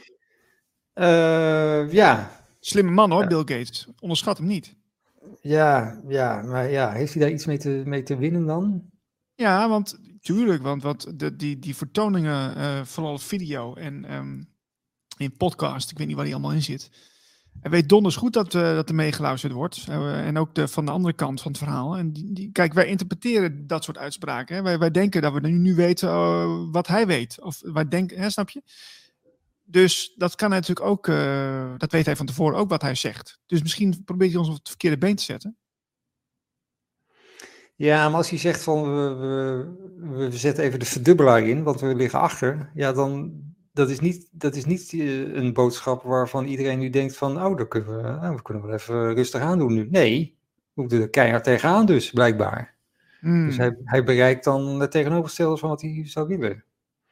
Ja. Slimme man hoor, Bill Gates. Onderschat hem niet. Ja, maar ja, heeft hij daar iets mee te winnen dan? Ja, want tuurlijk, want die vertoningen, vooral video en in podcast, ik weet niet waar die allemaal in zit. Hij weet donders goed dat er meegeluisterd wordt. En ook van de andere kant van het verhaal. En kijk, wij interpreteren dat soort uitspraken. Hè. Wij denken dat we nu weten wat hij weet. Of wij denken, hè, snap je? Dus dat kan hij natuurlijk ook, dat weet hij van tevoren ook wat hij zegt. Dus misschien probeert hij ons op het verkeerde been te zetten. Ja, maar als hij zegt van we zetten even de verdubbelaar in, want we liggen achter. Ja, dan dat is niet een boodschap waarvan iedereen nu denkt van, oh, we kunnen wel even rustig aandoen nu. Nee, we moeten er keihard tegenaan dus, blijkbaar. Dus hij bereikt dan het tegenovergestelde van wat hij zou willen.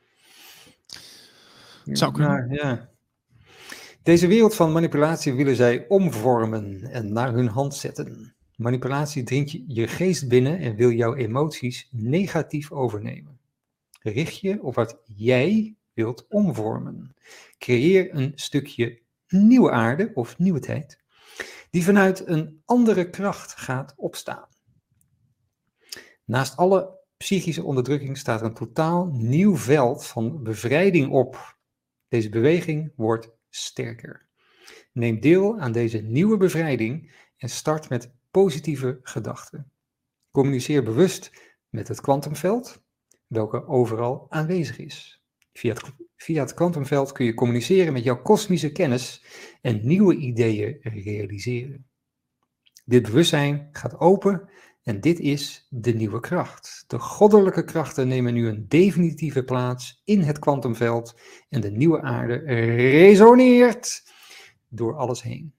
Zou kunnen. Ja. Deze wereld van manipulatie willen zij omvormen en naar hun hand zetten. Manipulatie dringt je geest binnen en wil jouw emoties negatief overnemen. Richt je op wat jij wilt omvormen. Creëer een stukje nieuwe aarde of nieuwe tijd, die vanuit een andere kracht gaat opstaan. Naast alle psychische onderdrukking staat een totaal nieuw veld van bevrijding op. Deze beweging wordt sterker. Neem deel aan deze nieuwe bevrijding en start met positieve gedachten. Communiceer bewust met het kwantumveld, welke overal aanwezig is. Via het kwantumveld kun je communiceren met jouw kosmische kennis en nieuwe ideeën realiseren. Dit bewustzijn gaat open en dit is de nieuwe kracht. De goddelijke krachten nemen nu een definitieve plaats in het kwantumveld en de nieuwe aarde resoneert door alles heen.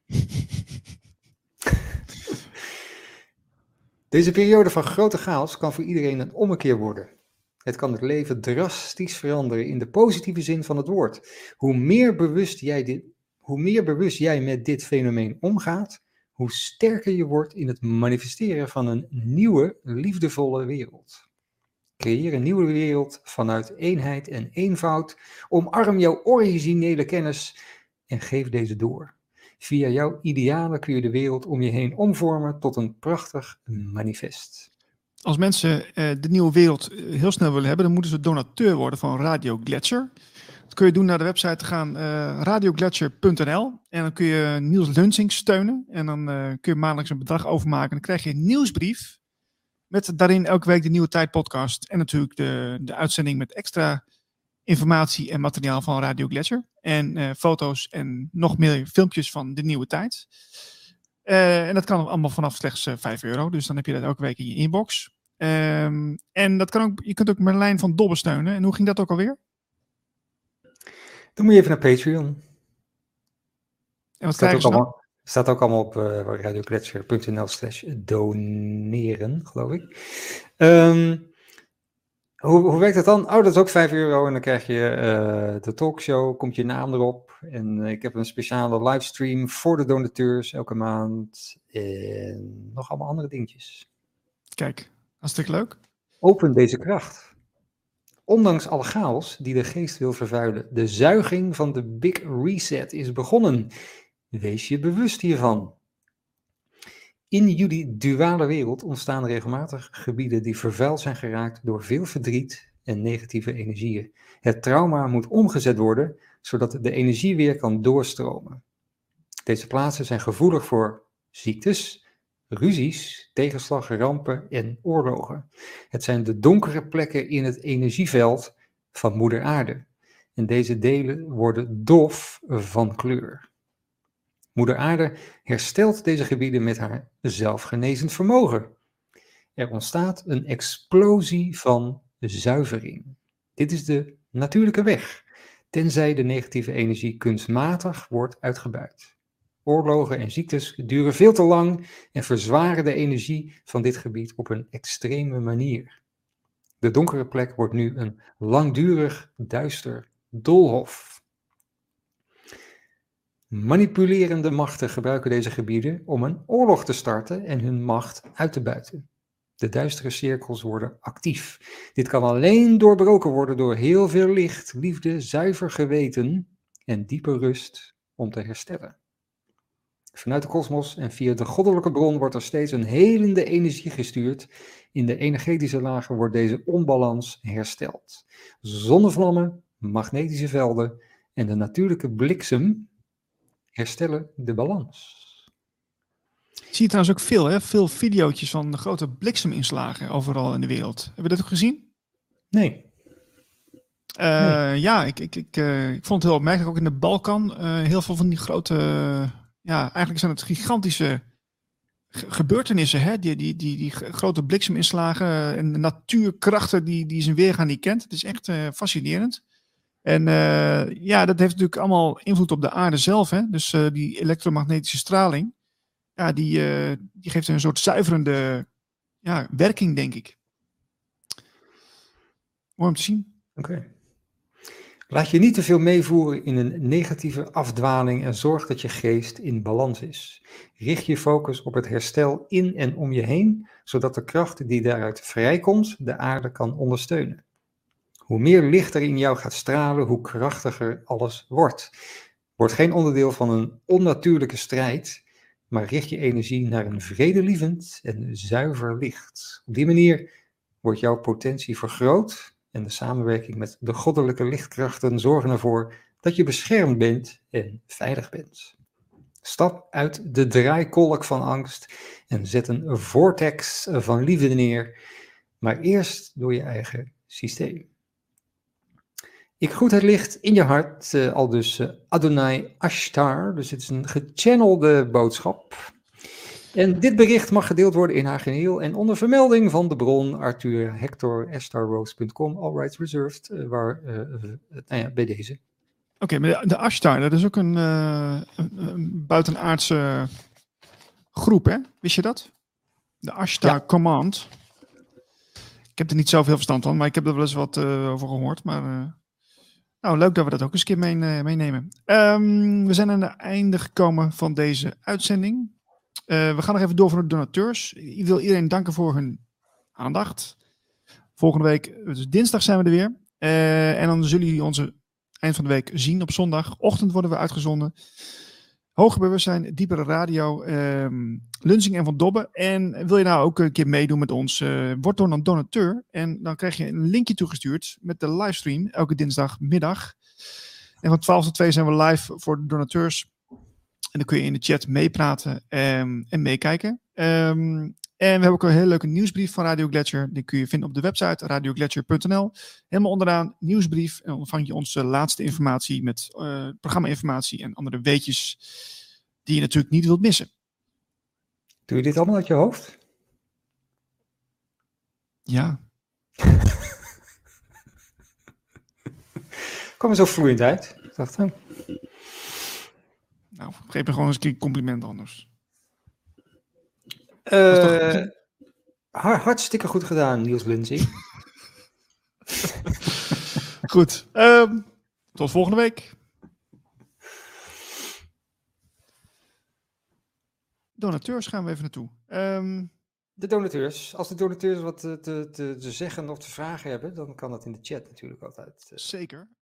Deze periode van grote chaos kan voor iedereen een ommekeer worden. Het kan het leven drastisch veranderen in de positieve zin van het woord. Hoe meer bewust jij met dit fenomeen omgaat, hoe sterker je wordt in het manifesteren van een nieuwe, liefdevolle wereld. Creëer een nieuwe wereld vanuit eenheid en eenvoud. Omarm jouw originele kennis en geef deze door. Via jouw idealen kun je de wereld om je heen omvormen tot een prachtig manifest. Als mensen de nieuwe wereld heel snel willen hebben, dan moeten ze donateur worden van Radio Gletscher. Dat kun je doen naar de website gaan, radiogletscher.nl. En dan kun je Niels Lunsing steunen. En dan kun je maandelijks een bedrag overmaken. Dan krijg je een nieuwsbrief met daarin elke week de Nieuwe Tijd podcast. En natuurlijk de uitzending met extra informatie en materiaal van Radio Gletscher. En foto's en nog meer filmpjes van de Nieuwe Tijd. En dat kan allemaal vanaf slechts €5. Dus dan heb je dat elke week in je inbox. En dat kan ook, je kunt ook Marlijn van Dobbe steunen. En hoe ging dat ook alweer? Dan moet je even naar Patreon. En wat krijgen ze dan? Staat ook allemaal op radiogletscher.nl/doneren, geloof ik. Hoe werkt het dan? Oh, dat is ook €5 en dan krijg je de talkshow, komt je naam erop. En ik heb een speciale livestream voor de donateurs elke maand. En nog allemaal andere dingetjes. Kijk, hartstikke leuk. Open deze kracht. Ondanks alle chaos die de geest wil vervuilen, de zuiging van de Big Reset is begonnen. Wees je bewust hiervan. In jullie duale wereld ontstaan regelmatig gebieden die vervuild zijn geraakt door veel verdriet en negatieve energieën. Het trauma moet omgezet worden, zodat de energie weer kan doorstromen. Deze plaatsen zijn gevoelig voor ziektes, ruzies, tegenslag, rampen en oorlogen. Het zijn de donkere plekken in het energieveld van Moeder Aarde. En deze delen worden dof van kleur. Moeder Aarde herstelt deze gebieden met haar zelfgenezend vermogen. Er ontstaat een explosie van zuivering. Dit is de natuurlijke weg, tenzij de negatieve energie kunstmatig wordt uitgebuit. Oorlogen en ziektes duren veel te lang en verzwaren de energie van dit gebied op een extreme manier. De donkere plek wordt nu een langdurig, duister doolhof. Manipulerende machten gebruiken deze gebieden om een oorlog te starten en hun macht uit te buiten. De duistere cirkels worden actief. Dit kan alleen doorbroken worden door heel veel licht, liefde, zuiver geweten en diepe rust om te herstellen. Vanuit de kosmos en via de goddelijke bron wordt er steeds een helende energie gestuurd. In de energetische lagen wordt deze onbalans hersteld. Zonnevlammen, magnetische velden en de natuurlijke bliksem herstellen de balans. Zie je trouwens ook veel, hè? Veel videootjes van de grote blikseminslagen overal in de wereld. Hebben we dat ook gezien? Nee. Ja, ik vond het heel opmerkelijk. Ook in de Balkan. Heel veel van die grote... eigenlijk zijn het gigantische gebeurtenissen. Hè? Die grote blikseminslagen en de natuurkrachten die zijn weergaan niet kent. Het is echt fascinerend. En dat heeft natuurlijk allemaal invloed op de aarde zelf. Hè? Dus die elektromagnetische straling, die geeft een soort zuiverende werking, denk ik. Mooi om te zien. Oké. Laat je niet te veel meevoeren in een negatieve afdwaling en zorg dat je geest in balans is. Richt je focus op het herstel in en om je heen, zodat de kracht die daaruit vrijkomt de aarde kan ondersteunen. Hoe meer licht er in jou gaat stralen, hoe krachtiger alles wordt. Word geen onderdeel van een onnatuurlijke strijd, maar richt je energie naar een vredelievend en zuiver licht. Op die manier wordt jouw potentie vergroot en de samenwerking met de goddelijke lichtkrachten zorgen ervoor dat je beschermd bent en veilig bent. Stap uit de draaikolk van angst en zet een vortex van liefde neer, maar eerst door je eigen systeem. Ik groet het licht in je hart, aldus Adonai Ashtar. Dus het is een gechannelde boodschap. En dit bericht mag gedeeld worden in haar geheel en onder vermelding van de bron Arthur Hector Estarrose.com, all rights reserved, bij deze. Oké, maar de Ashtar, dat is ook een buitenaardse groep, hè? Wist je dat? De Ashtar Command. Ik heb er niet zoveel verstand van, maar ik heb er wel eens wat over gehoord, maar... leuk dat we dat ook eens een keer meenemen. We zijn aan het einde gekomen van deze uitzending. We gaan nog even door voor de donateurs. Ik wil iedereen danken voor hun aandacht. Volgende week, dus dinsdag zijn we er weer. En dan zullen jullie onze eind van de week zien op zondagochtend worden we uitgezonden. Hoger bewustzijn, diepere radio, Lunsing en Van Dobbe. En wil je nou ook een keer meedoen met ons, word dan een donateur. En dan krijg je een linkje toegestuurd met de livestream elke dinsdagmiddag. En van 12 tot 2 zijn we live voor de donateurs. En dan kun je in de chat meepraten en meekijken. En we hebben ook een hele leuke nieuwsbrief van Radio Gletscher. Die kun je vinden op de website radiogletscher.nl. Helemaal onderaan nieuwsbrief. En dan ontvang je onze laatste informatie met programma-informatie en andere weetjes die je natuurlijk niet wilt missen. Doe je dit allemaal uit je hoofd? Ja. Kom er zo vloeiend uit. Ik dacht, Nou, geef me gewoon eens een compliment anders. Hartstikke goed gedaan, Niels Lindsay. Goed. Tot volgende week. Donateurs gaan we even naartoe. De donateurs. Als de donateurs wat te zeggen of te vragen hebben, dan kan dat in de chat natuurlijk altijd. Zeker.